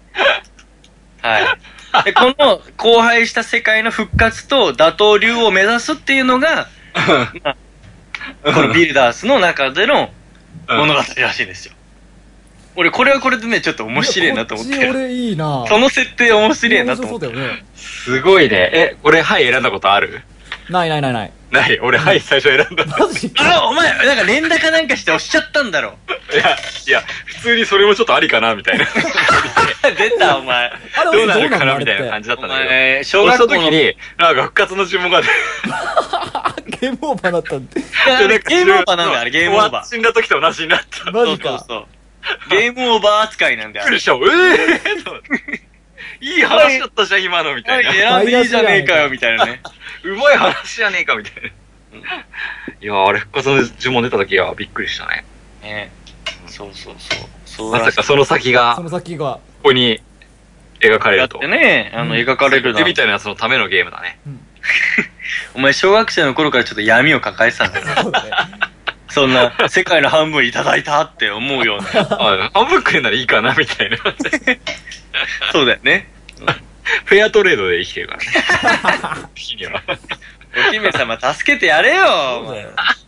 S3: はい。で、この荒廃した世界の復活と打倒竜を目指すっていうのが、まあ、このビルダースの中での物語らしいですよ。俺、これはこれでね、ちょっと面白いなと思ってる。
S2: いやこっち俺いいな。
S3: その設定面白いなと思ってる。
S2: 面白そうだよね。
S1: すごいね。え、俺、はい選んだことある
S2: ないないないない。
S1: ない。俺、はい最初選んだ。
S2: マジか。
S3: あ、お前、なんか連打かなんかして押しちゃったんだろ。
S1: いや、いや、普通にそれもちょっとありかな、みたいな。
S3: 出た、お前。
S2: あれ
S1: どうなるかな、
S2: あれって
S1: みたいな感じだった
S3: お
S1: んだけど。
S3: 前、小
S1: そうした
S3: 学校の
S1: 時に、なんか復活の呪文が出て、
S2: ゲームオーバーだったんで。
S3: いや
S1: でなんか
S3: ゲームオーバーなんだよ、あれ、ゲームオーバー。
S1: 死んだ時と同じになった。
S2: マジ
S3: そうそう
S2: か。
S3: そう。ゲームオーバー扱いなんだよ。
S1: びっくりした。えぇと思っていい話だったじゃん、今の、みたいな。
S3: 選んでいいじゃねえかよ、みたいなね。
S1: うまい話じゃねえか、みたいな。いやー、あれ復活の呪文出た時はびっくりしたね。
S3: ねそうそうそう。そう
S1: まさかその先が、
S2: そ
S1: こ
S2: の先が。
S1: こに描かれ
S3: やっ
S1: ると。
S3: てね、あの、
S2: うん
S3: 描かれるな
S1: で。みたいなやつのためのゲームだね。
S3: お前、小学生の頃からちょっと闇を抱えてたんだよ。
S2: そうだね。
S3: そんな、世界の半分いただいたって思うような。
S1: あ半分くれならいいかな、みたいな。
S3: そうだよね。
S1: フェアトレードで生きてるからね。日には。
S3: お姫様助けてやれよ、お前。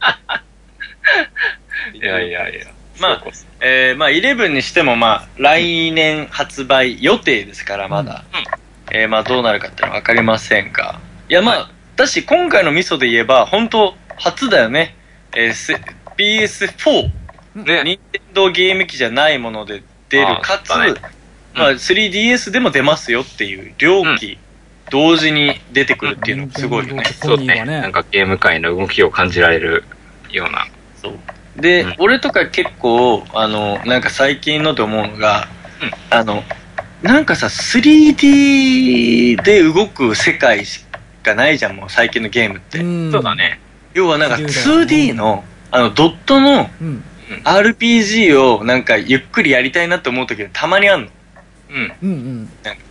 S1: いやいやいや。
S3: まあ
S1: そうこそ
S3: えー、まあ、イレブンにしても、まあ、来年発売予定ですから、まだ。えー、まあ、どうなるかってのはわかりませんが。いや、まあ、だし、今回のミソで言えば、本当初だよね。えーせ、ピーエスフォー。
S1: ね。
S3: 任天堂ゲーム機じゃないもので出る、
S1: あー
S3: かつ、
S1: そうだね
S3: まあ、スリーディーエス でも出ますよっていう、両機、同時に出てくるっていうのがすごいよね。
S1: そうね。
S2: ソニーがね
S1: なんかゲーム界の動きを感じられるような。
S3: そう。で、
S1: うん
S3: 俺とか結構、あの、なんか最近のと思うのが、
S1: うん
S3: あの、なんかさ、スリーディー で動く世界しかないじゃん、もう最近のゲームって。
S2: ん
S1: そうだ。ね。
S3: 要はなんか
S2: 自由だよね
S3: ツーディー の、あの、ドットの
S2: うん。
S3: アールピージー をなんかゆっくりやりたいなって思う時がたまにあんの。
S1: うん。
S2: うんうん。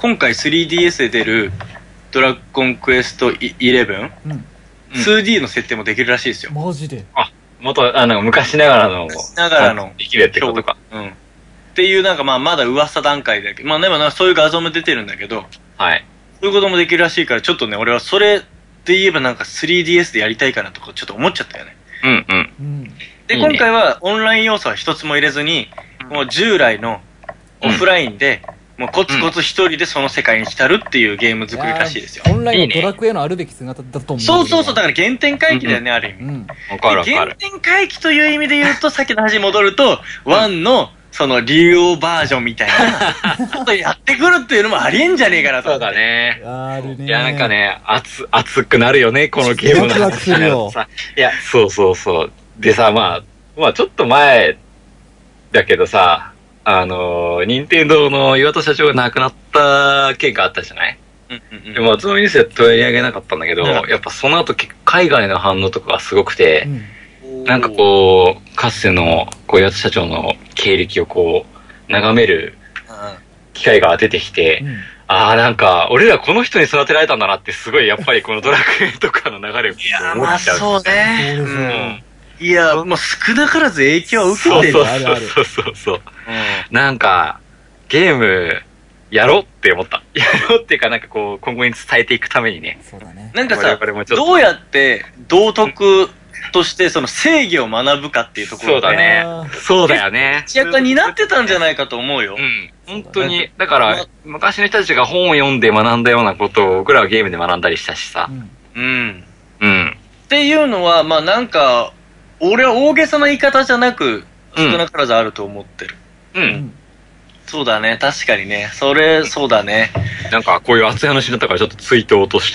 S3: 今回 スリーディーエス で出るドラゴンクエストじゅういち、
S2: うん、
S3: ツーディー の設定もできるらしいですよ。
S2: マジで。
S1: あ、元、あの、昔ながらの。
S3: 昔ながらの。
S1: できるってことか。
S3: うん。っていうなんかまあまだ噂段階だけど、まあでもなそういう画像も出てるんだけど、
S1: はい。
S3: そういうこともできるらしいから、ちょっとね、俺はそれで言えばなんか スリーディーエス でやりたいかなとかちょっと思っちゃったよね。
S1: うんうん。
S2: うん、
S3: で、
S1: いいね、
S3: 今回はオンライン要素は一つも入れずに、もう従来のオフラインで、もうコツコツ一人でその世界に浸るっていうゲーム作りらしいですよ。
S2: 本来のドラクエのあるべき姿だと思う。
S3: そうそうそう、だから原点回帰だよね、うん、ある意味。
S2: うん。
S1: わかるわかる。
S3: 原点回帰という意味で言うと、さっきの話に戻ると、ワンの、その、竜王バージョンみたいな、ちょっとやってくるっていうのもありえんじゃねえかなと。
S1: そうだね。
S2: あるね。
S1: いや、なんかね、熱、熱くなるよね、このゲームの話
S2: するよ。
S1: いや、そうそうそう。でさ、まあ、まあちょっと前だけどさ、あの、任天堂の岩田社長が亡くなった件があったじゃない？うんうんうん。でも、つまみニュースで取り上げなかったんだけど、やっぱその後、海外の反応とかがすごくて、うん、なんかこう、かつての、こう、岩田社長の経歴をこう、眺める機会が出てきて、うん、ああ、なんか、俺らこの人に育てられたんだなって、すごいやっぱりこのドラクエとかの流れを思っちゃう。
S3: いや、まあそうね。
S2: そうですね。
S3: いや、もう少なからず影響は受けてる。
S1: そうそうそうそうそう、うん。なんか、ゲーム、やろうって思った。やろうっていうか、なんかこう、今後に伝えていくためにね。
S2: そうだね。
S3: なんかさ、どうやって道徳としてその正義を学ぶかっていうところ、
S1: ね、そうだね。そうだよね。
S3: 一役になってたんじゃないかと思うよ。
S1: うん。本当に。だから、昔の人たちが本を読んで学んだようなことを、僕らはゲームで学んだりしたしさ。
S3: うん。うん。
S1: うん、
S3: っていうのは、まあなんか、俺は大げさな言い方じゃなく、少なからずあると思ってる。
S1: うん。うん、
S3: そうだね、確かにね。それ、そうだね。
S1: なんか、こういう熱い話になったから、ちょっと追悼として、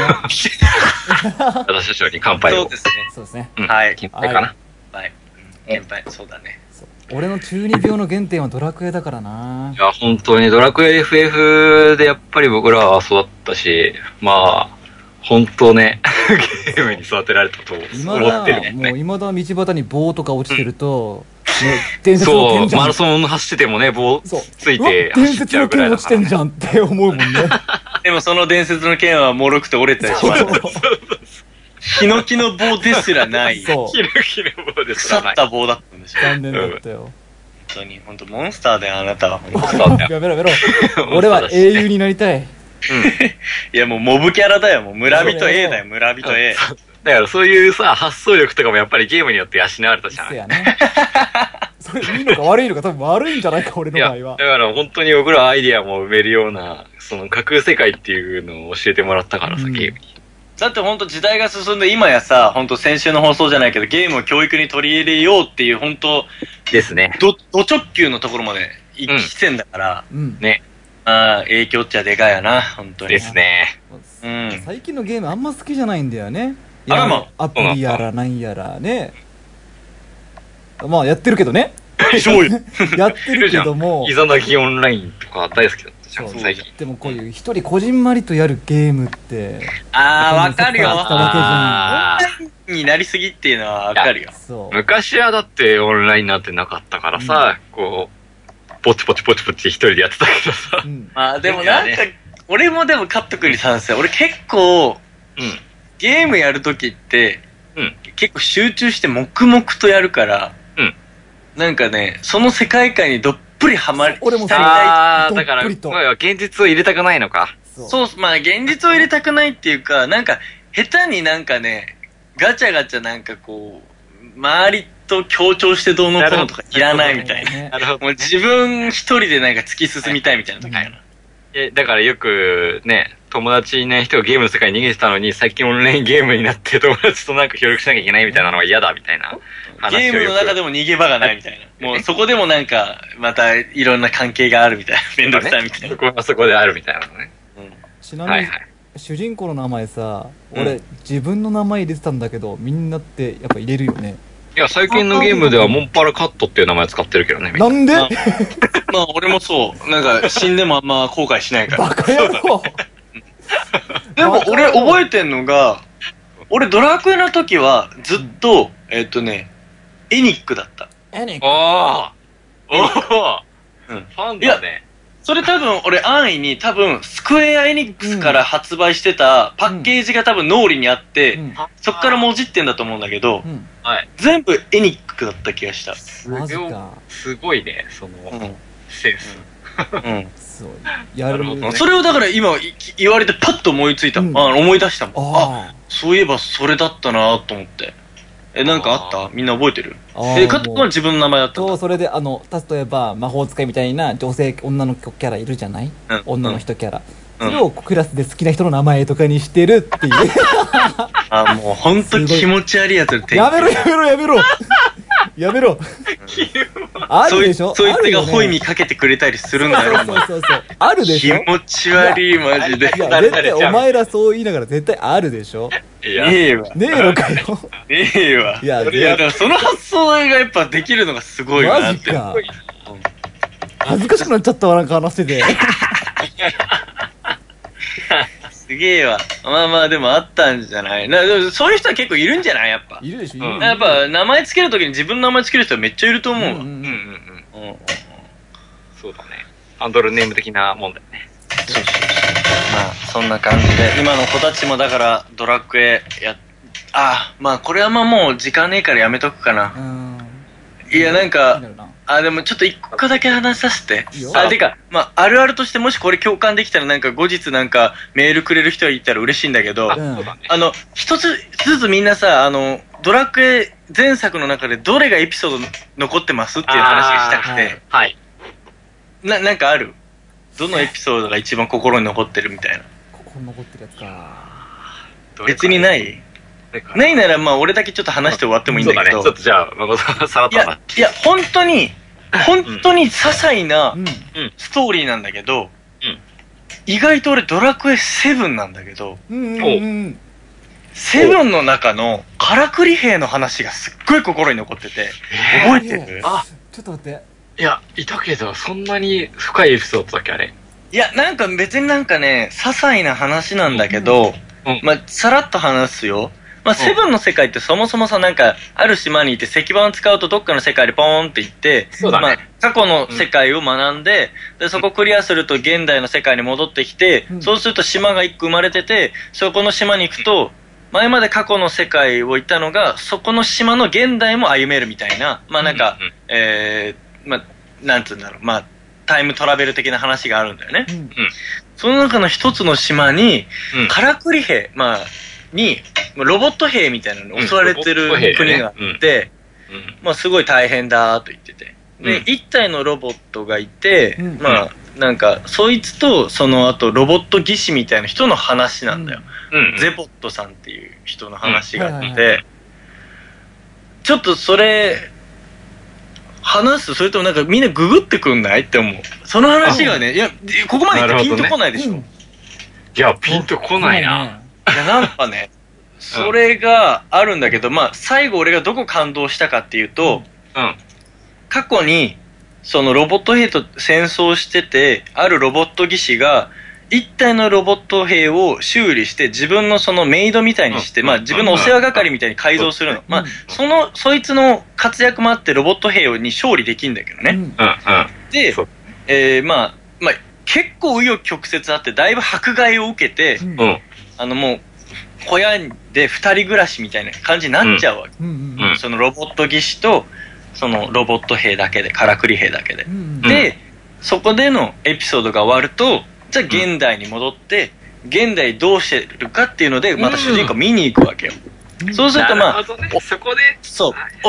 S1: 私たちに乾杯を。
S3: そうですね。
S2: そうですね。
S1: うん、
S3: はい。
S1: 乾杯かな。
S3: はい。乾杯、そうだね。
S2: 俺の中二病の原点はドラクエだからな。
S1: いや、本当にドラクエ エフエフ でやっぱり僕らは育ったし、まあ、本当ね、ゲームに育てられたと思ってるもんね。
S2: もう今だ道端に棒とか落ちてると、うん、ね、伝説の剣じゃん。
S1: そう、マラソン走っててもね、棒ついて走っちゃうぐらいだから。伝説の剣落ちてんじゃんって思うもんね。
S3: でもその伝説の剣は脆くて折れたりします。ヒノキの棒ですらない。
S2: そう。
S1: ヒノキの棒ですらない。
S3: 腐った棒だったんでしょ。
S2: 残念だったよ。
S3: 本当に、本当モンスターだよ、あなたは。
S2: モンスターだよ。やめろやめろ。俺は英雄になりたい。
S3: うん、いやもうモブキャラだよ、もう村人 A だよ、村人 A。
S1: だからそういうさ、発想力とかもやっぱりゲームによって養われたじゃん。
S2: そうやね。それいいのか悪いのか多分悪いんじゃないか、俺の場合は。いや、
S1: だから本当に僕らアイディアも埋めるような、その架空世界っていうのを教えてもらったからさ、うん、ゲームに。
S3: だって本当時代が進んで今やさ、本当先週の放送じゃないけど、ゲームを教育に取り入れようっていう本当
S1: ですね。
S3: ど、ど直球のところまで行きてんだから、
S2: うん、
S1: ね。
S3: ああ、影響っちゃでかいやな、本当に。
S1: ですね。
S3: うん。
S2: 最近のゲームあんま好きじゃないんだよね。
S3: あらま。
S2: アプリやらなんやらね。まあやってるけどね。
S3: そうよ。
S2: やってるけども。
S1: イザナギオンラインとか大好きだったじゃん、最近。
S2: でもこういう一人こじんまりとやるゲームって。
S3: ああ、わかるよ。
S2: オンラ
S3: インになりすぎっていうのはわかるよ。
S2: そう。
S1: 昔はだってオンラインなんてなかったからさ、うん、こう、ポチポチポチポチ一人でやってたけどさ。
S3: うん、まあでもなんか、俺もでもカット君に賛成。俺結構、
S1: うん、
S3: ゲームやるときって、
S1: うん、
S3: 結構集中して黙々とやるから、
S1: うん、
S3: なんかね、その世界観にどっぷりハマり、
S2: 俺も
S3: 浸り
S2: たい。
S1: ああ、だから、まあ、現実を入れたくないのか。
S3: そう、そうまあ現実を入れたくないっていうか、なんか、下手になんかね、ガチャガチャなんかこう、周りと強調してどうのこうのとかいらないみたいな。なもう自分一人でなんか突き進みたいみたいな時あるな。
S1: え、だからよくね、友達いない人がゲームの世界に逃げてたのに、最近オンラインゲームになって友達となんか協力しなきゃいけないみたいなのが嫌だみたいな話をよく。
S3: ゲームの中でも逃げ場がないみたいな。もうそこでもなんか、またいろんな関係があるみたいな。めんどくさいみたいな。
S1: そこはそこであるみたいなのね。
S2: うん、ちなみに、はいはい、主人公の名前さ、俺、うん、自分の名前入れてたんだけど、みんなってやっぱ入れるよね。
S1: いや、最近のゲームではモンパラカットっていう名前使ってるけどね。
S2: なんで？
S3: まあ、まあ、俺もそう。なんか、死んでもあんま後悔しないから。
S2: バカ野郎
S3: でも、俺覚えてんのが、俺ドラクエの時はずっと、うん、えっとね、エニックだった。
S2: エニック。
S1: ああ。おお。
S3: うん。
S1: ファンだね。
S3: それ多分俺安易に多分スクエアエニックスから発売してたパッケージが多分脳裏にあって、うん、そっからもじってんだと思うんだけど、うん、全部エニックだった気がした。
S2: マジか。
S1: すごいね、その、うん、センス。
S3: うん。
S2: そう。やる、
S3: ね。それをだから今言われてパッと思いついた。うん、あ思い出したもん。ああ、そういえばそれだったなと思って。え、なんかあったみんな覚えてるえ、カットは自分の名前だったんだ。
S2: そう、それで、あの、例えば、魔法使いみたいな女性、女のキャラいるじゃない、うん、女の人キャラ。うん、それをクラスで好きな人の名前とかにしてるっていう。
S3: あ、もうほんと気持ち悪いやつで
S2: やめろやめろやめろやめろあるでしょ
S3: そいつがホイミかけてくれたりするんだよ。
S2: そうそうそうそう。あるでしょ
S3: 気持ち悪い、マジで。
S2: いや、絶対お前らそう言いながら絶対あるでしょ
S3: いや、ねえわ。
S2: ねえのかよ。
S3: ねえわ。いや、いやだからその発想がやっぱできるのがすごいよなって。マジか。
S2: 恥ずかしくなっちゃったわ、なんか話してて。
S3: すげえわ。まあまあでもあったんじゃないな。でもそういう人は結構いるんじゃないやっぱ。
S2: いるでしょ、
S3: うん、やっぱ名前つけるときに自分の名前つける人はめっちゃいると思う。うんうんうん。うんうん
S1: うん。そうだね。ハンドルネーム的なもんだよね。
S3: そうそうそう。まあそんな感じで、今の子たちもだからドラクエや、あ、まあこれはまあもう時間ねえからやめとくかな。うん。いやなんか、あ、でもちょっと一個だけ話させて。あ、てか、まあ、あるあるとしてもしこれ共感できたらなんか後日なんかメールくれる人がいたら嬉しいんだけど、うん、あの、一つずつみんなさ、あの、ドラクエ前作の中でどれがエピソード残ってますっていう話がしたくて、
S1: はい。
S3: な、なんかある？どのエピソードが一番心に残ってるみたいな。
S2: 心に残ってるやつか。
S3: 別にない？ないならまあ俺だけちょっと話して終わってもいいんだけど。
S1: そうだね。ちょっとじゃあ、誠さんさらっと。
S3: いや、いや、本当に、本当に些細なストーリーなんだけど、うん、意外と俺ドラクエセブンなんだけど、うんうんうん、セブンの中のカラクリ兵の話がすっごい心に残ってて、覚えてる？
S2: あ、ちょっと待って。
S1: いや、いたけど、そんなに深いエピソードだっけあれ。
S3: いや、なんか別になんかね、些細な話なんだけど、うんうん、まあ、さらっと話すよ。まあ、セブンの世界ってそもそもさ、なんか、ある島にいて石板を使うとどっかの世界でポーンって行って、
S1: そうだね、
S3: まあ、過去の世界を学んで、うん、で、そこクリアすると現代の世界に戻ってきて、うん、そうすると島が一個生まれてて、そこの島に行くと、前まで過去の世界をいたのが、そこの島の現代も歩めるみたいな、まあなんか、うん、えー、まあ、なんつうんだろう、まあ、タイムトラベル的な話があるんだよね。うん、その中の一つの島に、うん、カラクリ兵、まあ、に、ロボット兵みたいなのに襲われてる国があって、うんねうん、まあすごい大変だと言ってて。で、うん、一体のロボットがいて、うん、まあ、なんか、そいつと、その後、ロボット技師みたいな人の話なんだよ。うん、ゼポットさんっていう人の話があって、ちょっとそれ、話すそれともなんかみんなググってくんないって思う。その話がね、いや、ここまで言ってピンとこないでしょ。ね、
S1: いや、ピンとこないな。
S3: いや、なんかね、それがあるんだけど、まあ、最後俺がどこ感動したかっていうと、うん、過去に、そのロボット兵と戦争してて、あるロボット技師が、一体のロボット兵を修理して、自分のそのメイドみたいにして、うん、まあ自分のお世話係みたいに改造するの。うん、まあ、その、そいつの活躍もあってロボット兵に勝利できるんだけどね。うん、で、えー、まあ、まあ、結構紆余曲折あって、だいぶ迫害を受けて、うん、あのもう、小屋で二人暮らしみたいな感じになっちゃうわけ。うん、そのロボット技師と、そのロボット兵だけで、カラクリ兵だけで。うん、で、そこでのエピソードが終わると、じゃあ現代に戻って、現代どうしてるかっていうので、また主人公見に行くわけよ。うん、そうするとまあ、
S1: ね、そこで、
S3: そう、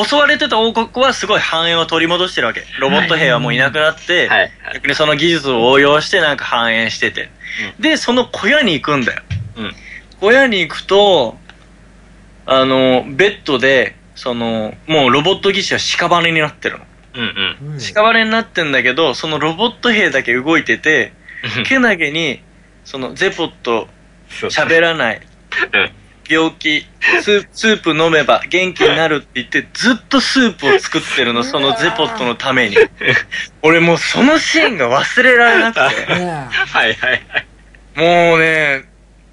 S3: 襲われてた王国はすごい繁栄を取り戻してるわけ。ロボット兵はもういなくなって、はいはい、逆にその技術を応用してなんか繁栄してて。うん、で、その小屋に行くんだよ。うん、小屋に行くと、あの、ベッドで、その、もうロボット技師は屍になってるの。うんうん、屍になってんだけど、そのロボット兵だけ動いてて、けなげに、そのゼポット喋らない、病気ス、スープ飲めば元気になるって言って、ずっとスープを作ってるの、そのゼポットのために。俺もうそのシーンが忘れられなくて。
S1: はいはいはい。
S3: もうね、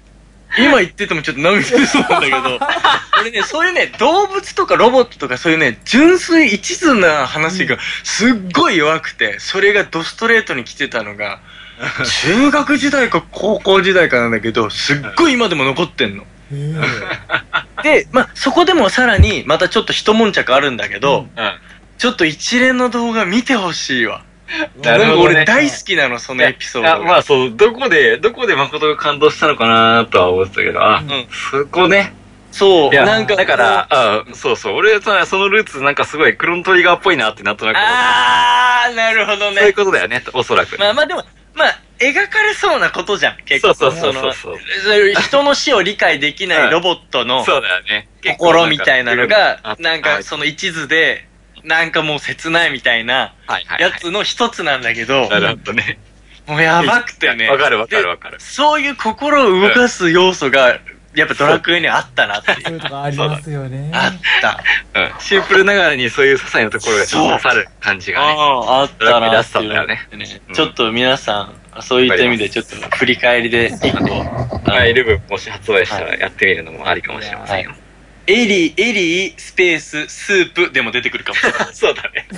S3: 今言っててもちょっと涙出そうなんだけど、俺ね、そういうね、動物とかロボットとかそういうね、純粋一途な話がすっごい弱くて、それがドストレートに来てたのが、中学時代か高校時代かなんだけど、すっごい今でも残ってんの。で、まあ、そこでもさらに、またちょっと一悶着あるんだけど、うん、ちょっと一連の動画見てほしいわ。なるほどね。俺大好きなの、そのエピソード。
S1: いや、まあそう、どこで、どこで誠が感動したのかなとは思ってたけど、あ、うん、そこね。
S3: そう、
S1: なんか、だから、あそうそう、俺さ、そのルーツなんかすごいクロノトリガーっぽいなってなんとなく思った。
S3: あー、なるほどね。
S1: そういうことだよね、おそらく、ね。
S3: まあまあでも、まあ、描かれそうなことじゃん、結構。
S1: そうそうそうそう。
S3: 人の死を理解できないロボットの、
S1: そうだよね。
S3: 心みたいなのが、なんかその一途で、なんかもう切ないみたいな、やつの一つなんだけど、
S1: なるほどね。
S3: もうやばくてね。
S1: わかるわかるわかる。
S3: そういう心を動かす要素が、やっぱドラクエにあったなっていう。
S2: そういうとこありますよね。
S3: あった。
S1: うん。シンプルながらにそういう些細なところが刺さる感じがね。
S3: ああ、あったな
S1: っていう。ね。
S3: ちょっと皆さん、そういった意味でちょっと振り返りで一個。
S1: まあ、イレブンもし発売したらやってみるのもありかもしれませんよ。
S3: エリー、エリー、スペース、スープでも出てくるかもしれない。
S1: そうだね。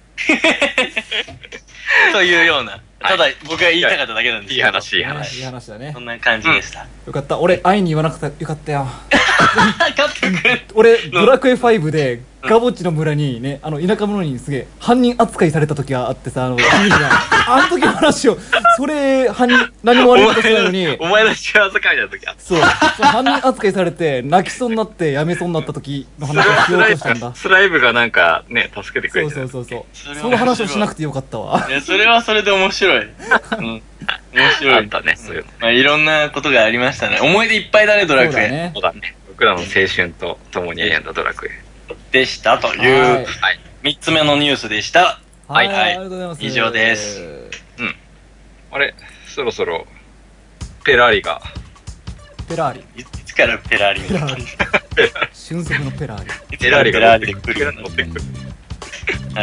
S3: というような。ただ、僕が言いたかっただけなんです
S1: けど。いい話、いい話。
S2: いい話だね。
S3: そんな感じでした。
S2: よかった。俺、愛に言わなくてよかったよ。
S3: 勝ってくれ。
S2: 俺、ドラクエファイブで、ガボッチの村にね、あの、田舎者にすげえ、犯人扱いされた時があってさ、あの、あの時の話を、それ、犯人、何も悪いことしてないのに、
S1: お前の仕業かみたいな時あった。
S2: そう、そう犯人扱いされて、泣きそうになって、やめそうになった時の話をしようとしたんだ。
S1: スライブがなんか、ね、助けてくれて
S2: そうそうそうそう。その話をしなくてよかったわ。
S3: いや、それはそれで面白い。うん。面白い。
S1: あったね、そういうの。
S3: まあ、いろんなことがありましたね。思い出いっぱいだね、ドラクエ。
S1: そうだね。僕らの青春と共に歩んだドラクエ。
S3: でしたというみっつめのニュースでした。
S2: はい、はい、ありがとうございます。
S3: 以上です。
S1: うん。あれ、そろそろペラーリが。
S2: ペラーリ。
S3: いつからペラーリ？
S2: ペラーリ。俊足のペラーリ。
S1: ペラーリが
S3: 乗ってくる。乗ってくる。はい。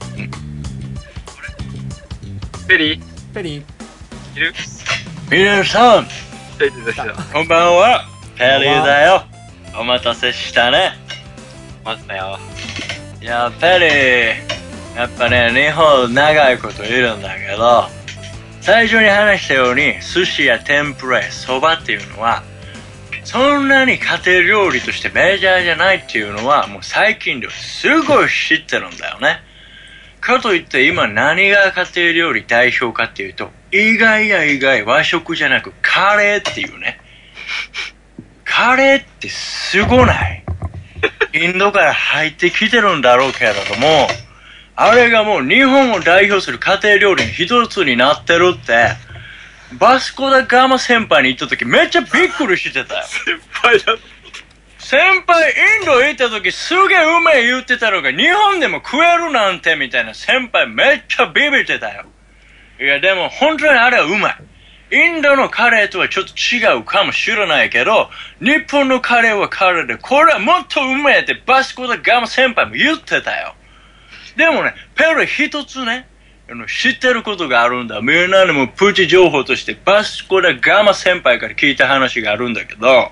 S1: ペリー？
S2: ペリ
S1: ー？いる？
S3: 皆さん、こんばんは。ペリーだよ。お待たせしたね。
S1: 待ったよ。
S3: いや、ペリー、やっぱね、日本長いこといるんだけど、最初に話したように、寿司や天ぷらやそばっていうのは、そんなに家庭料理としてメジャーじゃないっていうのは、もう最近ではすごい知ってるんだよね。かといって今何が家庭料理代表かっていうと、意外や意外和食じゃなくカレーっていうね。カレーってすごない？インドから入ってきてるんだろうけれども、あれがもう日本を代表する家庭料理の一つになってるって、バスコダガマ先輩に行った時めっちゃびっくりしてたよ。
S1: 先輩だ。
S3: 先輩インド行った時すげえうめえ言ってたのが日本でも食えるなんてみたいな先輩めっちゃビビってたよ。いやでも本当にあれはうまい。インドのカレーとはちょっと違うかもしれないけど、日本のカレーはカレーで、これはもっとうめえってバスコダガマ先輩も言ってたよ。でもね、ペル一つね、知ってることがあるんだ。みんなにもプチ情報としてバスコダガマ先輩から聞いた話があるんだけど、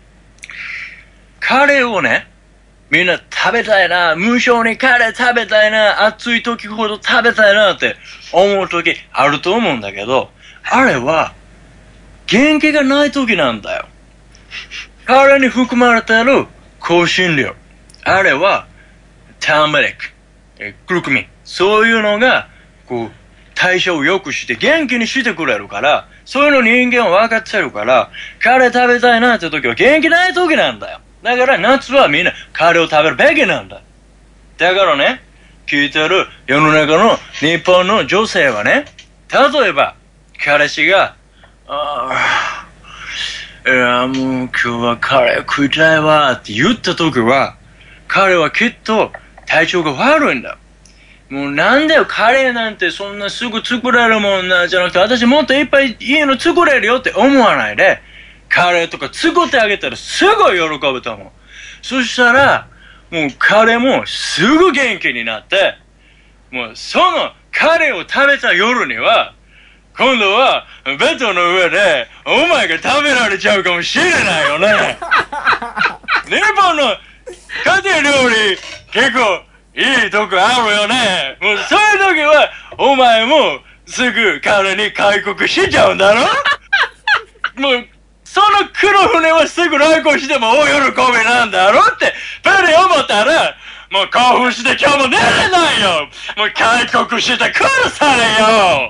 S3: カレーをね、みんな食べたいな、無性にカレー食べたいな、暑い時ほど食べたいなって思う時あると思うんだけど、あれは、元気がない時なんだよ。カレーに含まれている香辛料。あれは、ターメリック、グルクミン。そういうのが、こう、代謝を良くして元気にしてくれるから、そういうの人間は分かってるから、カレー食べたいなって時は元気ない時なんだよ。だから夏はみんなカレーを食べるべきなんだ。だからね、聞いてる世の中の日本の女性はね、例えば、彼氏が、ああ、いやもう今日はカレー食いたいわって言った時は、彼はきっと体調が悪いんだ。もうなんだよカレーなんてそんなすぐ作れるもんなじゃなくて、私もっといっぱい家の作れるよって思わないで、カレーとか作ってあげたらすごい喜ぶと思う。そしたら、もう彼もすぐ元気になって、もうそのカレーを食べた夜には、 今度はベッドの上でお前が食べられちゃうかもしれないよね。日本の家庭料理結構いいとこあるよね。もうそういう時はお前もすぐ彼に開国しちゃうんだろ。もうその黒船はすぐ来航しても大喜びなんだろってペリー思ったら、もう興奮して今日も寝れないよ。もう開国してくださいよ。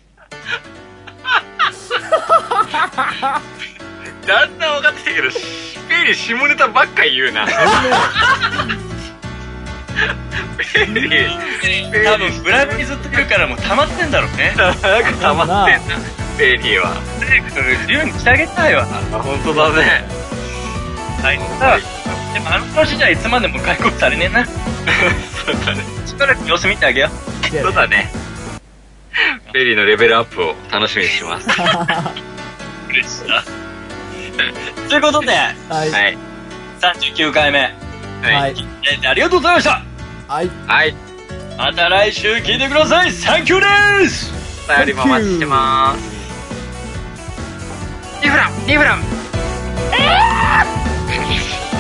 S1: だんだん分かってきたけど、ペリー下ネタばっか言うな。ペリー、
S3: 多分ブラジルずっといるからもう溜まってんだろうね。
S1: なんか溜まってんな、ペリーは。
S3: 自由にしてあげたいわ。
S1: 本当だね。
S3: はい。でもあの年じゃいつまでも開国されねえな。
S1: そうだね。
S3: しばらく様子見てあげよう。
S1: そうだね。ペリーのレベルアップを楽しみにします。
S3: 嬉しいな。ということで、
S2: はい。
S1: はい。
S3: さんじゅうきゅうかいめ。
S2: は
S1: はいい。
S3: えーありがとうございました。
S2: はい。
S1: はい。
S3: また来週聞いてください。サンキューです。
S1: お便りもお待ちしてます。リフランリフランえー